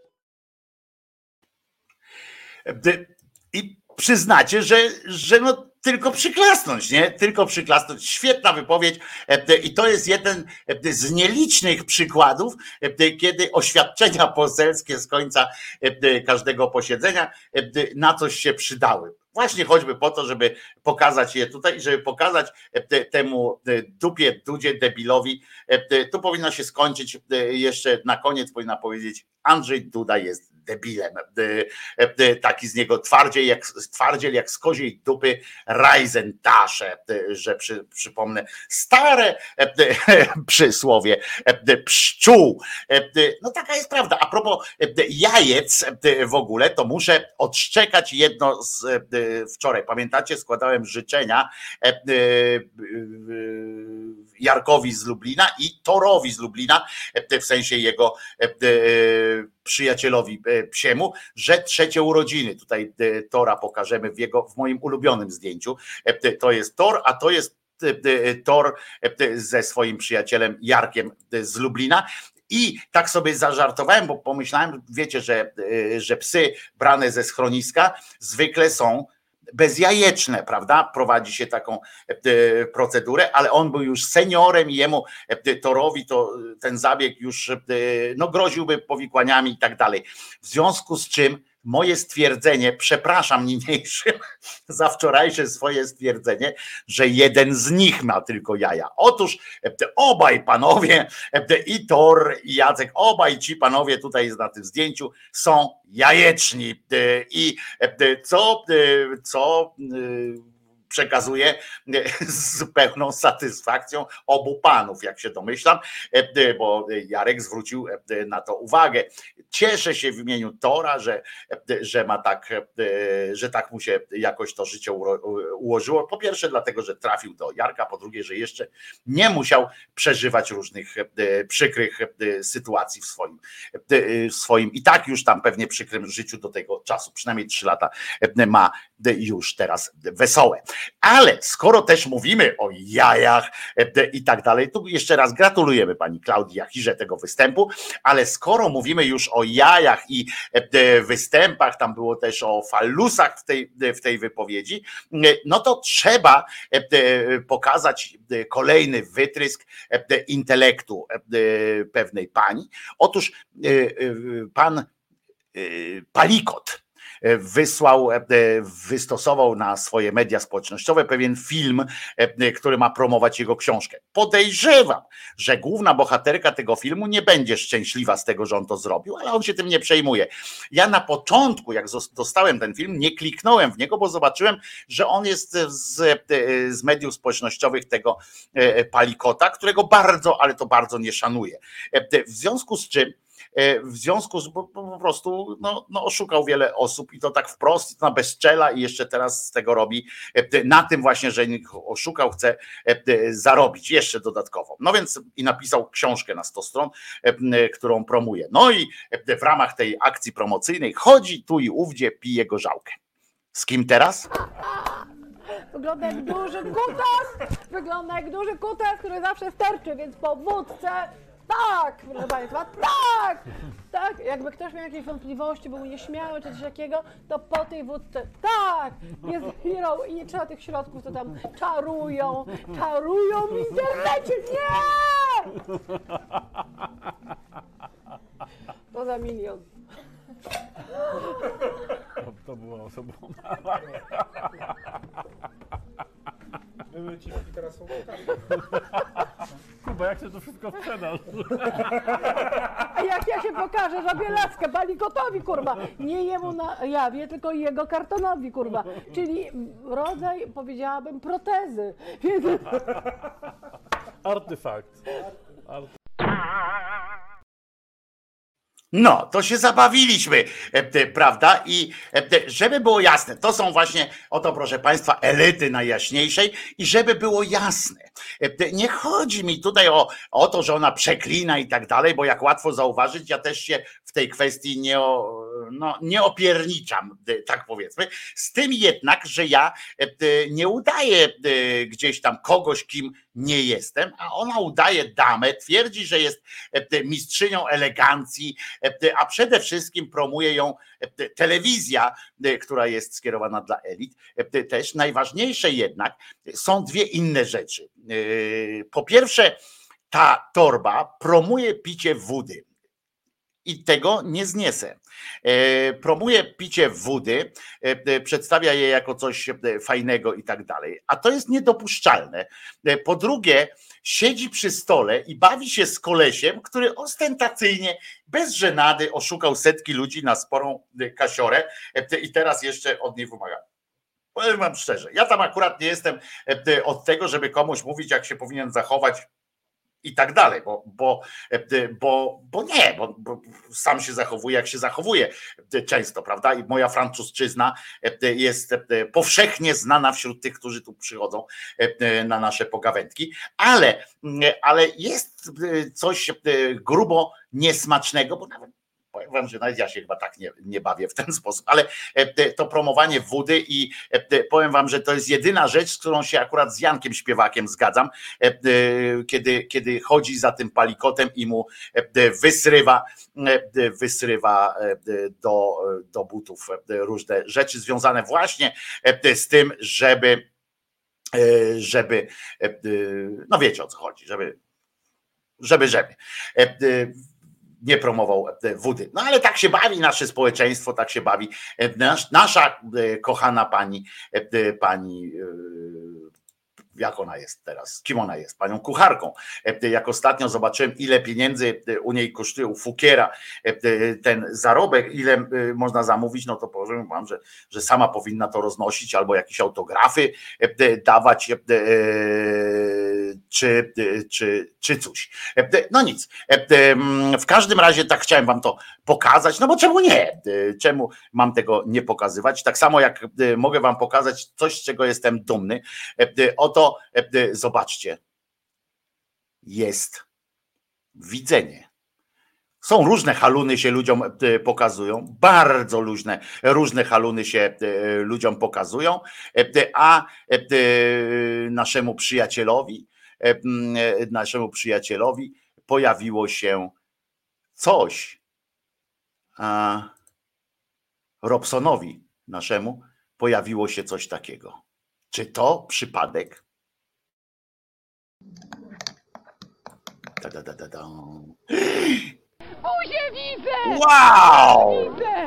A: I przyznacie, że no tylko przyklasnąć, nie? Tylko przyklasnąć. Świetna wypowiedź i to jest jeden z nielicznych przykładów, kiedy oświadczenia poselskie z końca każdego posiedzenia na coś się przydały. właśnie choćby po to, żeby pokazać je tutaj i żeby pokazać temu dupie, dudzie, debilowi, tu powinno się skończyć jeszcze na koniec, powinna powiedzieć: Andrzej Duda jest debilem. Taki z niego twardziel jak z koziej dupy Reisentasche, że przypomnę stare przysłowie pszczół. No taka jest prawda. A propos jajec w ogóle, to muszę odszczekać jedno z wczoraj. Pamiętacie, składałem życzenia Jarkowi z Lublina i Torowi z Lublina, w sensie jego przyjacielowi psiemu, że 3. urodziny. Tutaj Tora pokażemy w moim ulubionym zdjęciu. To jest Tor, a to jest Tor ze swoim przyjacielem Jarkiem z Lublina. I tak sobie zażartowałem, bo pomyślałem, wiecie, że psy brane ze schroniska zwykle są bezjajeczne, prawda? Prowadzi się taką procedurę, ale on był już seniorem i jemu, Torowi, to ten zabieg już groziłby powikłaniami i tak dalej. W związku z czym moje stwierdzenie, przepraszam niniejszym za wczorajsze swoje stwierdzenie, że jeden z nich ma tylko jaja. Otóż obaj panowie, i Tor, i Jacek, obaj ci panowie tutaj na tym zdjęciu są jajeczni. I co przekazuję z pełną satysfakcją obu panów, jak się domyślam, bo Jarek zwrócił na to uwagę. Cieszę się w imieniu Tora, że ma tak, że tak mu się jakoś to życie ułożyło. Po pierwsze dlatego, że trafił do Jarka, po drugie, że jeszcze nie musiał przeżywać różnych przykrych sytuacji w swoim i tak już tam pewnie przykrym życiu do tego czasu, przynajmniej 3 lata ma już teraz wesołe. Ale skoro też mówimy o jajach i tak dalej, tu jeszcze raz gratulujemy pani Klaudii Jachirze tego występu, ale skoro mówimy już o jajach i występach, tam było też o fallusach w tej wypowiedzi, no to trzeba pokazać kolejny wytrysk intelektu pewnej pani. Otóż pan Palikot wystosował na swoje media społecznościowe pewien film, który ma promować jego książkę. Podejrzewam, że główna bohaterka tego filmu nie będzie szczęśliwa z tego, że on to zrobił, ale on się tym nie przejmuje. Ja na początku, jak dostałem ten film, nie kliknąłem w niego, bo zobaczyłem, że on jest z mediów społecznościowych tego Palikota, którego bardzo, ale to bardzo nie szanuję. W związku z czym bo po prostu oszukał wiele osób i to tak wprost, na bezczela i jeszcze teraz z tego robi, na tym właśnie, że ich oszukał, chce zarobić jeszcze dodatkowo. No więc i napisał książkę na 100 stron, którą promuje. No i w ramach tej akcji promocyjnej chodzi tu i ówdzie, pije gorzałkę. Z kim teraz?
O: Wygląda jak duży kutas, który zawsze sterczy, więc po wódce tak, proszę Państwa, tak, jakby ktoś miał jakieś wątpliwości, był nieśmiały czy coś takiego, to po tej wódce tak, jest hero i nie trzeba tych środków, to tam czarują w internecie, nie! To za 1 000 000.
F: To była osoba.
P: My ci teraz są
F: Kuba, jak się to wszystko sprzedasz?
O: A jak ja się pokażę żabie laskę Palikotowi, kurwa, nie jemu na jawie, tylko jego kartonowi, kurwa, czyli rodzaj, powiedziałabym, protezy.
P: Artefakt.
A: No, to się zabawiliśmy, prawda? I żeby było jasne, to są właśnie, oto proszę Państwa, elity najjaśniejszej i żeby było jasne, nie chodzi mi tutaj o to, że ona przeklina i tak dalej, bo jak łatwo zauważyć, ja też się w tej kwestii nie opierniczam, tak powiedzmy, z tym jednak, że ja nie udaję gdzieś tam kogoś, kim nie jestem, a ona udaje damę, twierdzi, że jest mistrzynią elegancji, a przede wszystkim promuje ją telewizja, która jest skierowana dla elit. Też najważniejsze jednak są 2 inne rzeczy. Po pierwsze, ta torba promuje picie wody. i tego nie zniesę. Promuje picie wody, przedstawia je jako coś fajnego i tak dalej. A to jest niedopuszczalne. Po drugie, siedzi przy stole i bawi się z kolesiem, który ostentacyjnie, bez żenady oszukał setki ludzi na sporą kasiorę i teraz jeszcze od niej wymaga. Powiem wam szczerze, ja tam akurat nie jestem od tego, żeby komuś mówić, jak się powinien zachować i tak dalej, bo sam się zachowuje, jak się zachowuje często, prawda? I moja francuszczyzna jest powszechnie znana wśród tych, którzy tu przychodzą na nasze pogawędki, ale jest coś grubo niesmacznego, bo nawet powiem wam, że nawet ja się chyba tak nie bawię w ten sposób, ale to promowanie wody i powiem wam, że to jest jedyna rzecz, z którą się akurat z Jankiem Śpiewakiem zgadzam, kiedy chodzi za tym palikotem i mu wysrywa do butów różne rzeczy związane właśnie z tym, żeby no wiecie o co chodzi, żeby nie promował wody. No ale tak się bawi nasze społeczeństwo, tak się bawi nasza kochana pani, jak ona jest teraz, kim ona jest, panią kucharką. Jak ostatnio zobaczyłem, ile pieniędzy u niej kosztuje, u Fukiera ten zarobek, ile można zamówić, no to powiem wam, że sama powinna to roznosić, albo jakieś autografy dawać, czy coś. No nic. W każdym razie tak chciałem wam to pokazać, no bo czemu nie? Czemu mam tego nie pokazywać? Tak samo jak mogę wam pokazać coś, z czego jestem dumny. Oto zobaczcie. Jest widzenie. Są różne haluny się ludziom pokazują, bardzo różne haluny się ludziom pokazują, a naszemu przyjacielowi pojawiło się coś, a Robsonowi naszemu pojawiło się coś takiego. Czy to przypadek?
O: Buzię widzę!
A: Wow!
O: Widzę!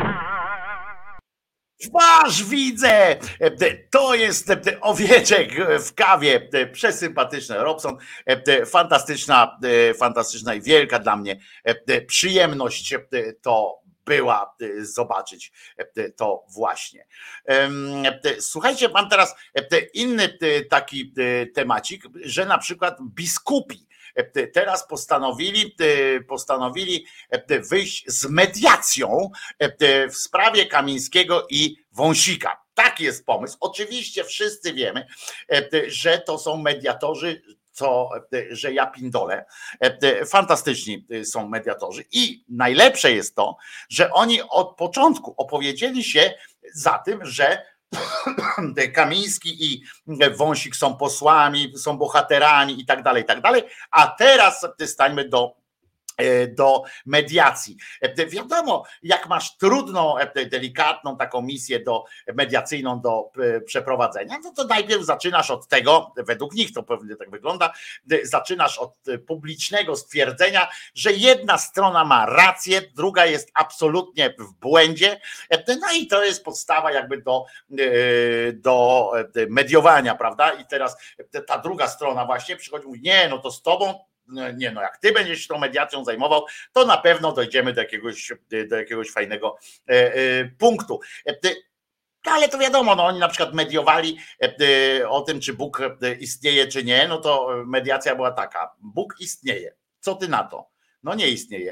A: Twarz widzę! To jest owieczek w kawie. Przesympatyczny Robson. Fantastyczna i wielka dla mnie przyjemność to była zobaczyć to właśnie. Słuchajcie, mam teraz inny taki temacik, że na przykład biskupi teraz postanowili wyjść z mediacją w sprawie Kamińskiego i Wąsika. Taki jest pomysł. Oczywiście wszyscy wiemy, że to są mediatorzy, że ja pindolę. Fantastyczni są mediatorzy i najlepsze jest to, że oni od początku opowiedzieli się za tym, że Kamiński i Wąsik są posłami, są bohaterami i tak dalej, a teraz stańmy do mediacji. Wiadomo, jak masz trudną, delikatną taką misję mediacyjną do przeprowadzenia, no to najpierw zaczynasz od tego, według nich to pewnie tak wygląda, zaczynasz od publicznego stwierdzenia, że jedna strona ma rację, druga jest absolutnie w błędzie, no i to jest podstawa jakby do mediowania, prawda? I teraz ta druga strona właśnie przychodzi i mówi, nie, no to z tobą nie, no jak ty będziesz się tą mediacją zajmował, to na pewno dojdziemy do jakiegoś fajnego punktu. No ale to wiadomo, no oni na przykład mediowali o tym, czy Bóg istnieje, czy nie, no to mediacja była taka, Bóg istnieje, co ty na to? No nie istnieje.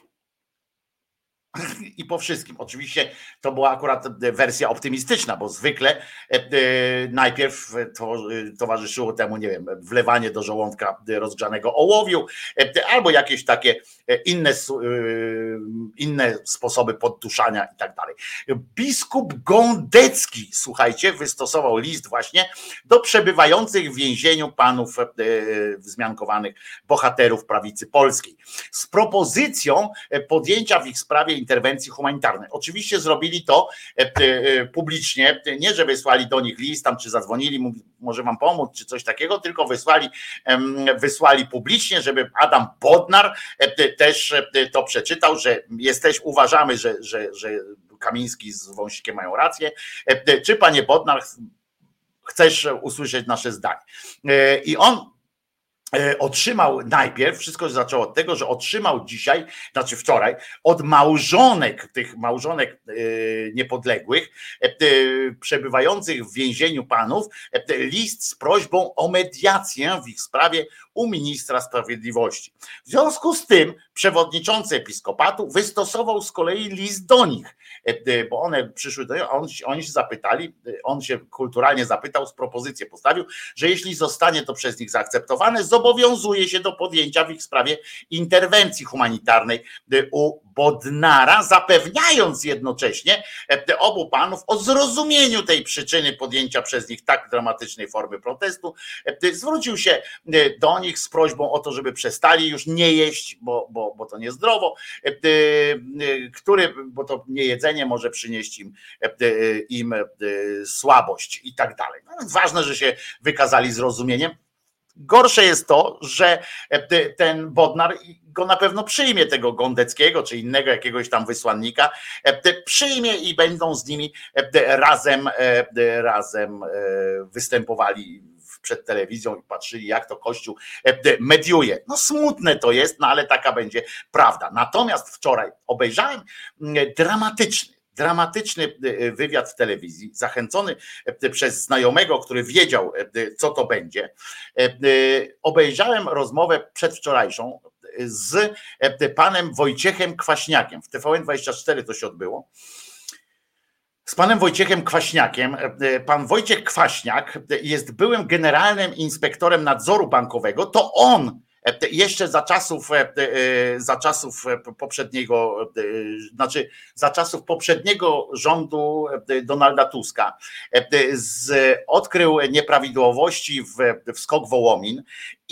A: I po wszystkim. Oczywiście to była akurat wersja optymistyczna, bo zwykle najpierw towarzyszyło temu, nie wiem, wlewanie do żołądka rozgrzanego ołowiu, albo jakieś takie inne sposoby podduszania i tak dalej. Biskup Gądecki, słuchajcie, wystosował list właśnie do przebywających w więzieniu panów wzmiankowanych bohaterów prawicy polskiej z propozycją podjęcia w ich sprawie interwencji humanitarnej. Oczywiście zrobili to publicznie, nie że wysłali do nich list tam, czy zadzwonili, mówi, może wam pomóc, czy coś takiego, tylko wysłali publicznie, żeby Adam Bodnar też to przeczytał, że uważamy, że Kamiński z Wąsikiem mają rację. Czy panie Bodnar chcesz usłyszeć nasze zdanie? I on otrzymał najpierw, wszystko się zaczęło od tego, że otrzymał dzisiaj, znaczy wczoraj, od tych małżonek niepodległych, przebywających w więzieniu panów, list z prośbą o mediację w ich sprawie u ministra sprawiedliwości. W związku z tym przewodniczący episkopatu wystosował z kolei list do nich, bo one przyszły do niego, oni się zapytali, on się kulturalnie zapytał, z propozycję postawił, że jeśli zostanie to przez nich zaakceptowane, zobowiązuje się do podjęcia w ich sprawie interwencji humanitarnej u Bodnara, zapewniając jednocześnie obu panów o zrozumieniu tej przyczyny podjęcia przez nich tak dramatycznej formy protestu. Zwrócił się do nich z prośbą o to, żeby przestali już nie jeść, bo to niezdrowo, bo to niejedzenie może przynieść im słabość i tak dalej. No więc ważne, że się wykazali zrozumieniem. Gorsze jest to, że ten Bodnar go na pewno przyjmie, tego Gondeckiego czy innego jakiegoś tam wysłannika, przyjmie i będą z nimi razem występowali przed telewizją i patrzyli, jak to Kościół mediuje. No smutne to jest, no ale taka będzie prawda. Natomiast wczoraj obejrzałem dramatyczny wywiad w telewizji, zachęcony przez znajomego, który wiedział, co to będzie. Obejrzałem rozmowę przedwczorajszą z panem Wojciechem Kwaśniakiem. W TVN24 to się odbyło. Z panem Wojciechem Kwaśniakiem. Pan Wojciech Kwaśniak jest byłym generalnym inspektorem nadzoru bankowego. To on jeszcze za czasów poprzedniego, znaczy za czasów poprzedniego rządu Donalda Tuska odkrył nieprawidłowości w SKOK Wołomin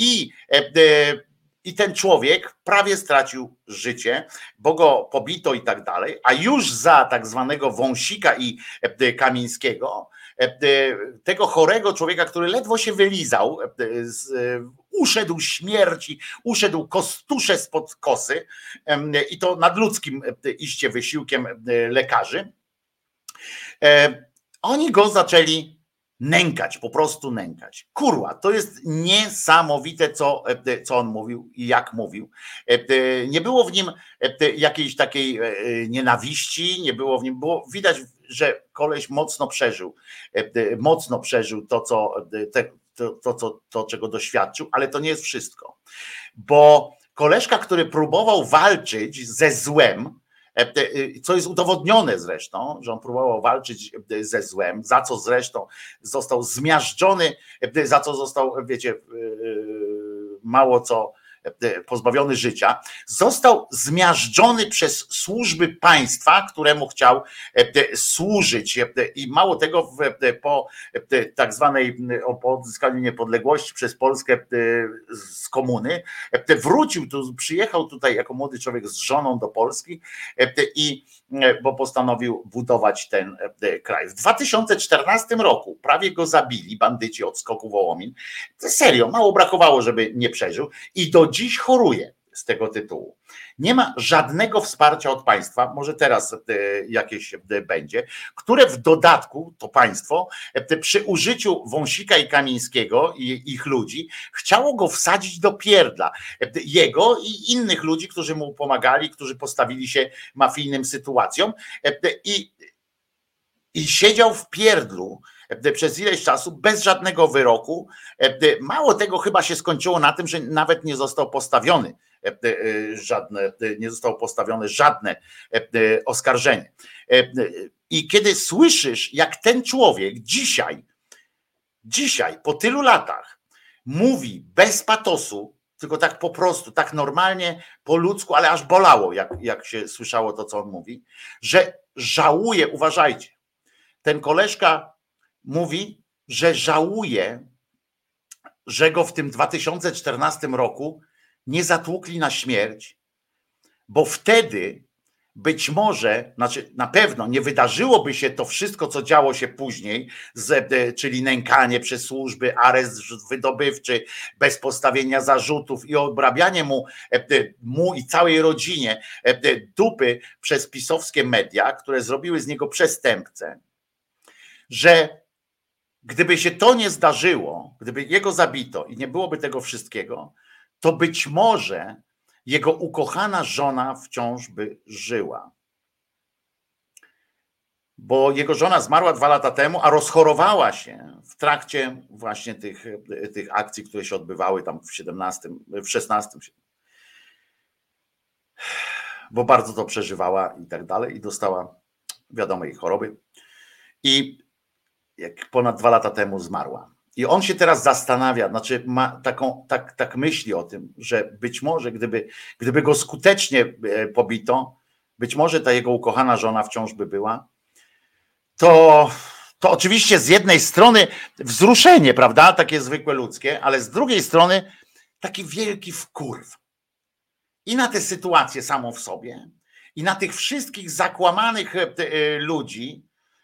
A: i ten człowiek prawie stracił życie, bo go pobito i tak dalej, a już za tak zwanego Wąsika i Kamińskiego, tego chorego człowieka, który ledwo się wylizał, uszedł śmierci, uszedł kostusze spod kosy i to nadludzkim iście wysiłkiem lekarzy. Oni go zaczęli nękać, po prostu nękać. Kurwa, to jest niesamowite, co on mówił i jak mówił. Nie było w nim jakiejś takiej nienawiści, nie było w nim, było widać, że koleś mocno przeżył to, czego doświadczył, ale to nie jest wszystko. Bo koleżka, który próbował walczyć ze złem, co jest udowodnione zresztą, że on próbował walczyć ze złem, za co zresztą został zmiażdżony, za co został, wiecie, mało co pozbawiony życia, został zmiażdżony przez służby państwa, któremu chciał służyć. I mało tego, po tak zwanej po odzyskaniu niepodległości przez Polskę z komuny, przyjechał tutaj jako młody człowiek z żoną do Polski bo postanowił budować ten kraj. W 2014 roku prawie go zabili bandyci od SKOK-u Wołomin. Serio, mało brakowało, żeby nie przeżył i do dziś choruje z tego tytułu. Nie ma żadnego wsparcia od państwa, może teraz jakieś będzie, które w dodatku to państwo przy użyciu Wąsika i Kamińskiego i ich ludzi chciało go wsadzić do pierdla. Jego i innych ludzi, którzy mu pomagali, którzy postawili się mafijnym sytuacjom i siedział w pierdlu przez ileś czasu bez żadnego wyroku. Mało tego, chyba się skończyło na tym, że nawet nie zostało postawione żadne oskarżenie. I kiedy słyszysz, jak ten człowiek dzisiaj po tylu latach mówi bez patosu, tylko tak po prostu, tak normalnie, po ludzku, ale aż bolało, jak się słyszało to, co on mówi, że żałuje, uważajcie, ten koleżka mówi, że żałuje, że go w tym 2014 roku nie zatłukli na śmierć, bo wtedy być może, znaczy na pewno nie wydarzyłoby się to wszystko, co działo się później, czyli nękanie przez służby, areszt wydobywczy, bez postawienia zarzutów i obrabianie mu i całej rodzinie dupy przez pisowskie media, które zrobiły z niego przestępcę, że gdyby się to nie zdarzyło, gdyby jego zabito i nie byłoby tego wszystkiego, to być może jego ukochana żona wciąż by żyła. Bo jego żona zmarła 2 lata temu, a rozchorowała się w trakcie właśnie tych akcji, które się odbywały tam w 16. Bo bardzo to przeżywała i tak dalej i dostała wiadomej choroby. I jak ponad 2 lata temu zmarła. I on się teraz zastanawia, znaczy ma tak myśli o tym, że być może gdyby go skutecznie pobito, być może ta jego ukochana żona wciąż by była, to oczywiście z jednej strony wzruszenie, prawda, takie zwykłe ludzkie, ale z drugiej strony taki wielki wkurw. I na tę sytuację samą w sobie, i na tych wszystkich zakłamanych ludzi,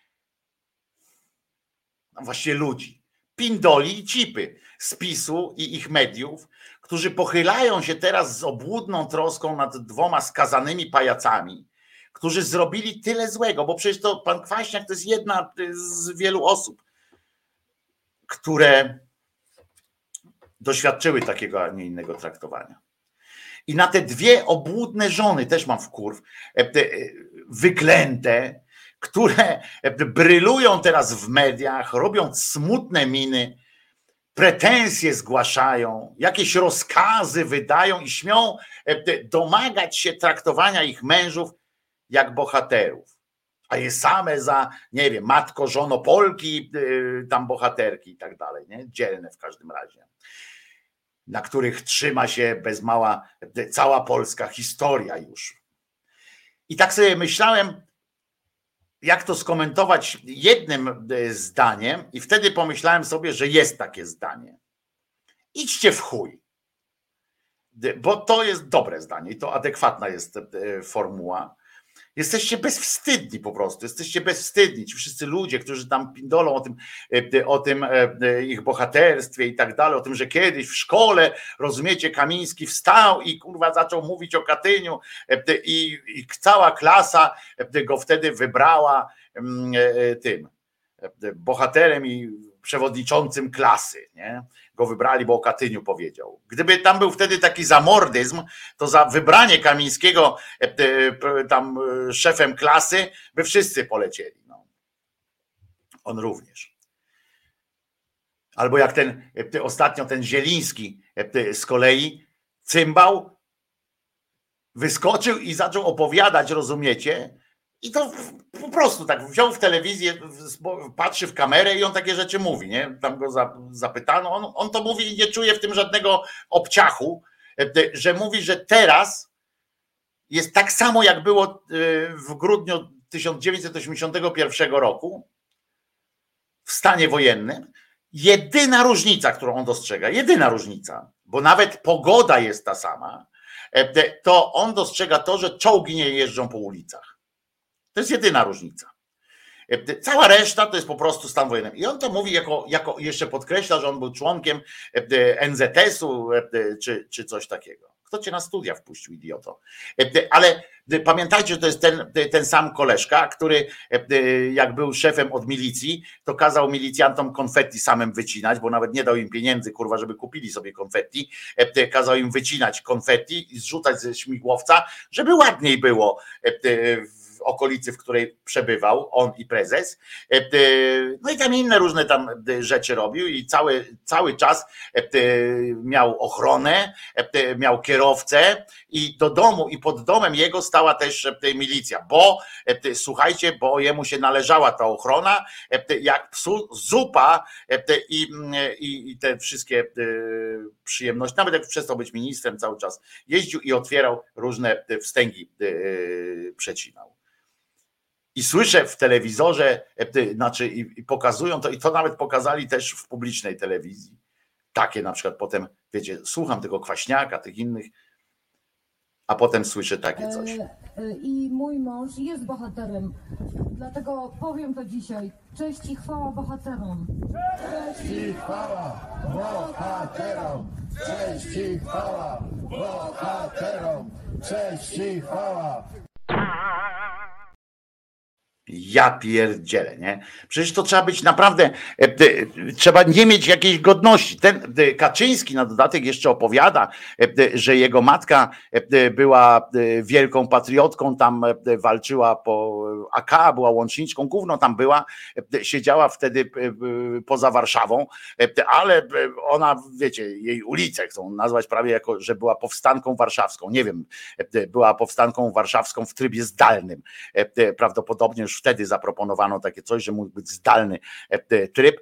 A: właściwie ludzi, pindoli i cipy z PiS-u i ich mediów, którzy pochylają się teraz z obłudną troską nad 2 skazanymi pajacami, którzy zrobili tyle złego, bo przecież to pan Kwaśniak to jest jedna z wielu osób, które doświadczyły takiego, a nie innego traktowania. I na te 2 obłudne żony też mam wkurw, wyklęte, które brylują teraz w mediach, robią smutne miny, pretensje zgłaszają, jakieś rozkazy wydają i śmią domagać się traktowania ich mężów jak bohaterów. A je same za, nie wiem, matko, żono Polki, tam bohaterki i tak dalej, nie? Dzielne w każdym razie, na których trzyma się bez mała cała polska historia już. I tak sobie myślałem, jak to skomentować jednym zdaniem i wtedy pomyślałem sobie, że jest takie zdanie. Idźcie w chuj. Bo to jest dobre zdanie i to adekwatna jest formuła. Jesteście bezwstydni po prostu, jesteście bezwstydni. Ci wszyscy ludzie, którzy tam pindolą o tym ich bohaterstwie i tak dalej, o tym, że kiedyś w szkole, rozumiecie, Kamiński wstał i kurwa zaczął mówić o Katyniu i cała klasa go wtedy wybrała tym bohaterem i przewodniczącym klasy, nie? Go wybrali, bo o Katyniu powiedział. Gdyby tam był wtedy taki zamordyzm, to za wybranie Kamińskiego tam szefem klasy by wszyscy polecieli. No. On również. Albo jak ostatnio ten Zieliński z kolei cymbał, wyskoczył i zaczął opowiadać, rozumiecie? I to po prostu tak wziął w telewizję, patrzy w kamerę i on takie rzeczy mówi, nie? Tam go zapytano, on to mówi i nie czuje w tym żadnego obciachu, że mówi, że teraz jest tak samo jak było w grudniu 1981 roku w stanie wojennym. Jedyna różnica, którą on dostrzega, jedyna różnica, bo nawet pogoda jest ta sama, to on dostrzega to, że czołgi nie jeżdżą po ulicach. To jest jedyna różnica. Cała reszta to jest po prostu stan wojenny. I on to mówi jako jeszcze podkreśla, że on był członkiem NZS-u czy coś takiego. Kto cię na studia wpuścił, idioto? Ale pamiętajcie, że to jest ten sam koleżka, który jak był szefem od milicji, to kazał milicjantom konfetti samym wycinać, bo nawet nie dał im pieniędzy, kurwa, żeby kupili sobie konfetti. Kazał im wycinać konfetti i zrzucać ze śmigłowca, żeby ładniej było w okolicy, w której przebywał on i prezes. No i tam inne różne tam rzeczy robił i cały czas miał ochronę, miał kierowcę i do domu i pod domem jego stała też milicja, bo słuchajcie, bo jemu się należała ta ochrona, jak psu zupa i te wszystkie przyjemności, nawet jak przestał być ministrem, cały czas jeździł i otwierał różne wstęgi, przecinał. I słyszę w telewizorze, znaczy i pokazują to, i to nawet pokazali też w publicznej telewizji. Takie na przykład potem, wiecie, słucham tego Kwaśniaka, tych innych. A potem słyszę takie coś.
I: I mój mąż jest bohaterem, dlatego powiem to dzisiaj. Cześć i chwała bohaterom. Cześć i chwała bohaterom. Cześć i chwała bohaterom. Cześć i chwała.
A: Ja pierdzielę, nie? Przecież to trzeba być naprawdę, trzeba nie mieć jakiejś godności. Ten Kaczyński na dodatek jeszcze opowiada, że jego matka była wielką patriotką, tam walczyła po AK, była łączniczką, gówno tam była, siedziała wtedy poza Warszawą, ale ona, wiecie, jej ulicę chcą nazwać prawie jako, że była powstanką warszawską. Nie wiem, była powstanką warszawską w trybie zdalnym. Prawdopodobnie już wtedy zaproponowano takie coś, że mógł być zdalny tryb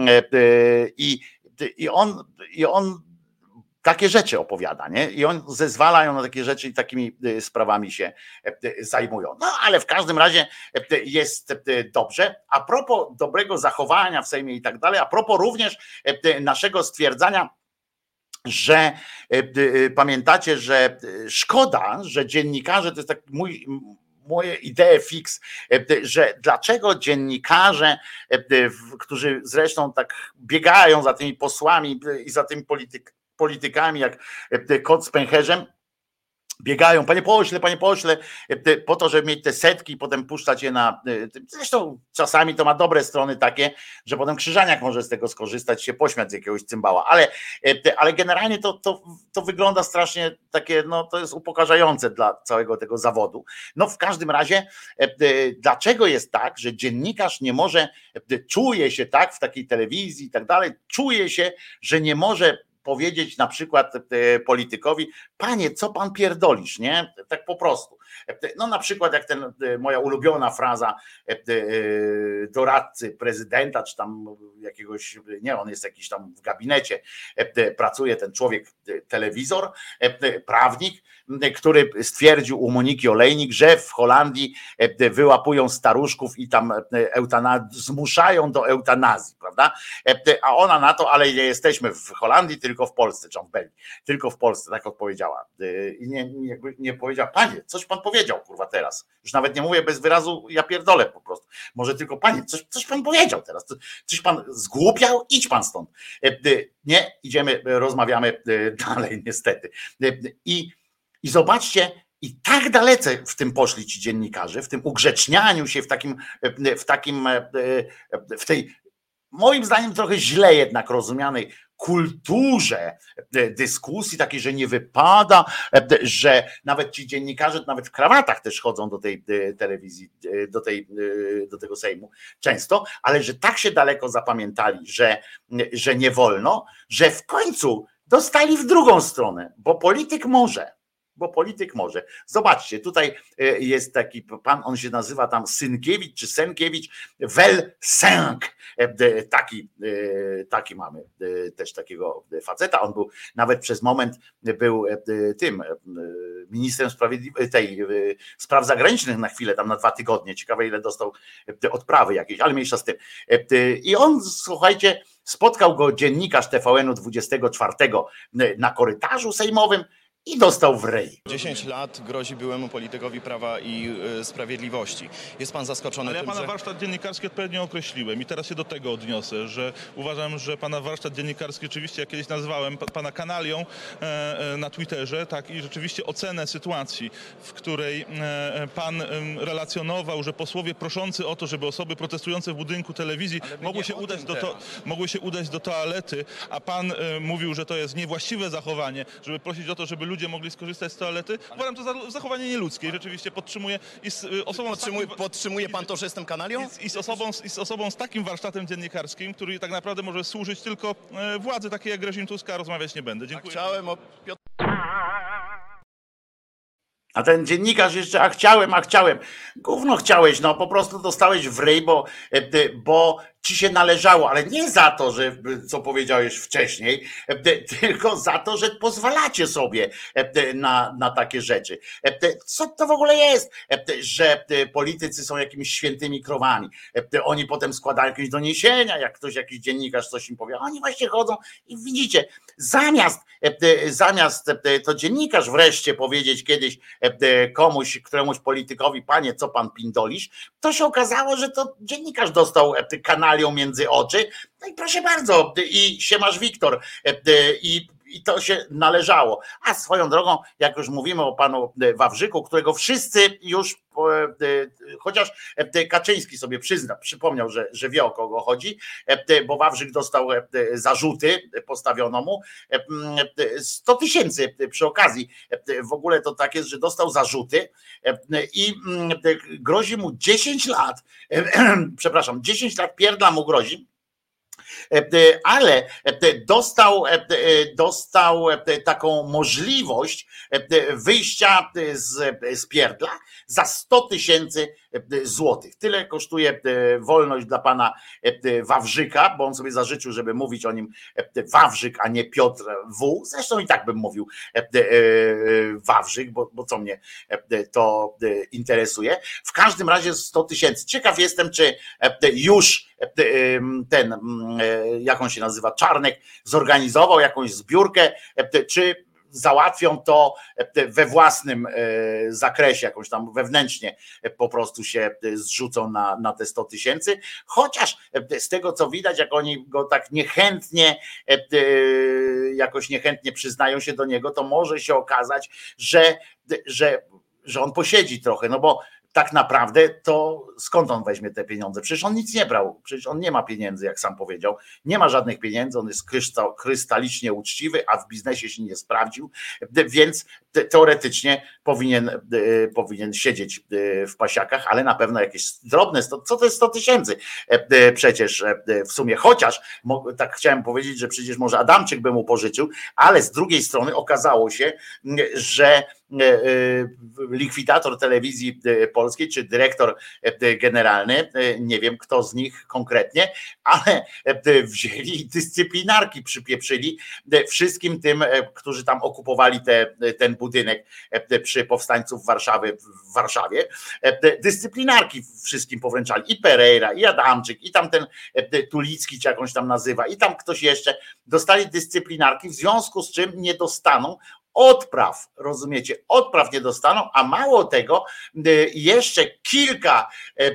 A: i on takie rzeczy opowiada, nie? I on zezwalają na takie rzeczy i takimi sprawami się zajmują. No ale w każdym razie jest dobrze. A propos dobrego zachowania w Sejmie i tak dalej, a propos również naszego stwierdzania, że pamiętacie, że szkoda, że dziennikarze, to jest tak moje idee fix, że dlaczego dziennikarze, którzy zresztą tak biegają za tymi posłami i za tymi politykami jak kot z pęcherzem, biegają, panie pośle, po to, żeby mieć te setki i potem puszczać je na... Zresztą czasami to ma dobre strony takie, że potem Krzyżaniak może z tego skorzystać, się pośmiać z jakiegoś cymbała, ale generalnie to wygląda strasznie takie, no to jest upokarzające dla całego tego zawodu. No w każdym razie, dlaczego jest tak, że dziennikarz nie może, czuje się tak w takiej telewizji i tak dalej, czuje się, że nie może powiedzieć na przykład politykowi, panie, co pan pierdolisz, nie? Tak po prostu. No na przykład jak moja ulubiona fraza doradcy prezydenta, czy tam jakiegoś, nie, on jest jakiś tam w gabinecie, pracuje ten człowiek, telewizor, prawnik, który stwierdził u Moniki Olejnik, że w Holandii wyłapują staruszków i tam zmuszają do eutanazji, prawda? A ona na to, ale nie jesteśmy w Holandii, tylko w Polsce, czy w Belgii, tylko w Polsce, tak odpowiedziała. I nie powiedziała, panie, coś pan powiedział, kurwa, teraz. Już nawet nie mówię bez wyrazu, ja pierdolę po prostu. Może tylko, panie, coś pan powiedział teraz, coś pan zgłupiał, idź pan stąd. Nie, idziemy, rozmawiamy dalej niestety. I zobaczcie, i tak dalece w tym poszli ci dziennikarze, w tym ugrzecznianiu się, w tej moim zdaniem trochę źle jednak rozumianej kulturze dyskusji, takiej, że nie wypada, że nawet ci dziennikarze, nawet w krawatach też chodzą do tej telewizji, do tego Sejmu często, ale że tak się daleko zapamiętali, że nie wolno, że w końcu dostali w drugą stronę, bo polityk może. Zobaczcie, tutaj jest taki pan, on się nazywa tam Synkiewicz czy Senkiewicz, Welsenk, taki mamy też takiego faceta, on był nawet przez moment był tym ministrem spraw zagranicznych na chwilę, tam na 2 tygodnie, ciekawe ile dostał odprawy jakiejś, ale mniejsza z tym. I on, słuchajcie, spotkał go dziennikarz TVN-u 24 na korytarzu sejmowym, i dostał w rej.
Q: 10 lat grozi byłemu politykowi Prawa i Sprawiedliwości. Jest pan zaskoczony
R: Ale
Q: tym,
R: ja pana
Q: że...
R: warsztat dziennikarski odpowiednio określiłem i teraz się do tego odniosę, że uważam, że pana warsztat dziennikarski, rzeczywiście jak kiedyś nazwałem pana kanalią na Twitterze, tak, i rzeczywiście ocenę sytuacji, w której pan relacjonował, że posłowie proszący o to, żeby osoby protestujące w budynku telewizji mogły się udać do toalety, a pan mówił, że to jest niewłaściwe zachowanie, żeby prosić o to, żeby ludzie mogli skorzystać z toalety. Uważam to za zachowanie nieludzkie i rzeczywiście podtrzymuję i z osobą...
Q: Podtrzymuje pan to, że jestem kanalią?
R: I z osobą z takim warsztatem dziennikarskim, który tak naprawdę może służyć tylko władzy takiej jak reżim Tuska, rozmawiać nie będę. Dziękuję.
A: A ten dziennikarz jeszcze, a chciałem. Gówno chciałeś, no po prostu dostałeś w ryj, bo ci się należało, ale nie za to, że co powiedziałeś wcześniej, tylko za to, że pozwalacie sobie na takie rzeczy. Co to w ogóle jest, że politycy są jakimiś świętymi krowami. Oni potem składają jakieś doniesienia, jak ktoś, jakiś dziennikarz coś im powie, oni właśnie chodzą i widzicie, zamiast to dziennikarz wreszcie powiedzieć kiedyś któremuś politykowi, panie, co pan pindolisz, to się okazało, że to dziennikarz dostał kanalią między oczy, no i proszę bardzo, i siemasz Wiktor, i to się należało. A swoją drogą, jak już mówimy o panu Wawrzyku, którego wszyscy już, chociaż Kaczyński sobie przypomniał, że wie, o kogo chodzi, bo Wawrzyk dostał zarzuty, postawiono mu 100 000 przy okazji. W ogóle to tak jest, że dostał zarzuty i grozi mu 10 lat, przepraszam, 10 lat pierdla mu grozi, ale dostał taką możliwość wyjścia z pierdla za 100 000 złotych. Tyle kosztuje wolność dla pana Wawrzyka, bo on sobie zażyczył, żeby mówić o nim Wawrzyk, a nie Piotr W. Zresztą i tak bym mówił Wawrzyk, bo co mnie to interesuje. W każdym razie 100 000. Ciekaw jestem, czy już ten, jak on się nazywa, Czarnek, zorganizował jakąś zbiórkę, czy załatwią to we własnym zakresie, jakoś tam wewnętrznie po prostu się zrzucą na te 100 000, chociaż z tego co widać, jak oni go tak niechętnie, jakoś niechętnie przyznają się do niego, to może się okazać, że on posiedzi trochę, no bo tak naprawdę to skąd on weźmie te pieniądze? Przecież on nic nie brał, przecież on nie ma pieniędzy, jak sam powiedział, nie ma żadnych pieniędzy, on jest krystalicznie uczciwy, a w biznesie się nie sprawdził, więc teoretycznie powinien siedzieć w pasiakach, ale na pewno jakieś drobne, co to jest 100 000 przecież w sumie, chociaż tak chciałem powiedzieć, że przecież może Adamczyk by mu pożyczył, ale z drugiej strony okazało się, że likwidator telewizji polskiej, czy dyrektor generalny, nie wiem kto z nich konkretnie, ale wzięli dyscyplinarki, przypieprzyli wszystkim tym, którzy tam okupowali ten budynek przy powstańców w Warszawie. Dyscyplinarki wszystkim powręczali, i Pereira, i Adamczyk, i tam ten Tulicki, czy jakąś tam nazywa, i tam ktoś jeszcze, dostali dyscyplinarki, w związku z czym nie dostaną odpraw, rozumiecie, odpraw nie dostaną, a mało tego, jeszcze kilka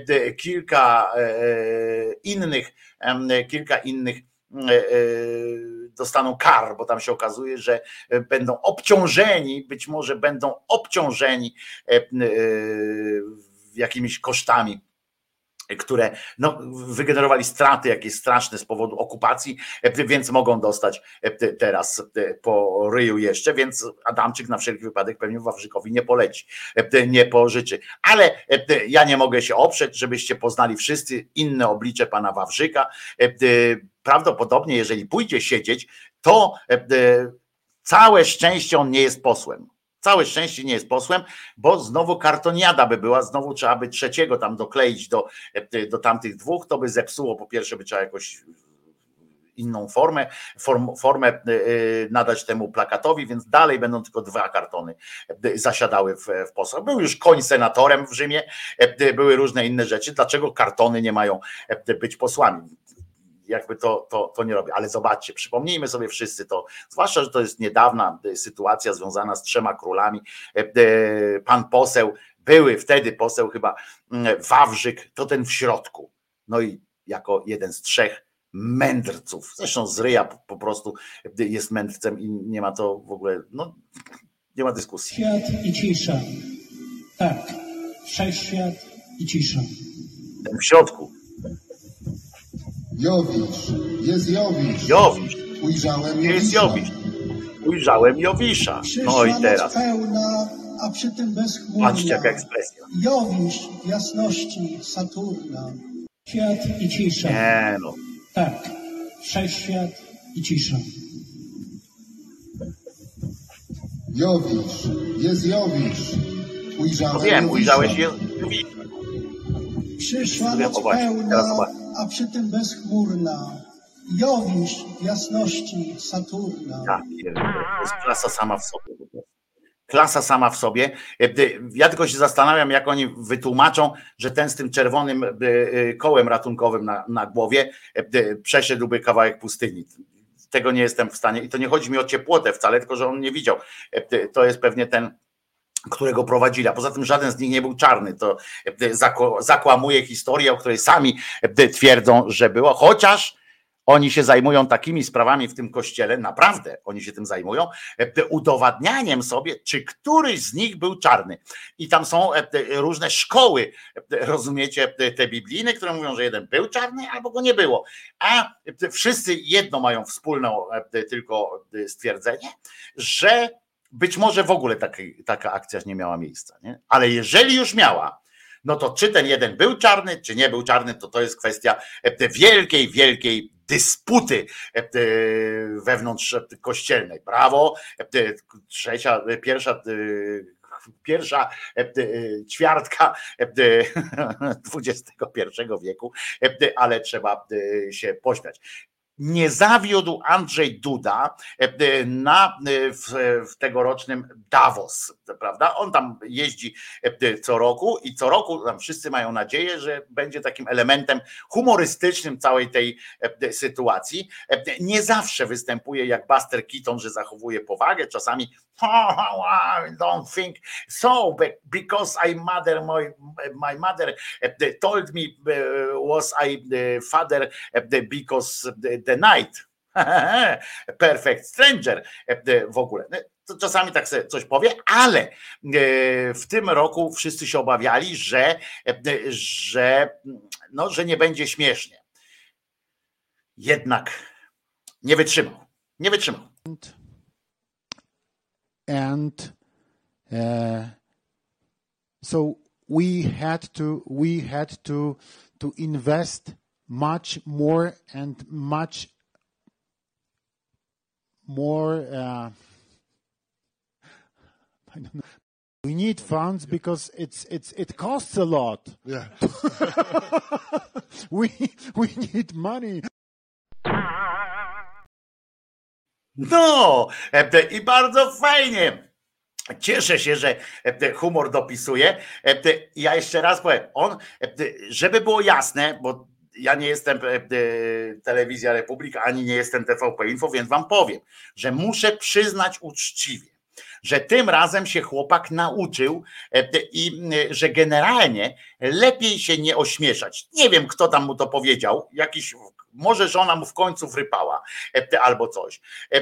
A: innych dostaną kar, bo tam się okazuje, że będą obciążeni, być może będą obciążeni jakimiś kosztami, które wygenerowali straty jakieś straszne z powodu okupacji, więc mogą dostać teraz po ryju jeszcze, więc Adamczyk na wszelki wypadek pewnie Wawrzykowi nie poleci, nie pożyczy. Ale ja nie mogę się oprzeć, żebyście poznali wszyscy inne oblicze pana Wawrzyka. Prawdopodobnie, jeżeli pójdzie siedzieć, to całe szczęście on nie jest posłem. Całe szczęście nie jest posłem, bo znowu kartoniada by była, znowu trzeba by trzeciego tam dokleić do tamtych dwóch, to by zepsuło, po pierwsze by trzeba jakoś inną formę nadać temu plakatowi, więc dalej będą tylko 2 kartony zasiadały w posłach. Był już koń senatorem w Rzymie, były różne inne rzeczy, dlaczego kartony nie mają być posłami? Jakby to nie robi, ale zobaczcie, przypomnijmy sobie wszyscy to, zwłaszcza, że to jest niedawna sytuacja związana z 3 królami. Pan poseł, były wtedy poseł chyba Wawrzyk, to ten w środku, no i jako jeden z 3 mędrców, zresztą z ryja po prostu jest mędrcem i nie ma to w ogóle, nie ma dyskusji.
S: Świat i cisza, tak, wszechświat i cisza.
A: Ten w środku.
T: Jowisz, jest Jowisz.
A: Jowisz.
T: Ujrzałem
A: jest
T: Jowisza.
A: Ujrzałem Jowisza. No i teraz.
T: Pełna, a przy tym bezchmurna.
A: Patrzcie, jaka ekspresja.
T: Jowisz jasności Saturna.
S: Świat i cisza.
A: Nie no.
S: Tak, wszechświat i cisza.
T: Jowisz, jest Jowisz. Ujrzałem
A: wiem, ujrzałeś
T: Jowisza.
A: Jowisza.
T: Przyszła noc pełna, a przy tym bezchmurna. Jowisz w jasności Saturna.
A: To jest klasa sama w sobie. Klasa sama w sobie. Ja tylko się zastanawiam, jak oni wytłumaczą, że ten z tym czerwonym kołem ratunkowym na głowie przeszedłby kawałek pustyni. Tego nie jestem w stanie. I to nie chodzi mi o ciepłotę wcale, tylko że on nie widział. To jest pewnie ten, którego prowadzili. A poza tym żaden z nich nie był czarny. To zakłamuje historię, o której sami twierdzą, że było. Chociaż oni się zajmują takimi sprawami w tym kościele, naprawdę oni się tym zajmują, udowadnianiem sobie, czy któryś z nich był czarny. I tam są różne szkoły, rozumiecie, te biblijne, które mówią, że jeden był czarny, albo go nie było. A wszyscy jedno mają wspólne tylko stwierdzenie, że być może w ogóle taka akcja nie miała miejsca. Nie? Ale jeżeli już miała, no to czy ten jeden był czarny, czy nie był czarny, to jest kwestia wielkiej dysputy wewnątrz kościelnej. Brawo, pierwsza ćwiartka XXI wieku, ale trzeba się pośmiać. Nie zawiódł Andrzej Duda w tegorocznym Davos, prawda? On tam jeździ co roku i co roku tam wszyscy mają nadzieję, że będzie takim elementem humorystycznym całej tej sytuacji. Nie zawsze występuje jak Buster Keaton, że zachowuje powagę, czasami don't think so, because my mother told me was I father because the night. Perfect stranger w ogóle. To czasami tak sobie coś powie, ale w tym roku wszyscy się obawiali, że nie będzie śmiesznie. Jednak nie wytrzymał. Nie wytrzymał.
U: And so we had to invest much more and much more I don't know. We need funds because it costs a lot. Yeah. we need money.
A: No i bardzo fajnie. Cieszę się, że humor dopisuje. Ja jeszcze raz powiem, żeby było jasne, bo ja nie jestem Telewizja Republika, ani nie jestem TVP Info, więc wam powiem, że muszę przyznać uczciwie, że tym razem się chłopak nauczył i że generalnie lepiej się nie ośmieszać. Nie wiem, kto tam mu to powiedział, może żona mu w końcu wrypała albo coś.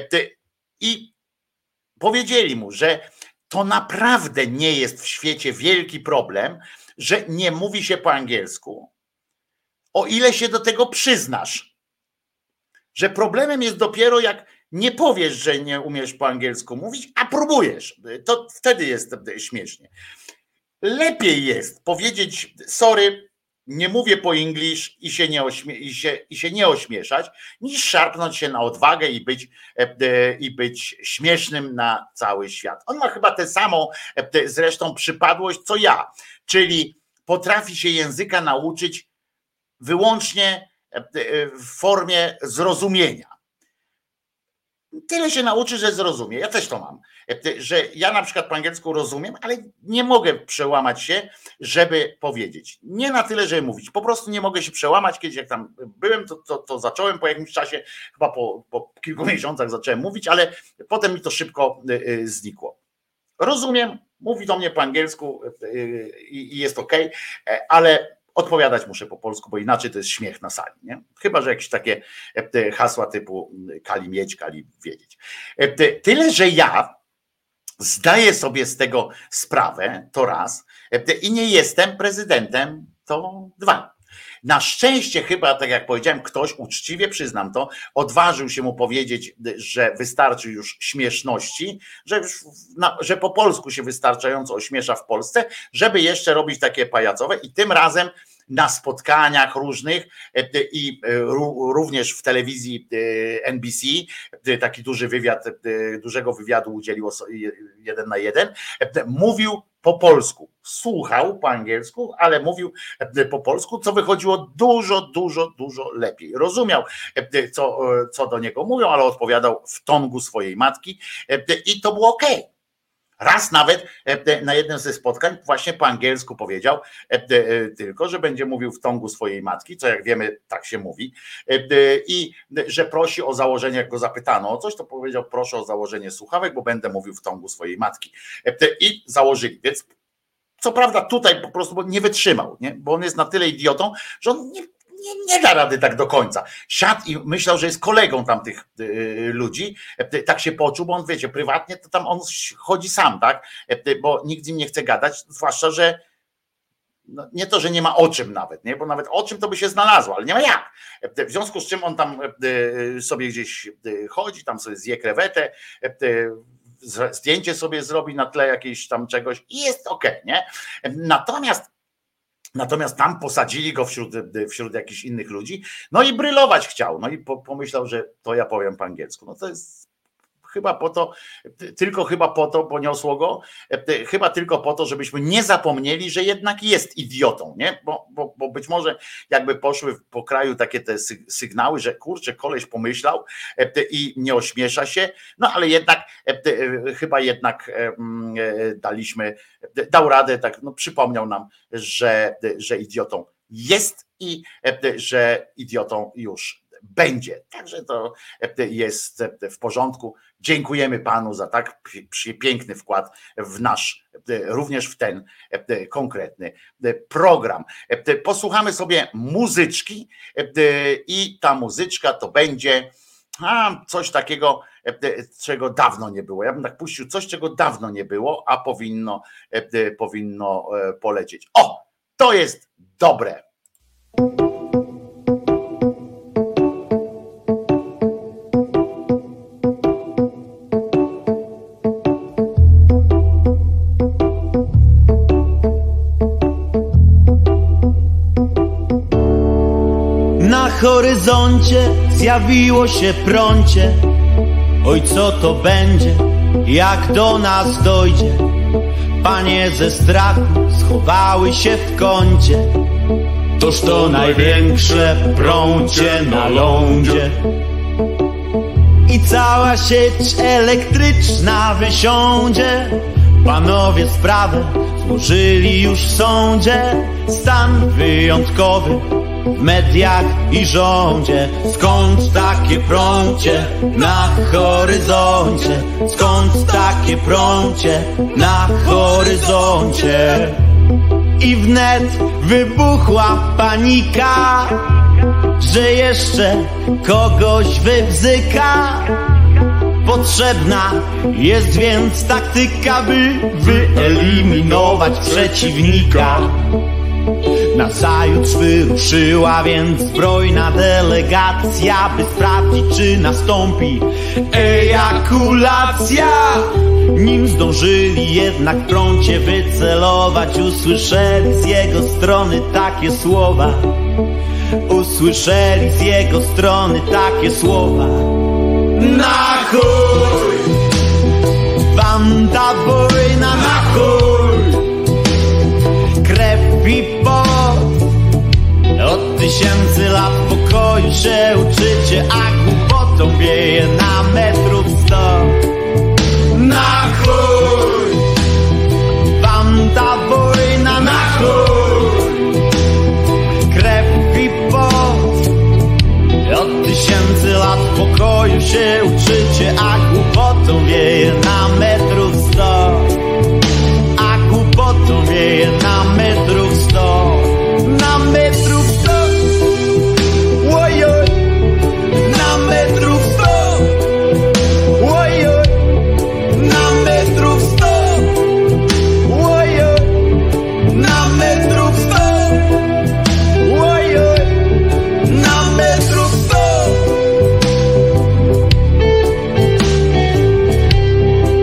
A: I powiedzieli mu, że to naprawdę nie jest w świecie wielki problem, że nie mówi się po angielsku, o ile się do tego przyznasz. Że problemem jest dopiero jak nie powiesz, że nie umiesz po angielsku mówić, a próbujesz. To wtedy jest śmiesznie. Lepiej jest powiedzieć sorry, nie mówię po English i się nie ośmieszać, niż szarpnąć się na odwagę i być śmiesznym na cały świat. On ma chyba tę samą zresztą przypadłość co ja, czyli potrafi się języka nauczyć wyłącznie w formie zrozumienia. Tyle się nauczy, że zrozumie. Ja też to mam, że ja na przykład po angielsku rozumiem, ale nie mogę przełamać się, żeby powiedzieć. Nie na tyle, żeby mówić. Po prostu nie mogę się przełamać. Kiedyś jak tam byłem, to zacząłem po jakimś czasie, chyba po kilku miesiącach zacząłem mówić, ale potem mi to szybko znikło. Rozumiem, mówi do mnie po angielsku i jest okej, ale odpowiadać muszę po polsku, bo inaczej to jest śmiech na sali. Nie? Chyba że jakieś takie hasła typu kali mieć, kali wiedzieć. Tyle, że ja zdaję sobie z tego sprawę, to raz, i nie jestem prezydentem, to dwa. Na szczęście chyba, tak jak powiedziałem, ktoś uczciwie, przyznam to, odważył się mu powiedzieć, że wystarczy już śmieszności, że po polsku się wystarczająco ośmiesza w Polsce, żeby jeszcze robić takie pajacowe i tym razem na spotkaniach różnych i również w telewizji NBC, taki duży wywiad, dużego wywiadu udzielił 1 na 1, mówił po polsku, słuchał po angielsku, ale mówił po polsku, co wychodziło dużo lepiej. Rozumiał, co do niego mówią, ale odpowiadał w tongu swojej matki i to było okej. Raz nawet na jednym ze spotkań właśnie po angielsku powiedział, tylko że będzie mówił w tongu swojej matki, co jak wiemy tak się mówi, i że prosi o założenie, jak go zapytano o coś, to powiedział proszę o założenie słuchawek, bo będę mówił w tongu swojej matki. I założyli, więc co prawda tutaj po prostu nie wytrzymał, nie? Bo on jest na tyle idiotą, że on nie da rady tak do końca. Siadł i myślał, że jest kolegą tamtych ludzi, tak się poczuł, bo on wiecie, prywatnie to tam on chodzi sam, tak? Bo nikt z nim nie chce gadać, zwłaszcza, że no, nie to, że nie ma o czym nawet, nie? Bo nawet o czym to by się znalazło, ale nie ma jak. W związku z czym on tam sobie gdzieś chodzi, tam sobie zje krewetę, zdjęcie sobie zrobi na tle jakiejś tam czegoś i jest okej, nie? Natomiast tam posadzili go wśród jakichś innych ludzi, no i brylować chciał, no i pomyślał, że to ja powiem po angielsku. No to jest chyba po to, poniosło go, chyba tylko po to, żebyśmy nie zapomnieli, że jednak jest idiotą, nie? Bo być może jakby poszły po kraju takie te sygnały, że kurczę, koleś pomyślał i nie ośmiesza się, no ale chyba jednak dał radę, tak, no przypomniał nam, że idiotą jest i że idiotą już będzie. Także to jest w porządku. Dziękujemy panu za tak piękny wkład w również w ten konkretny program. Posłuchamy sobie muzyczki i ta muzyczka to będzie coś takiego, czego dawno nie było. Ja bym tak puścił coś, czego dawno nie było, a powinno polecieć. O, to jest dobre.
D: Na horyzoncie zjawiło się prącie. Oj, co to będzie, jak do nas dojdzie? Panie ze strachu schowały się w kącie. Toż to największe prącie na lądzie. I cała sieć elektryczna wysiądzie. Panowie sprawę złożyli już w sądzie. Stan wyjątkowy w mediach i rządzie. Skąd takie prącie na horyzoncie? Skąd takie prącie na horyzoncie? I wnet wybuchła panika, że jeszcze kogoś wybzyka. Potrzebna jest więc taktyka, by wyeliminować przeciwnika. Nazajutrz wyruszyła więc zbrojna delegacja, by sprawdzić, czy nastąpi ejakulacja. Nim zdążyli jednak w prącie wycelować, usłyszeli z jego strony takie słowa. Usłyszeli z jego strony takie słowa. Na chuj! Banda wojna na chuj! Krew i pot. Od 1000 lat pokoju się uczycie, a głupotą wieje na metrów 100. Na chuj! Banda wojna na chuj! Krew i pot. Od 1000 lat pokoju się uczycie, a głupotą wieje na metrów 100. A głupotą wieje na metrów 100. Na metrów 100. Ojoj. Na metrów 100. Ojoj. Na metrów 100. Ojoj. Na metrów 100. Ojoj. Na metrów 100.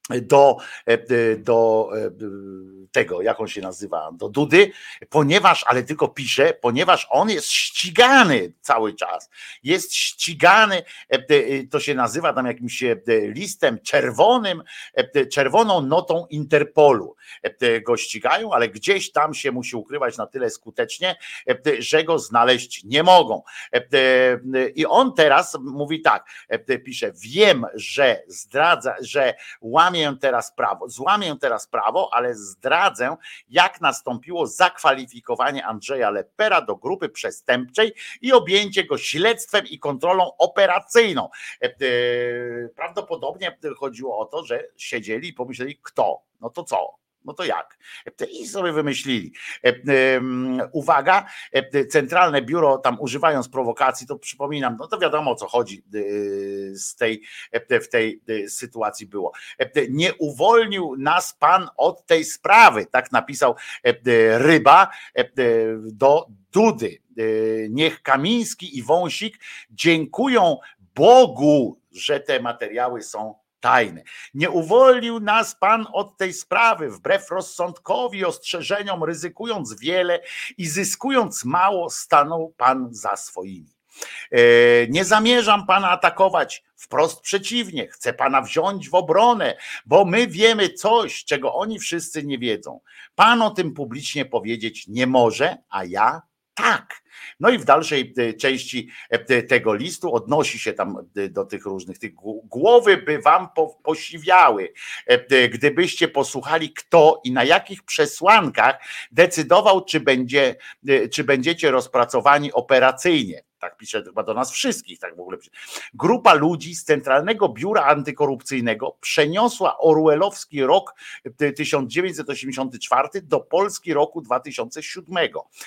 A: do tego, jak on się nazywa, do Dudy, ale tylko pisze, ponieważ on jest ścigany cały czas. Jest ścigany, to się nazywa tam jakimś listem czerwonym, czerwoną notą Interpolu. Go ścigają, ale gdzieś tam się musi ukrywać na tyle skutecznie, że go znaleźć nie mogą. I on teraz mówi tak, pisze, wiem, że zdradza, że złamię teraz prawo, ale zdradzę, jak nastąpiło zakwalifikowanie Andrzeja Leppera do grupy przestępczej i objęcie go śledztwem i kontrolą operacyjną. Prawdopodobnie chodziło o to, że siedzieli i pomyśleli, kto? No to co? No to jak? I sobie wymyślili. Uwaga, Centralne Biuro, tam używając prowokacji, to przypominam, no to wiadomo, o co chodzi w tej sytuacji było. Nie uwolnił nas pan od tej sprawy, tak napisał Ryba do Dudy. Niech Kamiński i Wąsik dziękują Bogu, że te materiały są tajne. Nie uwolnił nas pan od tej sprawy, wbrew rozsądkowi i ostrzeżeniom, ryzykując wiele i zyskując mało, stanął pan za swoimi. Nie zamierzam pana atakować, wprost przeciwnie, chcę pana wziąć w obronę, bo my wiemy coś, czego oni wszyscy nie wiedzą. Pan o tym publicznie powiedzieć nie może, a ja tak. No i w dalszej części tego listu odnosi się tam do tych różnych, tych głowy by wam posiwiały, gdybyście posłuchali, kto i na jakich przesłankach decydował, czy będziecie rozpracowani operacyjnie. Tak pisze chyba do nas wszystkich, tak w ogóle. Grupa ludzi z Centralnego Biura Antykorupcyjnego przeniosła orwellowski rok 1984 do Polski roku 2007.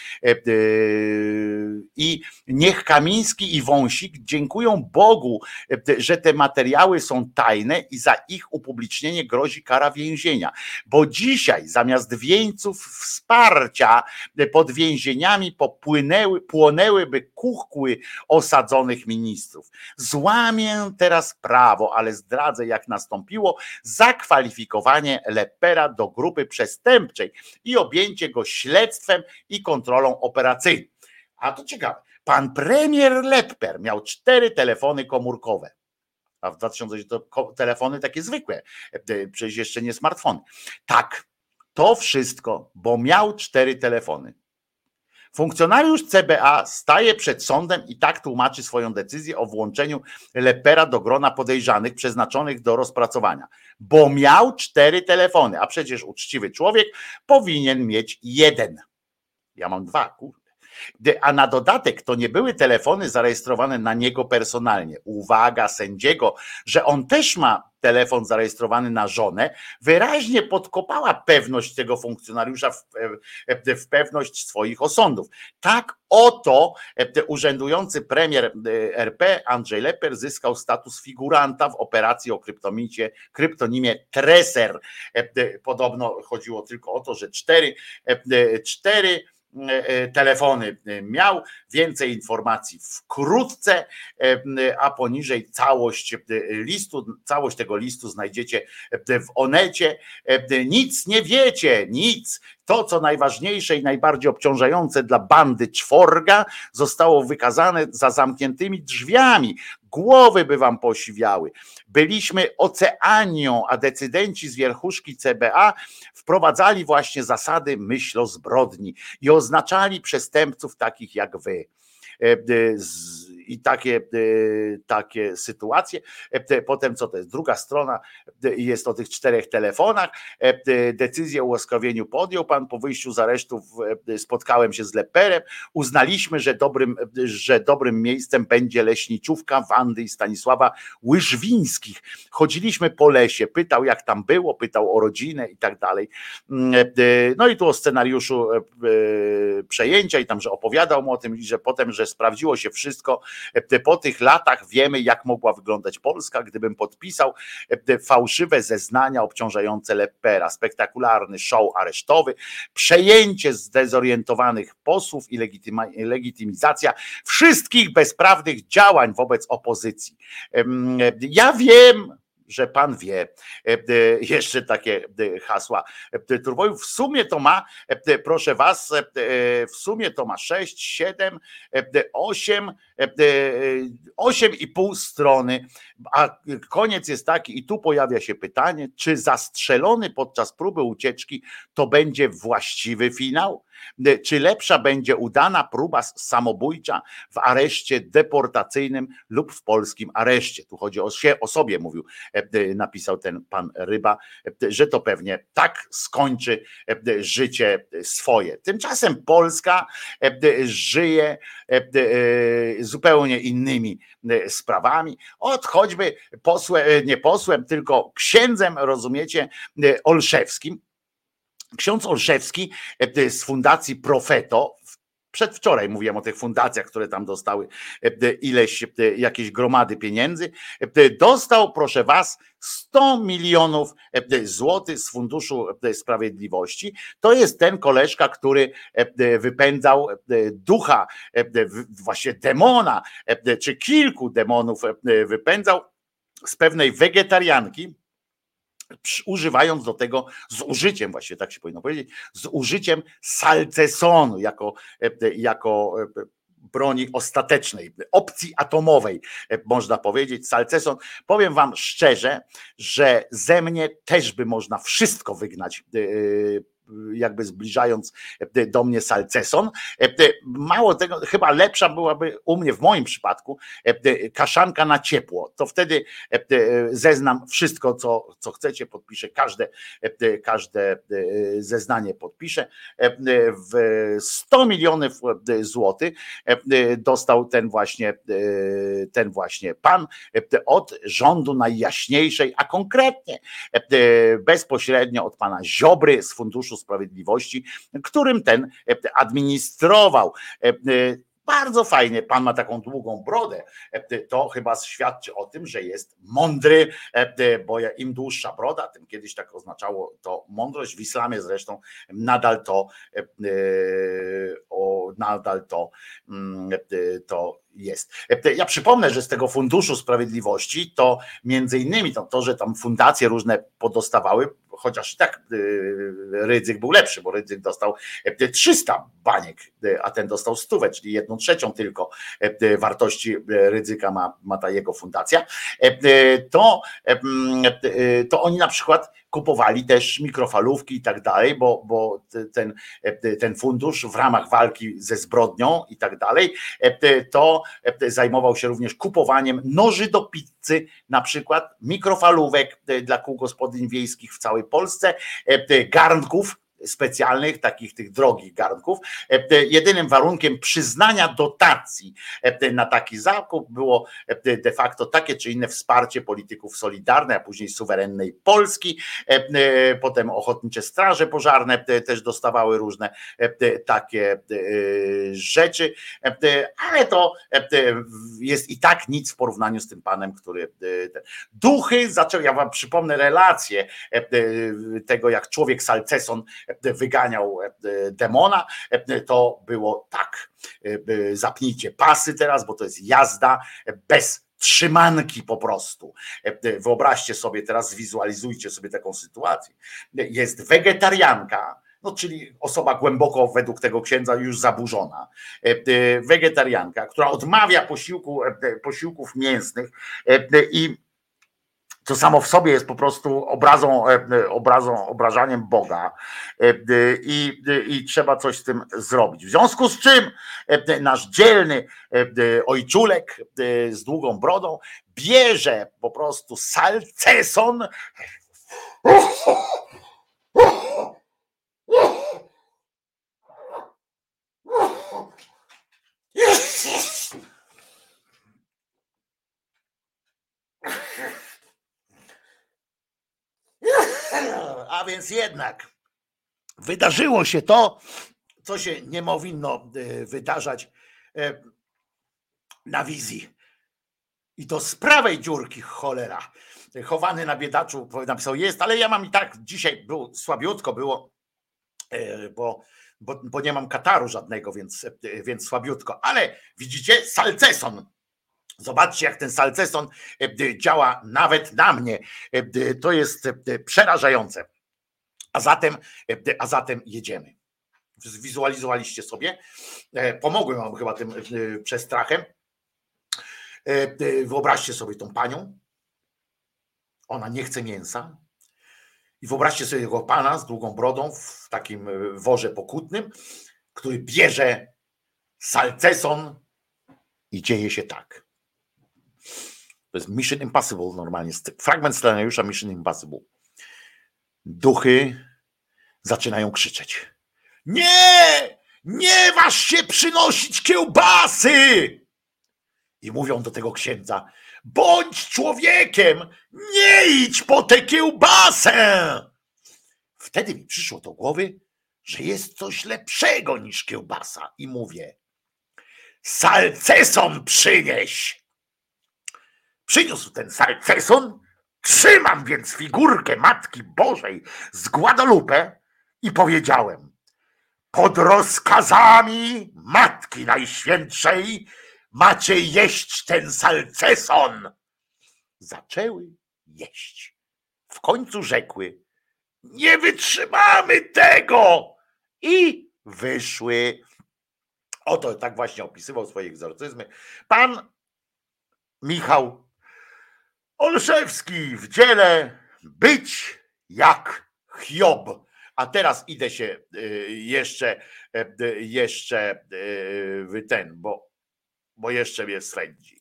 A: I niech Kamiński i Wąsik dziękują Bogu, że te materiały są tajne i za ich upublicznienie grozi kara więzienia. Bo dzisiaj zamiast wieńców wsparcia pod więzieniami płonęłyby kuchły osadzonych ministrów. Złamię teraz prawo, ale zdradzę, jak nastąpiło zakwalifikowanie Leppera do grupy przestępczej i objęcie go śledztwem i kontrolą operacyjną. A to ciekawe. Pan premier Lepper miał 4 telefony komórkowe. A w 2000 to telefony takie zwykłe, przecież jeszcze nie smartfony. Tak, to wszystko, bo miał 4 telefony. Funkcjonariusz CBA staje przed sądem i tak tłumaczy swoją decyzję o włączeniu Leppera do grona podejrzanych przeznaczonych do rozpracowania. Bo miał 4 telefony, a przecież uczciwy człowiek powinien mieć 1. Ja mam 2, kurde. A na dodatek to nie były telefony zarejestrowane na niego personalnie. Uwaga sędziego, że on też ma telefon zarejestrowany na żonę, wyraźnie podkopała pewność tego funkcjonariusza w pewność swoich osądów. Tak oto urzędujący premier RP Andrzej Lepper zyskał status figuranta w operacji o kryptonimie Treser. Podobno chodziło tylko o to, że 4 telefony miał, więcej informacji wkrótce, a poniżej całość tego listu znajdziecie w Onecie. Nic nie wiecie, nic. To, co najważniejsze i najbardziej obciążające dla bandy czworga, zostało wykazane za zamkniętymi drzwiami. Głowy by wam posiwiały. Byliśmy oceanią, a decydenci z wierchuszki CBA wprowadzali właśnie zasady myślozbrodni i oznaczali przestępców takich jak wy. I takie sytuacje. Potem co to jest? Druga strona jest o tych 4 telefonach. Decyzję o ułaskawieniu podjął pan po wyjściu z aresztu. Spotkałem się z Lepperem. Uznaliśmy, że dobrym miejscem będzie leśniczówka Wandy i Stanisława Łyżwińskich. Chodziliśmy po lesie. Pytał, jak tam było, pytał o rodzinę i tak dalej. No i tu o scenariuszu przejęcia i tam, że opowiadał mu o tym, i że potem, że sprawdziło się wszystko. Po tych latach wiemy, jak mogła wyglądać Polska, gdybym podpisał fałszywe zeznania obciążające Leppera. Spektakularny show aresztowy, przejęcie zdezorientowanych posłów i legitymizacja wszystkich bezprawnych działań wobec opozycji. Ja wiem, że pan wie. Jeszcze takie hasła Turboju. W sumie to ma, proszę was, w sumie to ma 6, 7, 8,5 strony, a koniec jest taki i tu pojawia się pytanie, czy zastrzelony podczas próby ucieczki to będzie właściwy finał? Czy lepsza będzie udana próba samobójcza w areszcie deportacyjnym lub w polskim areszcie? Tu chodzi o sobie, mówił, napisał ten pan Ryba, że to pewnie tak skończy życie swoje. Tymczasem Polska żyje zupełnie innymi sprawami, od choćby nie posłem, tylko księdzem, rozumiecie, Olszewskim. Ksiądz Olszewski z fundacji Profeto, przedwczoraj mówiłem o tych fundacjach, które tam dostały jakieś gromady pieniędzy, dostał, proszę was, 100 milionów złotych z Funduszu Sprawiedliwości. To jest ten koleżka, który wypędzał ducha, właśnie demona, czy kilku demonów wypędzał z pewnej wegetarianki, używając do tego, z użyciem, właśnie tak się powinno powiedzieć, z użyciem salcesonu jako broni ostatecznej, opcji atomowej, można powiedzieć, salceson. Powiem wam szczerze, że ze mnie też by można wszystko wygnać, jakby zbliżając do mnie salceson. Mało tego, chyba lepsza byłaby u mnie, w moim przypadku, kaszanka na ciepło. To wtedy zeznam wszystko, co chcecie, podpiszę każde zeznanie podpiszę. W 100 milionów złotych dostał ten właśnie pan od rządu najjaśniejszej, a konkretnie bezpośrednio od pana Ziobry z Funduszu Sprawiedliwości, którym ten administrował. Bardzo fajnie, pan ma taką długą brodę, to chyba świadczy o tym, że jest mądry, bo im dłuższa broda, tym kiedyś tak oznaczało to mądrość, w islamie zresztą nadal to jest. Ja przypomnę, że z tego Funduszu Sprawiedliwości to między innymi to, że tam fundacje różne podostawały, chociaż i tak Rydzyk był lepszy, bo Rydzyk dostał 300 baniek, a ten dostał 100, czyli 1/3 tylko wartości Rydzyka ma ta jego fundacja, to oni na przykład kupowali też mikrofalówki i tak dalej, bo ten fundusz w ramach walki ze zbrodnią i tak dalej, to zajmował się również kupowaniem noży do pizzy, na przykład mikrofalówek dla kół gospodyń wiejskich w całej Polsce, garnków specjalnych, tych drogich garnków. Jedynym warunkiem przyznania dotacji na taki zakup było de facto takie czy inne wsparcie polityków Solidarnej, a później suwerennej Polski. Potem ochotnicze straże pożarne też dostawały różne takie rzeczy, ale to jest i tak nic w porównaniu z tym panem, który duchy zaczął. Ja wam przypomnę relację tego, jak człowiek salceson wyganiał demona. To było tak, zapnijcie pasy teraz, bo to jest jazda bez trzymanki po prostu. Wyobraźcie sobie teraz, zwizualizujcie sobie taką sytuację. Jest wegetarianka, czyli osoba głęboko według tego księdza już zaburzona, wegetarianka, która odmawia posiłków mięsnych i to samo w sobie jest po prostu obrażaniem Boga i trzeba coś z tym zrobić. W związku z czym nasz dzielny ojczulek z długą brodą bierze po prostu salceson, a więc jednak wydarzyło się to, co się nie powinno wydarzać na wizji. I to z prawej dziurki, cholera. Chowany na biedaczu napisał, jest, ale ja mam i tak, dzisiaj słabiutko było, bo nie mam kataru żadnego, więc słabiutko. Ale widzicie, salceson Zobaczcie, jak ten salceson działa nawet na mnie. To jest przerażające. A zatem jedziemy. Zwizualizowaliście sobie? Pomogłem wam chyba tym przestrachem. Wyobraźcie sobie tą panią. Ona nie chce mięsa. I wyobraźcie sobie tego pana z długą brodą w takim worze pokutnym, który bierze salceson i dzieje się tak. To jest Mission Impossible normalnie. Fragment scenariusza Mission Impossible. Duchy zaczynają krzyczeć. Nie! Nie waż się przynosić kiełbasy! I mówią do tego księdza, bądź człowiekiem, nie idź po tę kiełbasę! Wtedy mi przyszło do głowy, że jest coś lepszego niż kiełbasa. I mówię, salceson przynieś! Przyniósł ten salceson, trzymam więc figurkę Matki Bożej z Guadalupe i powiedziałem, pod rozkazami Matki Najświętszej macie jeść ten salceson. Zaczęły jeść. W końcu rzekły, nie wytrzymamy tego. I wyszły. Oto tak właśnie opisywał swoje egzorcyzmy pan Michał Olszewski w dziele Być jak Hiob. A teraz idę się jeszcze bo jeszcze mnie swędzi.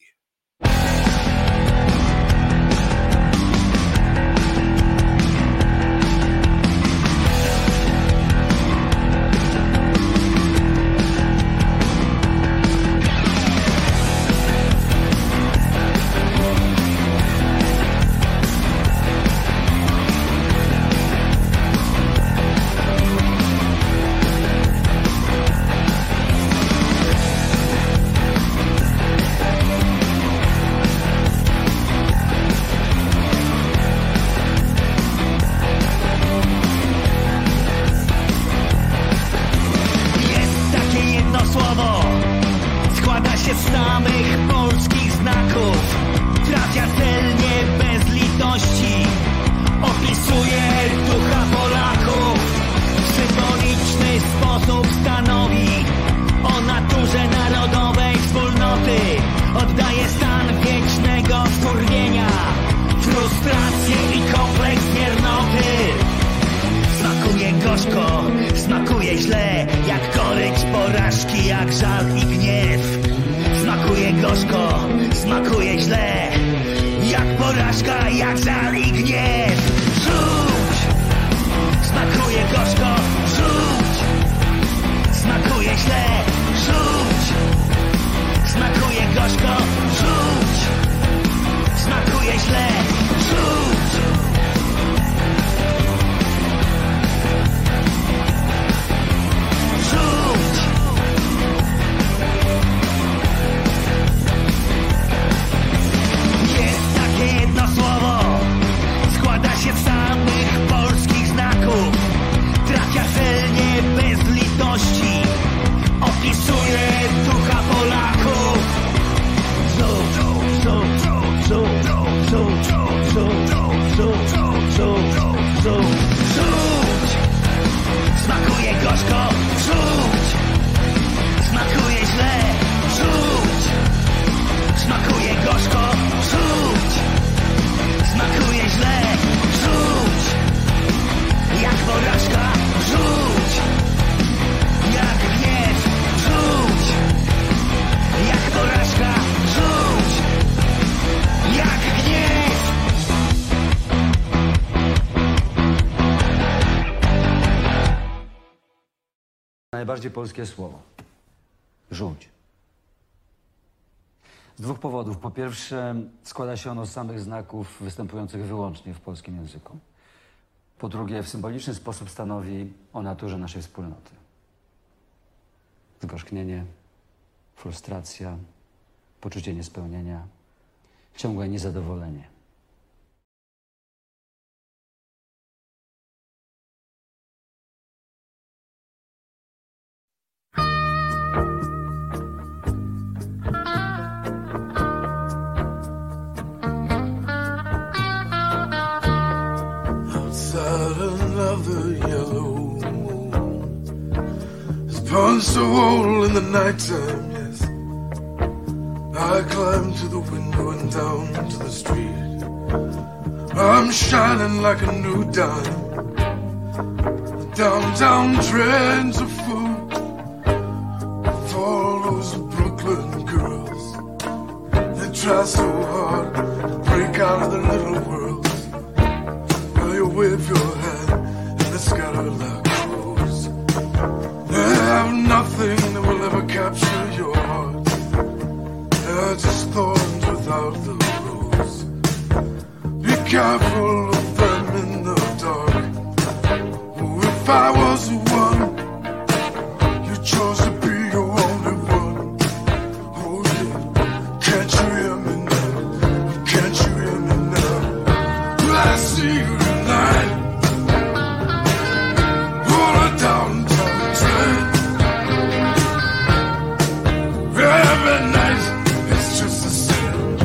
E: Najbardziej polskie słowo. Żółć. Z dwóch powodów. Po pierwsze, składa się ono z samych znaków występujących wyłącznie w polskim języku. Po drugie, w symboliczny sposób stanowi o naturze naszej wspólnoty. Zgorzknienie, frustracja, poczucie niespełnienia, ciągłe niezadowolenie.
B: so old in the nighttime, yes. I climb to the window and down to the street. I'm shining like a new dime. The downtown trends are full of all those Brooklyn girls. They try so hard to break out of their little worlds. Well, you wave your hand and they scatter like crows. They have nothing that will ever capture your heart. They're just thorns without the rose. Be careful of them in the dark. Oh, if I was the one you chose to be your only one. Oh yeah, can't you hear me now? Can't you hear me now? Will I see you tonight? On a downtown train. Every night it's just the same.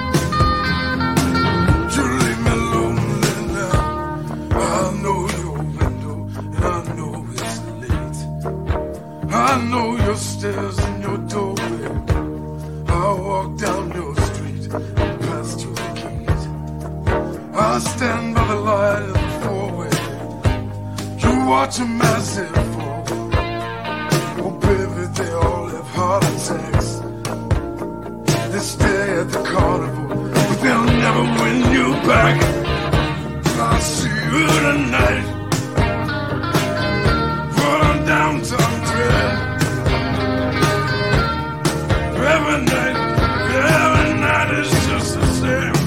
B: You leave me lonely now. I know your window and I know it's late. I know your stairs and your doorway. I walk down your street and past your gate. I stand by the light in the four-way. You watch them as they fall. Oh baby, they all have heart attacks. They stay at the carnival, but they'll never win you back. I'll see you tonight. For a downtown train. Every night is just the same.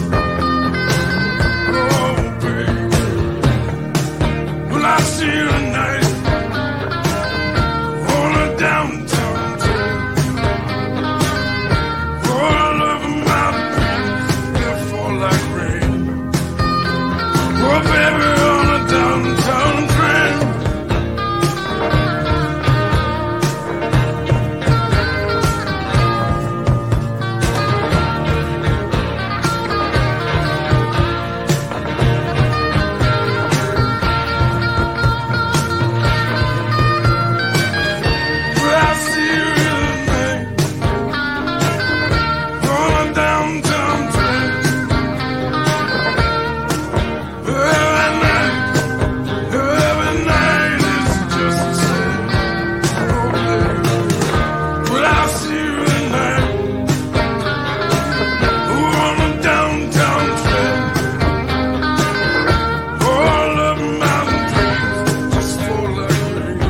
B: Oh baby, will I see you tonight? On a downtown train. All over my dreams, they fall like rain. Oh baby, on a downtown train. Will I see you tonight? On a downtown train. Every night is just the same. Oh baby, will I see you tonight? On a downtown train. All of my dreams just fall like rain.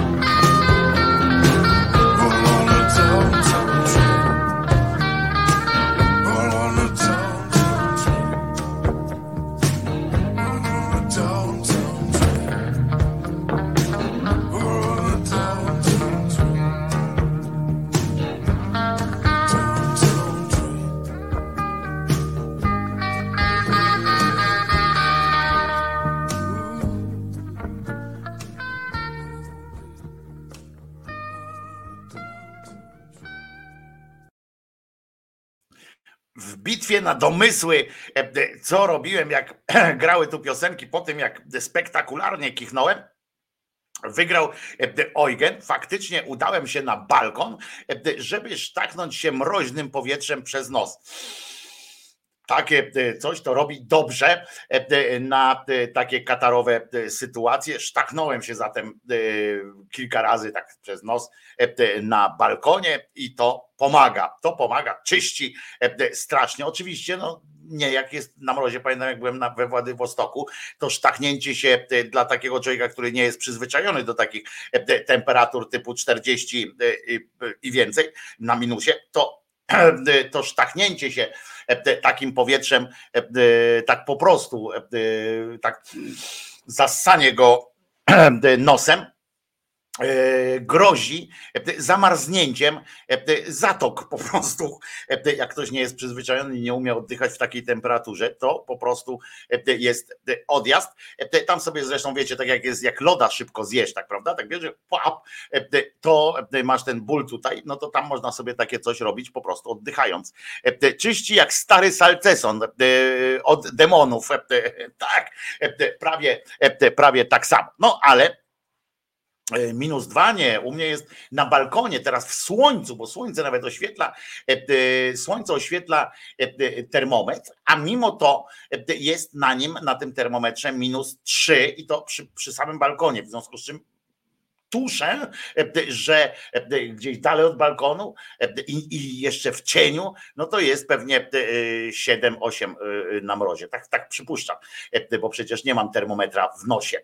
B: All on a downtown train. All on a downtown train. All on a downtown train. All on a downtown train. Downtown train.
A: W bitwie na domysły, co robiłem, jak grały tu piosenki, po tym jak spektakularnie kichnąłem, wygrał Eugen. Faktycznie udałem się na balkon, żeby sztachnąć się mroźnym powietrzem przez nos. Takie coś to robi dobrze na takie katarowe sytuacje. Sztachnąłem się zatem kilka razy tak przez nos na balkonie i to pomaga. To pomaga, czyści strasznie. Oczywiście no, nie jak jest na mrozie. Pamiętam jak byłem we Władywostoku, to sztachnięcie się dla takiego człowieka, który nie jest przyzwyczajony do takich temperatur typu 40 i więcej na minusie, to sztachnięcie się takim powietrzem, tak po prostu, tak zassanie go nosem grozi zamarznięciem zatok po prostu. Jak ktoś nie jest przyzwyczajony i nie umie oddychać w takiej temperaturze, to po prostu jest odjazd. Tam sobie zresztą wiecie, tak jak jest, jak loda szybko zjesz, tak prawda? Tak wiesz, że to masz ten ból tutaj, no to tam można sobie takie coś robić po prostu oddychając. Czyści jak stary salceson od demonów. Tak, prawie tak samo. No ale -2 nie, u mnie jest na balkonie, teraz w słońcu, bo słońce nawet oświetla, termometr, a mimo to jest na nim, na tym termometrze -3 i to przy samym balkonie, w związku z czym tuszę, że gdzieś dalej od balkonu i jeszcze w cieniu, no to jest pewnie 7-8 na mrozie. Tak przypuszczam, bo przecież nie mam termometra w nosie.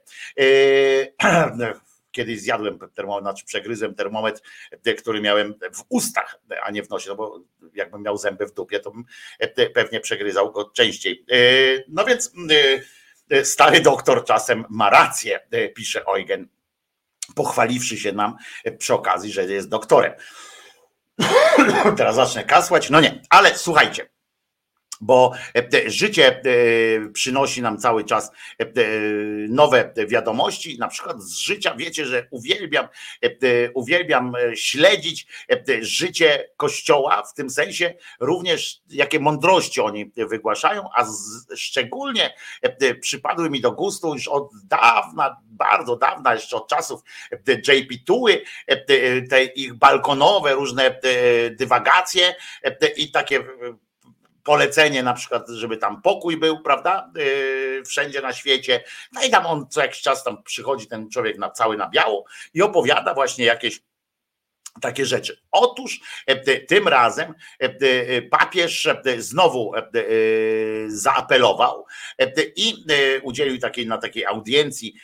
A: Kiedyś zjadłem termometr, znaczy przegryzłem termometr, który miałem w ustach, a nie w nosie, no bo jakbym miał zęby w dupie, to bym pewnie przegryzał go częściej. No więc stary doktor czasem ma rację, pisze Eugen, pochwaliwszy się nam przy okazji, że jest doktorem. Teraz zacznę kasłać, no nie, ale słuchajcie, bo życie przynosi nam cały czas nowe wiadomości, na przykład z życia, wiecie, że uwielbiam śledzić życie Kościoła, w tym sensie również jakie mądrości oni wygłaszają, a szczególnie przypadły mi do gustu już od dawna, bardzo dawna, jeszcze od czasów JP Tuły, te ich balkonowe różne dywagacje i takie polecenie na przykład, żeby tam pokój był, prawda, wszędzie na świecie. No i tam on co jakiś czas tam przychodzi ten człowiek cały na biało i opowiada właśnie jakieś takie rzeczy. Otóż tym razem papież znowu zaapelował i udzielił na takiej audiencji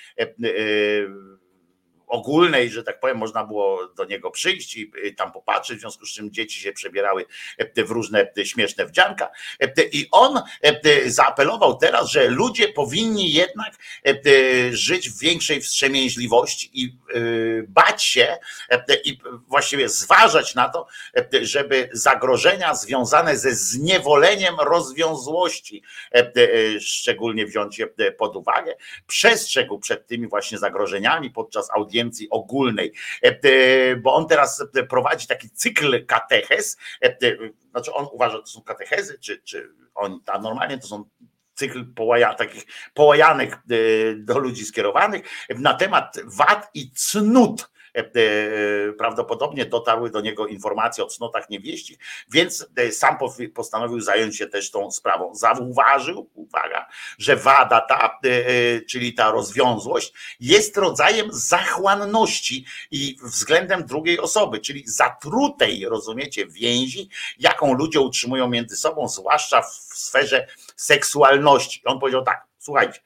A: ogólnej, że tak powiem, można było do niego przyjść i tam popatrzeć, w związku z czym dzieci się przebierały w różne śmieszne wdzianka i on zaapelował teraz, że ludzie powinni jednak żyć w większej wstrzemięźliwości i bać się i właściwie zważać na to, żeby zagrożenia związane ze zniewoleniem rozwiązłości szczególnie wziąć pod uwagę. Przestrzegł przed tymi właśnie zagrożeniami podczas audiencji ogólnej, bo on teraz prowadzi taki cykl katechez, znaczy on uważa, że to są katechezy, czy oni tam normalnie to są cykl takich połajanek do ludzi skierowanych na temat wad i cnót. Prawdopodobnie dotarły do niego informacje o cnotach niewieścich, więc sam postanowił zająć się też tą sprawą. Zauważył, uwaga, że wada ta, czyli ta rozwiązłość, jest rodzajem zachłanności i względem drugiej osoby, czyli zatrutej, rozumiecie, więzi, jaką ludzie utrzymują między sobą, zwłaszcza w sferze seksualności. On powiedział tak, słuchajcie,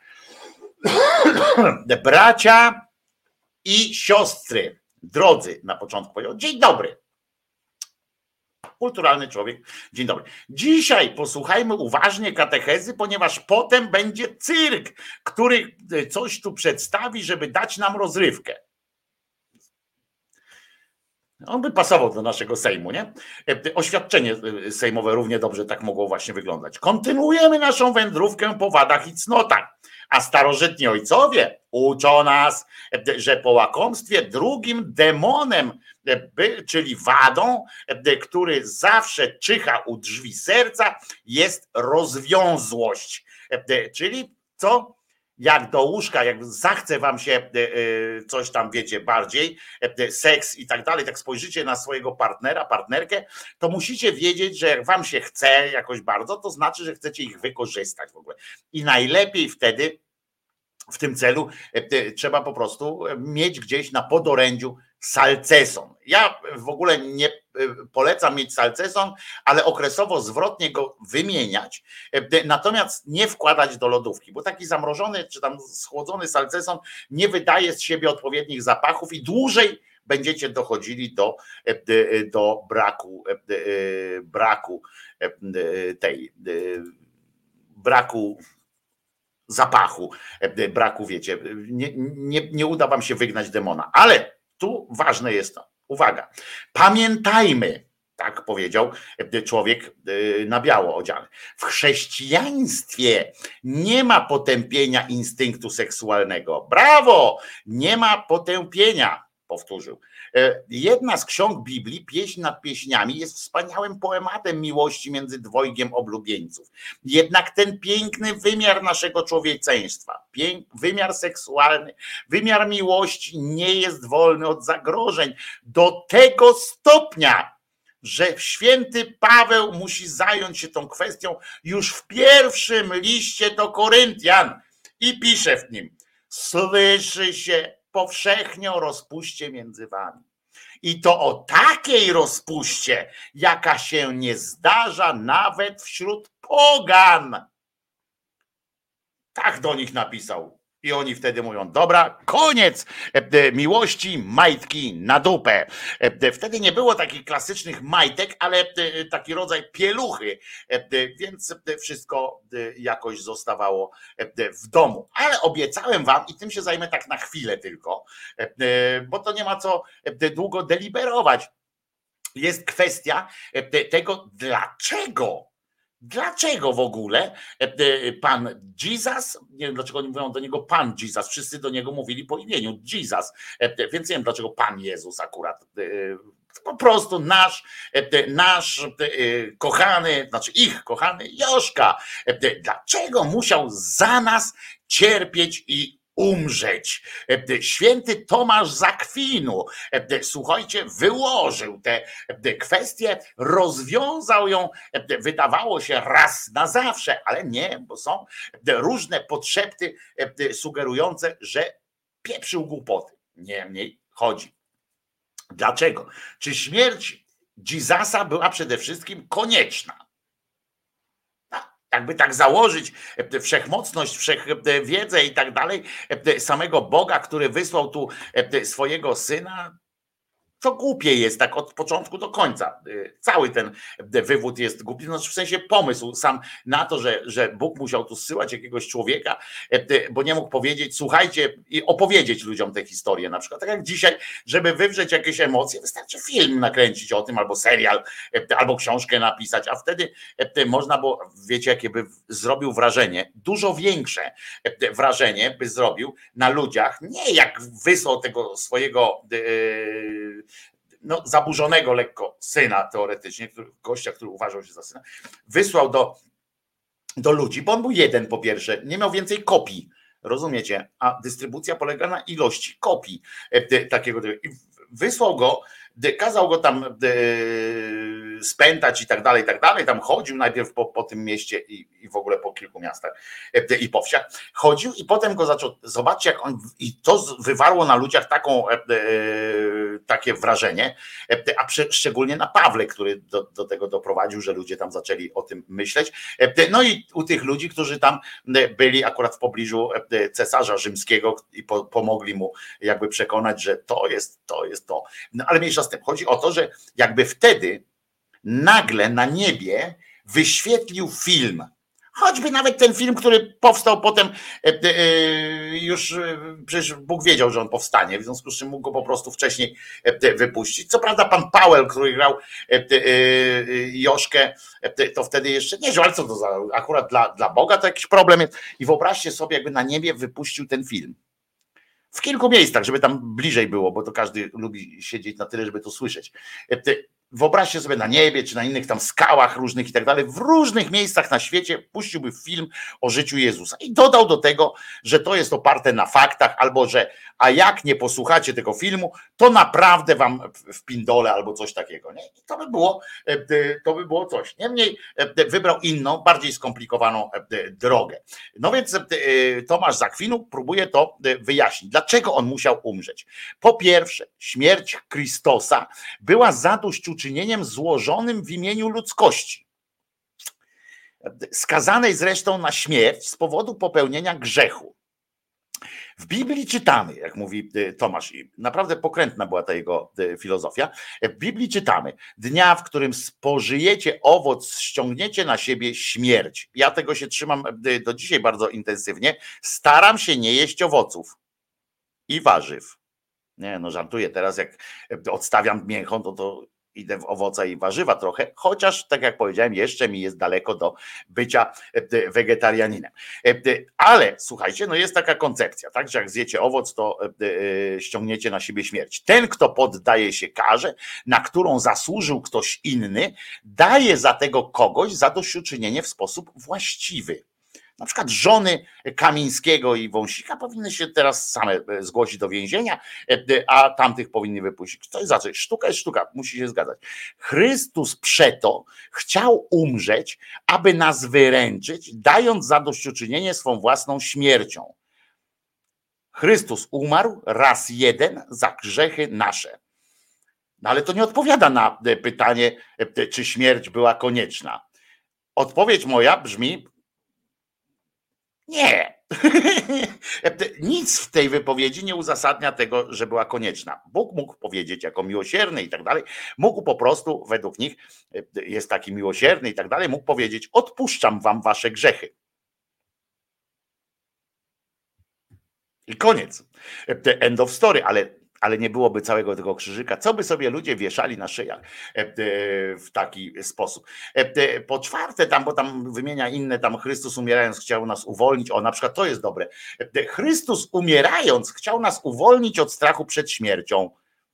A: bracia i siostry, drodzy, na początku powiedział, dzień dobry. Kulturalny człowiek, dzień dobry. Dzisiaj posłuchajmy uważnie katechezy, ponieważ potem będzie cyrk, który coś tu przedstawi, żeby dać nam rozrywkę. On by pasował do naszego Sejmu, nie? Oświadczenie sejmowe równie dobrze tak mogło właśnie wyglądać. Kontynuujemy naszą wędrówkę po wadach i cnotach, a starożytni ojcowie uczą nas, że po łakomstwie drugim demonem, czyli wadą, który zawsze czyha u drzwi serca, jest rozwiązłość. Czyli co? Jak do łóżka, jak zachce wam się coś tam, wiecie, bardziej, seks i tak dalej, tak spojrzycie na swojego partnera, partnerkę, to musicie wiedzieć, że jak wam się chce jakoś bardzo, to znaczy, że chcecie ich wykorzystać w ogóle. I najlepiej wtedy w tym celu trzeba po prostu mieć gdzieś na podorędziu salceson. Ja w ogóle nie polecam mieć salceson, ale okresowo zwrotnie go wymieniać, natomiast nie wkładać do lodówki, bo taki zamrożony czy tam schłodzony salceson nie wydaje z siebie odpowiednich zapachów i dłużej będziecie dochodzili do braku zapachu, braku, wiecie, nie uda wam się wygnać demona, ale tu ważne jest to, uwaga, pamiętajmy, tak powiedział człowiek na biało odziany, w chrześcijaństwie nie ma potępienia instynktu seksualnego, brawo, nie ma potępienia, powtórzył. Jedna z ksiąg Biblii, Pieśń nad pieśniami, jest wspaniałym poematem miłości między dwojgiem oblubieńców. Jednak ten piękny wymiar naszego człowieczeństwa, wymiar seksualny, wymiar miłości nie jest wolny od zagrożeń do tego stopnia, że święty Paweł musi zająć się tą kwestią już w pierwszym liście do Koryntian i pisze w nim: słyszy się powszechnie o rozpuście między wami. I to o takiej rozpuście, jaka się nie zdarza nawet wśród pogan. Tak do nich napisał. I oni wtedy mówią: dobra, koniec miłości, majtki na dupę. Wtedy nie było takich klasycznych majtek, ale taki rodzaj pieluchy, więc wszystko jakoś zostawało w domu. Ale obiecałem wam, i tym się zajmę tak na chwilę tylko, bo to nie ma co długo deliberować. Jest kwestia tego, dlaczego w ogóle pan Jesus, nie wiem dlaczego oni mówią do niego pan Jesus, wszyscy do niego mówili po imieniu Jesus, więc nie wiem dlaczego pan Jezus akurat, po prostu nasz kochany, znaczy ich kochany Joszka, dlaczego musiał za nas cierpieć i umrzeć. Święty Tomasz z Akwinu, słuchajcie, wyłożył tę kwestię, rozwiązał ją, wydawało się raz na zawsze, ale nie, bo są różne podszepty sugerujące, że pieprzył głupoty. Niemniej chodzi. Dlaczego? Czy śmierć Jezusa była przede wszystkim konieczna? Jakby tak założyć wszechmocność, wszechwiedzę i tak dalej, samego Boga, który wysłał tu swojego Syna, to głupie jest tak od początku do końca. Cały ten wywód jest głupi, znaczy w sensie pomysł sam na to, że Bóg musiał tu zsyłać jakiegoś człowieka, bo nie mógł powiedzieć: słuchajcie, i opowiedzieć ludziom tę historię na przykład. Tak jak dzisiaj, żeby wywrzeć jakieś emocje, wystarczy film nakręcić o tym, albo serial, albo książkę napisać, a wtedy można było, wiecie, jakie by zrobił wrażenie, dużo większe wrażenie by zrobił na ludziach, nie jak wysłał tego swojego zaburzonego lekko syna teoretycznie, gościa, który uważał się za syna, wysłał do ludzi, bo on był jeden po pierwsze, nie miał więcej kopii, rozumiecie, a dystrybucja polega na ilości kopii takiego, wysłał go, kazał go tam spętać i tak dalej, tam chodził najpierw po tym mieście i w ogóle po kilku miastach i po wsiach, chodził i potem go zaczął, zobaczcie jak on, i to wywarło na ludziach takie wrażenie, a szczególnie na Pawle, który do tego doprowadził, że ludzie tam zaczęli o tym myśleć, no i u tych ludzi, którzy tam byli akurat w pobliżu cesarza rzymskiego i pomogli mu jakby przekonać, że to jest to. No ale mniejsza z tym, chodzi o to, że jakby wtedy nagle na niebie wyświetlił film, choćby nawet ten film, który powstał potem, już przecież Bóg wiedział, że on powstanie, w związku z czym mógł go po prostu wcześniej wypuścić. Co prawda pan Powell, który grał Joszkę, to wtedy jeszcze nie żył, ale co to za, akurat dla Boga to jakiś problem jest. I wyobraźcie sobie, jakby na niebie wypuścił ten film. W kilku miejscach, żeby tam bliżej było, bo to każdy lubi siedzieć na tyle, żeby to słyszeć. Wyobraźcie sobie na niebie, czy na innych tam skałach różnych i tak dalej, w różnych miejscach na świecie puściłby film o życiu Jezusa i dodał do tego, że to jest oparte na faktach, albo że a jak nie posłuchacie tego filmu, to naprawdę wam wpindolę albo coś takiego. Nie? I to by było coś. Niemniej wybrał inną, bardziej skomplikowaną drogę. No więc Tomasz z Akwinu próbuje to wyjaśnić. Dlaczego on musiał umrzeć? Po pierwsze, śmierć Chrystusa była zadośćuczynieniem złożonym w imieniu ludzkości, skazanej zresztą na śmierć z powodu popełnienia grzechu. W Biblii czytamy, jak mówi Tomasz, i naprawdę pokrętna była ta jego filozofia, w Biblii czytamy: dnia, w którym spożyjecie owoc, ściągniecie na siebie śmierć. Ja tego się trzymam do dzisiaj bardzo intensywnie. Staram się nie jeść owoców i warzyw. Nie, no żartuję, teraz jak odstawiam mięcho, to idę w owoce i warzywa trochę, chociaż tak jak powiedziałem, jeszcze mi jest daleko do bycia wegetarianinem. Ale słuchajcie, no jest taka koncepcja, tak, że jak zjecie owoc, to ściągniecie na siebie śmierć. Ten, kto poddaje się karze, na którą zasłużył ktoś inny, daje za tego kogoś zadośćuczynienie w sposób właściwy. Na przykład żony Kamińskiego i Wąsika powinny się teraz same zgłosić do więzienia, a tamtych powinni wypuścić. To jest za coś. Sztuka jest sztuka, musi się zgadzać. Chrystus przeto chciał umrzeć, aby nas wyręczyć, dając zadośćuczynienie swą własną śmiercią. Chrystus umarł raz jeden za grzechy nasze. No ale to nie odpowiada na pytanie, czy śmierć była konieczna. Odpowiedź moja brzmi: nie. Nic w tej wypowiedzi nie uzasadnia tego, że była konieczna. Bóg mógł powiedzieć jako miłosierny i tak dalej, mógł po prostu, według nich jest taki miłosierny i tak dalej, mógł powiedzieć: odpuszczam wam wasze grzechy. I koniec. End of story, ale nie byłoby całego tego krzyżyka. Co by sobie ludzie wieszali na szyjach w taki sposób. Po czwarte, bo tam wymienia inne, tam Chrystus umierając chciał nas uwolnić. O, na przykład to jest dobre. Chrystus umierając chciał nas uwolnić od strachu przed śmiercią.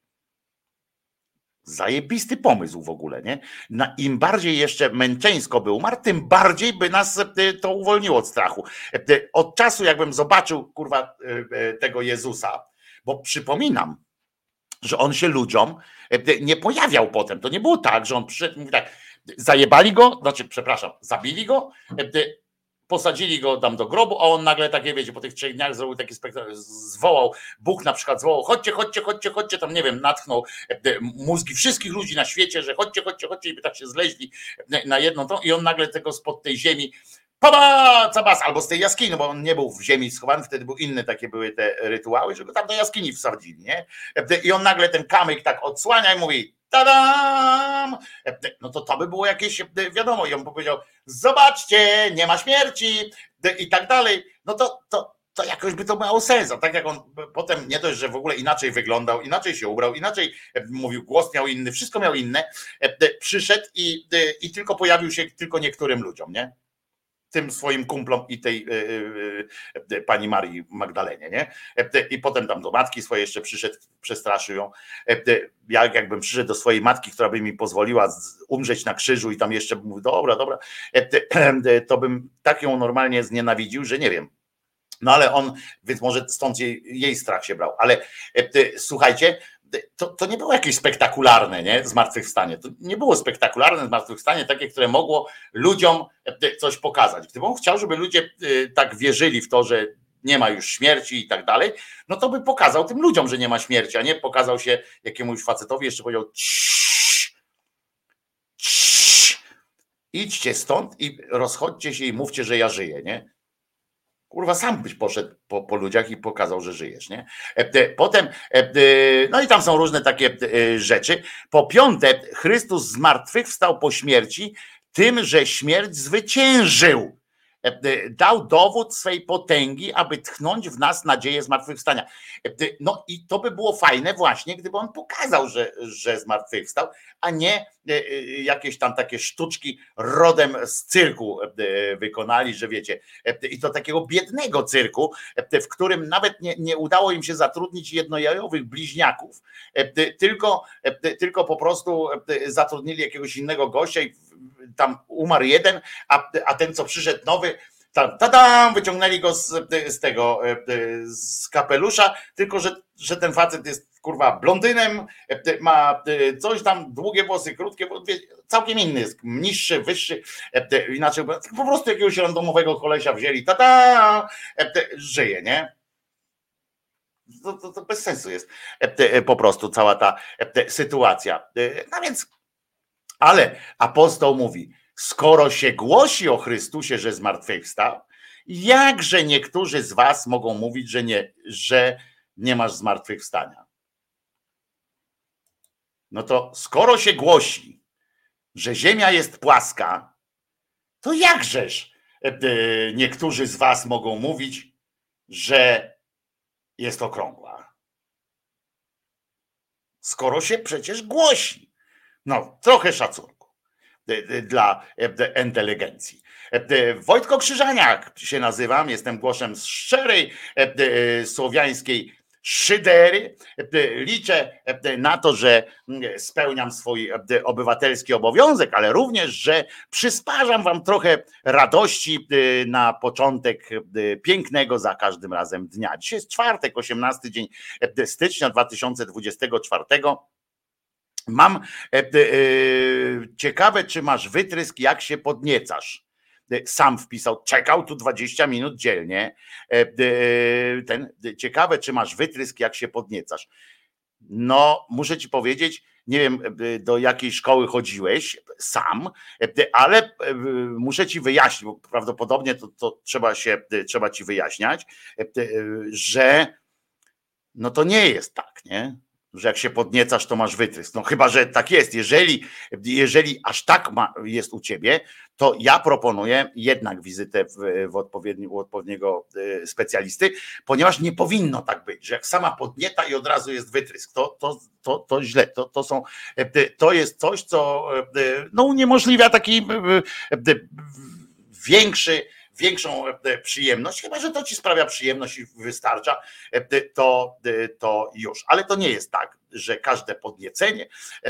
A: Zajebisty pomysł w ogóle, nie? Im bardziej jeszcze męczeńsko by umarł, tym bardziej by nas to uwolniło od strachu. Od czasu, jakbym zobaczył, kurwa, tego Jezusa, bo przypominam, że on się ludziom nie pojawiał potem. To nie było tak, że on przyszedł i mówi tak: zajebali go, znaczy, przepraszam, zabili go, posadzili go tam do grobu, a on nagle takie, wiecie, po tych 3 dniach zrobił taki spektakl, zwołał, Bóg na przykład zwołał: chodźcie, tam nie wiem, natchnął mózgi wszystkich ludzi na świecie, że chodźcie i by tak się zleźli na jedną tą i on nagle tego spod tej ziemi cabas, albo z tej jaskini, no bo on nie był w ziemi schowany, wtedy był inny, takie były te rytuały, że go tam do jaskini wsadzili, nie? I on nagle ten kamyk tak odsłania i mówi: tadam! No to by było jakieś, wiadomo, i on powiedział: zobaczcie, nie ma śmierci i tak dalej. No to jakoś by to miało sens. A tak jak on potem nie dość, że w ogóle inaczej wyglądał, inaczej się ubrał, inaczej mówił, głos miał inny, wszystko miał inne, przyszedł i tylko pojawił się tylko niektórym ludziom, nie? Tym swoim kumplom i tej pani Marii Magdalenie, nie? I potem tam do matki swojej jeszcze przyszedł, przestraszył ją. Ja jakbym przyszedł do swojej matki, która by mi pozwoliła umrzeć na krzyżu i tam jeszcze mówił: dobra, to bym tak ją normalnie znienawidził, że nie wiem. No ale on, więc może stąd jej strach się brał. Ale słuchajcie, to nie było jakieś spektakularne, nie? Zmartwychwstanie. To nie było spektakularne zmartwychwstanie, takie, które mogło ludziom coś pokazać. Gdyby on chciał, żeby ludzie tak wierzyli w to, że nie ma już śmierci i tak dalej, no to by pokazał tym ludziom, że nie ma śmierci, a nie pokazał się jakiemuś facetowi, jeszcze powiedział: idźcie stąd i rozchodźcie się i mówcie, że ja żyję, nie? Kurwa, sam byś poszedł po ludziach i pokazał, że żyjesz, nie? Potem, no i tam są różne takie rzeczy. Po piąte, Chrystus zmartwychwstał po śmierci tym, że śmierć zwyciężył. Dał dowód swej potęgi, aby tchnąć w nas nadzieję zmartwychwstania. No i to by było fajne właśnie, gdyby on pokazał, że zmartwychwstał, a nie jakieś tam takie sztuczki rodem z cyrku wykonali, że wiecie, i to takiego biednego cyrku, w którym nawet nie udało im się zatrudnić jednojajowych bliźniaków, tylko po prostu zatrudnili jakiegoś innego gościa i tam umarł jeden, a ten, co przyszedł nowy, tam wyciągnęli go z kapelusza, tylko że ten facet jest, kurwa, blondynem, ma coś tam, długie włosy, krótkie, całkiem inny jest, niższy, wyższy, inaczej, po prostu jakiegoś randomowego kolesia wzięli, żyje, nie? To bez sensu jest po prostu cała ta sytuacja. No więc, ale apostoł mówi: skoro się głosi o Chrystusie, że zmartwychwstał, jakże niektórzy z was mogą mówić, że nie masz zmartwychwstania? No to skoro się głosi, że ziemia jest płaska, to jakżeż niektórzy z was mogą mówić, że jest okrągła? Skoro się przecież głosi. No, trochę szacunku dla inteligencji. Wojtko Krzyżaniak się nazywam, jestem głosem szczerej słowiańskiej szydery. Liczę na to, że spełniam swój obywatelski obowiązek, ale również, że przysparzam wam trochę radości na początek pięknego za każdym razem dnia. Dzisiaj jest czwartek, 18 dzień stycznia 2024. Mam ciekawe, czy masz wytrysk, jak się podniecasz. Sam wpisał, czekał tu 20 minut dzielnie. Ciekawe, czy masz wytrysk, jak się podniecasz. No, muszę ci powiedzieć, nie wiem, do jakiej szkoły chodziłeś sam, ale muszę ci wyjaśnić, bo prawdopodobnie to trzeba ci wyjaśniać, że no to nie jest tak, nie? Że jak się podniecasz, to masz wytrysk. No chyba, że tak jest. Jeżeli aż tak jest u ciebie, to ja proponuję jednak wizytę u odpowiedniego specjalisty, ponieważ nie powinno tak być, że jak sama podnieta i od razu jest wytrysk, to źle. To jest coś, co no, uniemożliwia taki większą przyjemność, chyba że to ci sprawia przyjemność i wystarcza, to już. Ale to nie jest tak, że każde podniecenie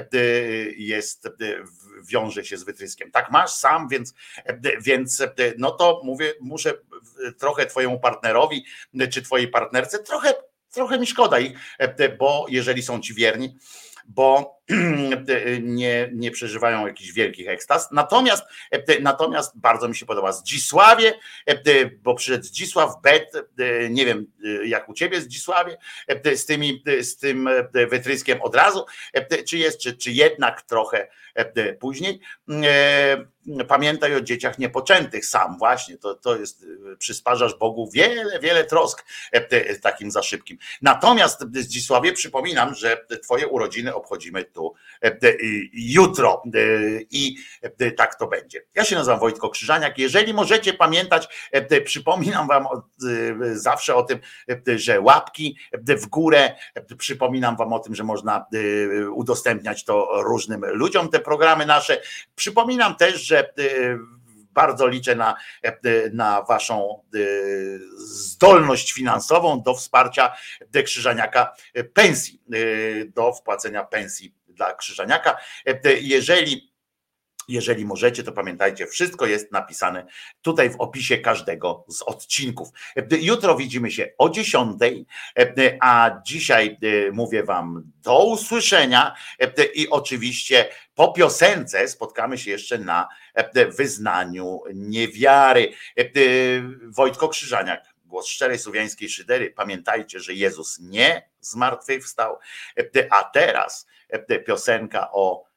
A: wiąże się z wytryskiem. Tak masz sam, więc no to mówię, muszę trochę twojemu partnerowi czy twojej partnerce, trochę mi szkoda ich, bo jeżeli są ci wierni, bo nie przeżywają jakichś wielkich ekstaz. Natomiast bardzo mi się podoba Zdzisławie, bo przyszedł Zdzisław Bet, nie wiem jak u ciebie Zdzisławie, z tym wytryskiem od razu, czy jednak trochę później. Pamiętaj o dzieciach niepoczętych sam właśnie, to jest, przysparzasz Bogu wiele trosk takim za szybkim. Natomiast Zdzisławie przypominam, że twoje urodziny obchodzimy tu jutro i tak to będzie. Ja się nazywam Wojtko Krzyżaniak. Jeżeli możecie pamiętać, przypominam wam zawsze o tym, że łapki w górę, przypominam wam o tym, że można udostępniać to różnym ludziom, te programy nasze. Przypominam też, że bardzo liczę na waszą zdolność finansową do wsparcia Krzyżaniaka pensji, do wpłacenia pensji dla Krzyżaniaka. Jeżeli możecie, to pamiętajcie, wszystko jest napisane tutaj w opisie każdego z odcinków. Jutro widzimy się o 10:00, a dzisiaj mówię wam do usłyszenia i oczywiście po piosence spotkamy się jeszcze na wyznaniu niewiary. Wojtko Krzyżaniak, głos szczerej słowiańskiej szydery. Pamiętajcie, że Jezus nie zmartwychwstał, a teraz piosenka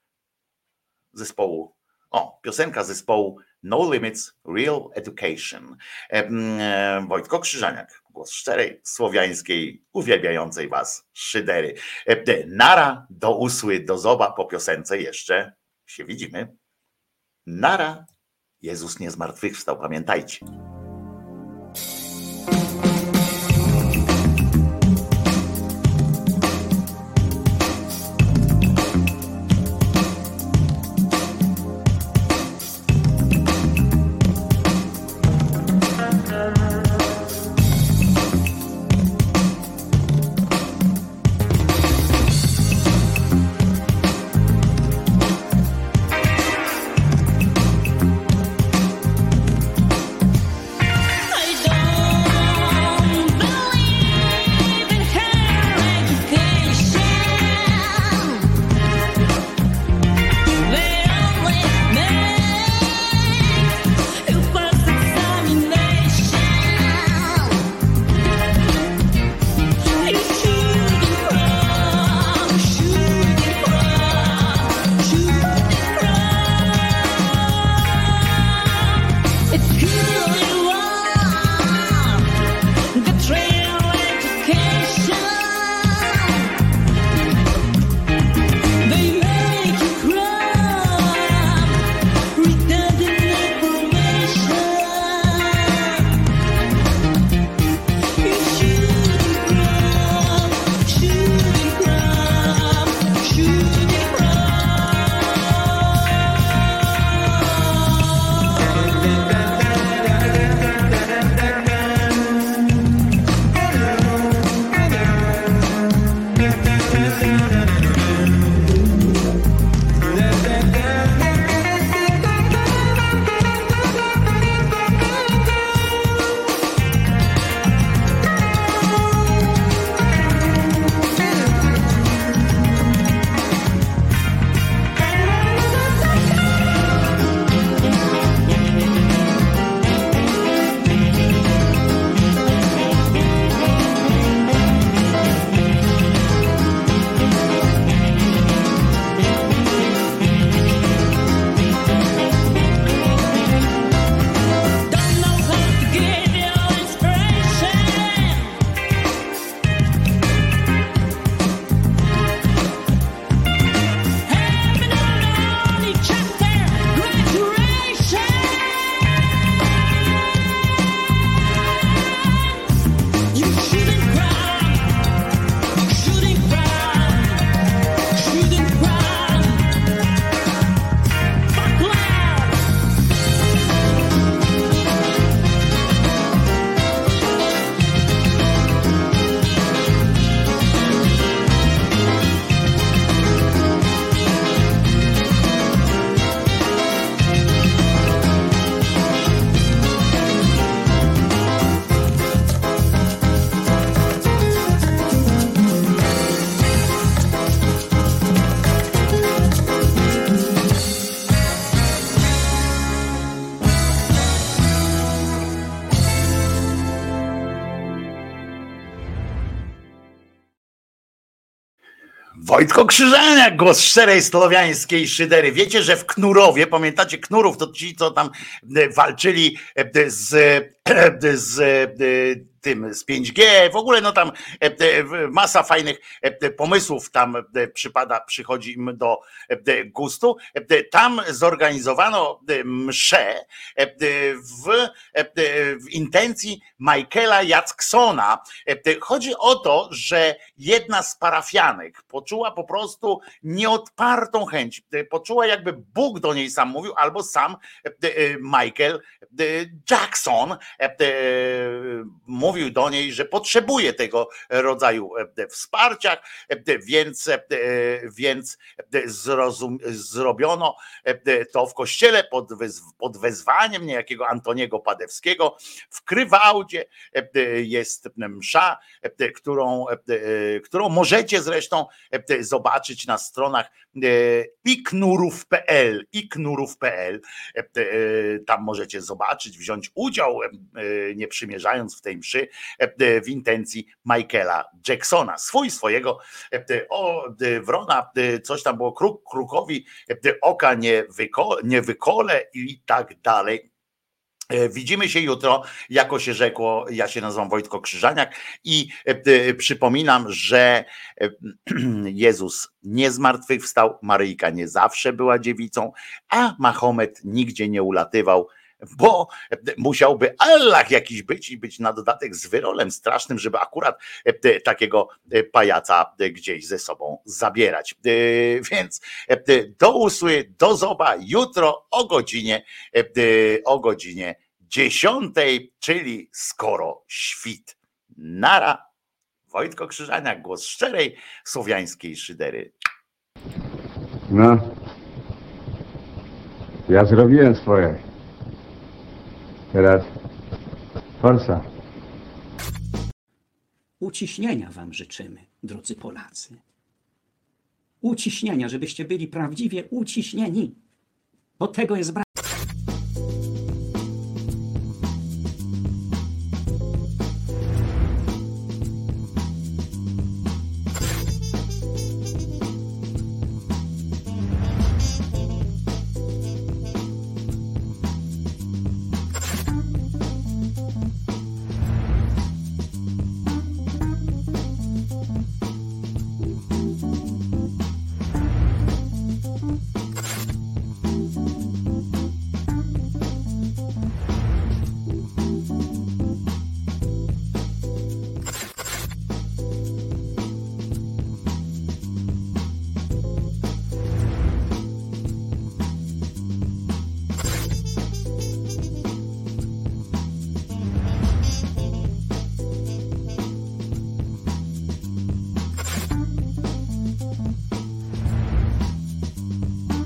A: zespołu No Limits Real Education. Wojtko Krzyżaniak, głos szczerej słowiańskiej, uwielbiającej was szydery. Nara, do usły, do zoba, po piosence jeszcze się widzimy. Nara, Jezus nie zmartwychwstał, pamiętajcie. Wojtko Krzyżaniak, głos szczerej słowiańskiej szydery. Wiecie, że w Knurowie, pamiętacie Knurów, to ci, co tam walczyli z tym, z 5G, w ogóle no tam masa fajnych pomysłów tam przychodzi im do gustu. Tam zorganizowano mszę w intencji Michaela Jacksona. Chodzi o to, że jedna z parafianek poczuła po prostu nieodpartą chęć, poczuła jakby Bóg do niej sam mówił, albo sam Michael Jackson mówił do niej, że potrzebuje tego rodzaju wsparcia, więc zrobiono to w kościele pod wezwaniem niejakiego Antoniego Padewskiego. W Krywałdzie jest msza, którą możecie zresztą zobaczyć na stronach iknurów.pl. Tam możecie zobaczyć, wziąć udział, nie przymierzając w tej mszy, w intencji Michaela Jacksona. Swojego wrona, coś tam było, krukowi oka nie wykole i tak dalej. Widzimy się jutro, jako się rzekło. Ja się nazywam Wojtko Krzyżaniak i przypominam, że Jezus nie zmartwychwstał, Maryjka nie zawsze była dziewicą, a Mahomet nigdzie nie ulatywał, bo musiałby Allah jakiś być i być na dodatek z wyrolem strasznym, żeby akurat takiego pajaca gdzieś ze sobą zabierać. Więc do usły, do zoba jutro o godzinie 10, czyli skoro świt. Nara. Wojtko Krzyżaniak, głos szczerej słowiańskiej szydery.
G: No, ja zrobiłem swoje. Teraz forsa.
V: Uciśnienia wam życzymy, drodzy Polacy. Uciśnienia, żebyście byli prawdziwie uciśnieni. Bo tego jest brak.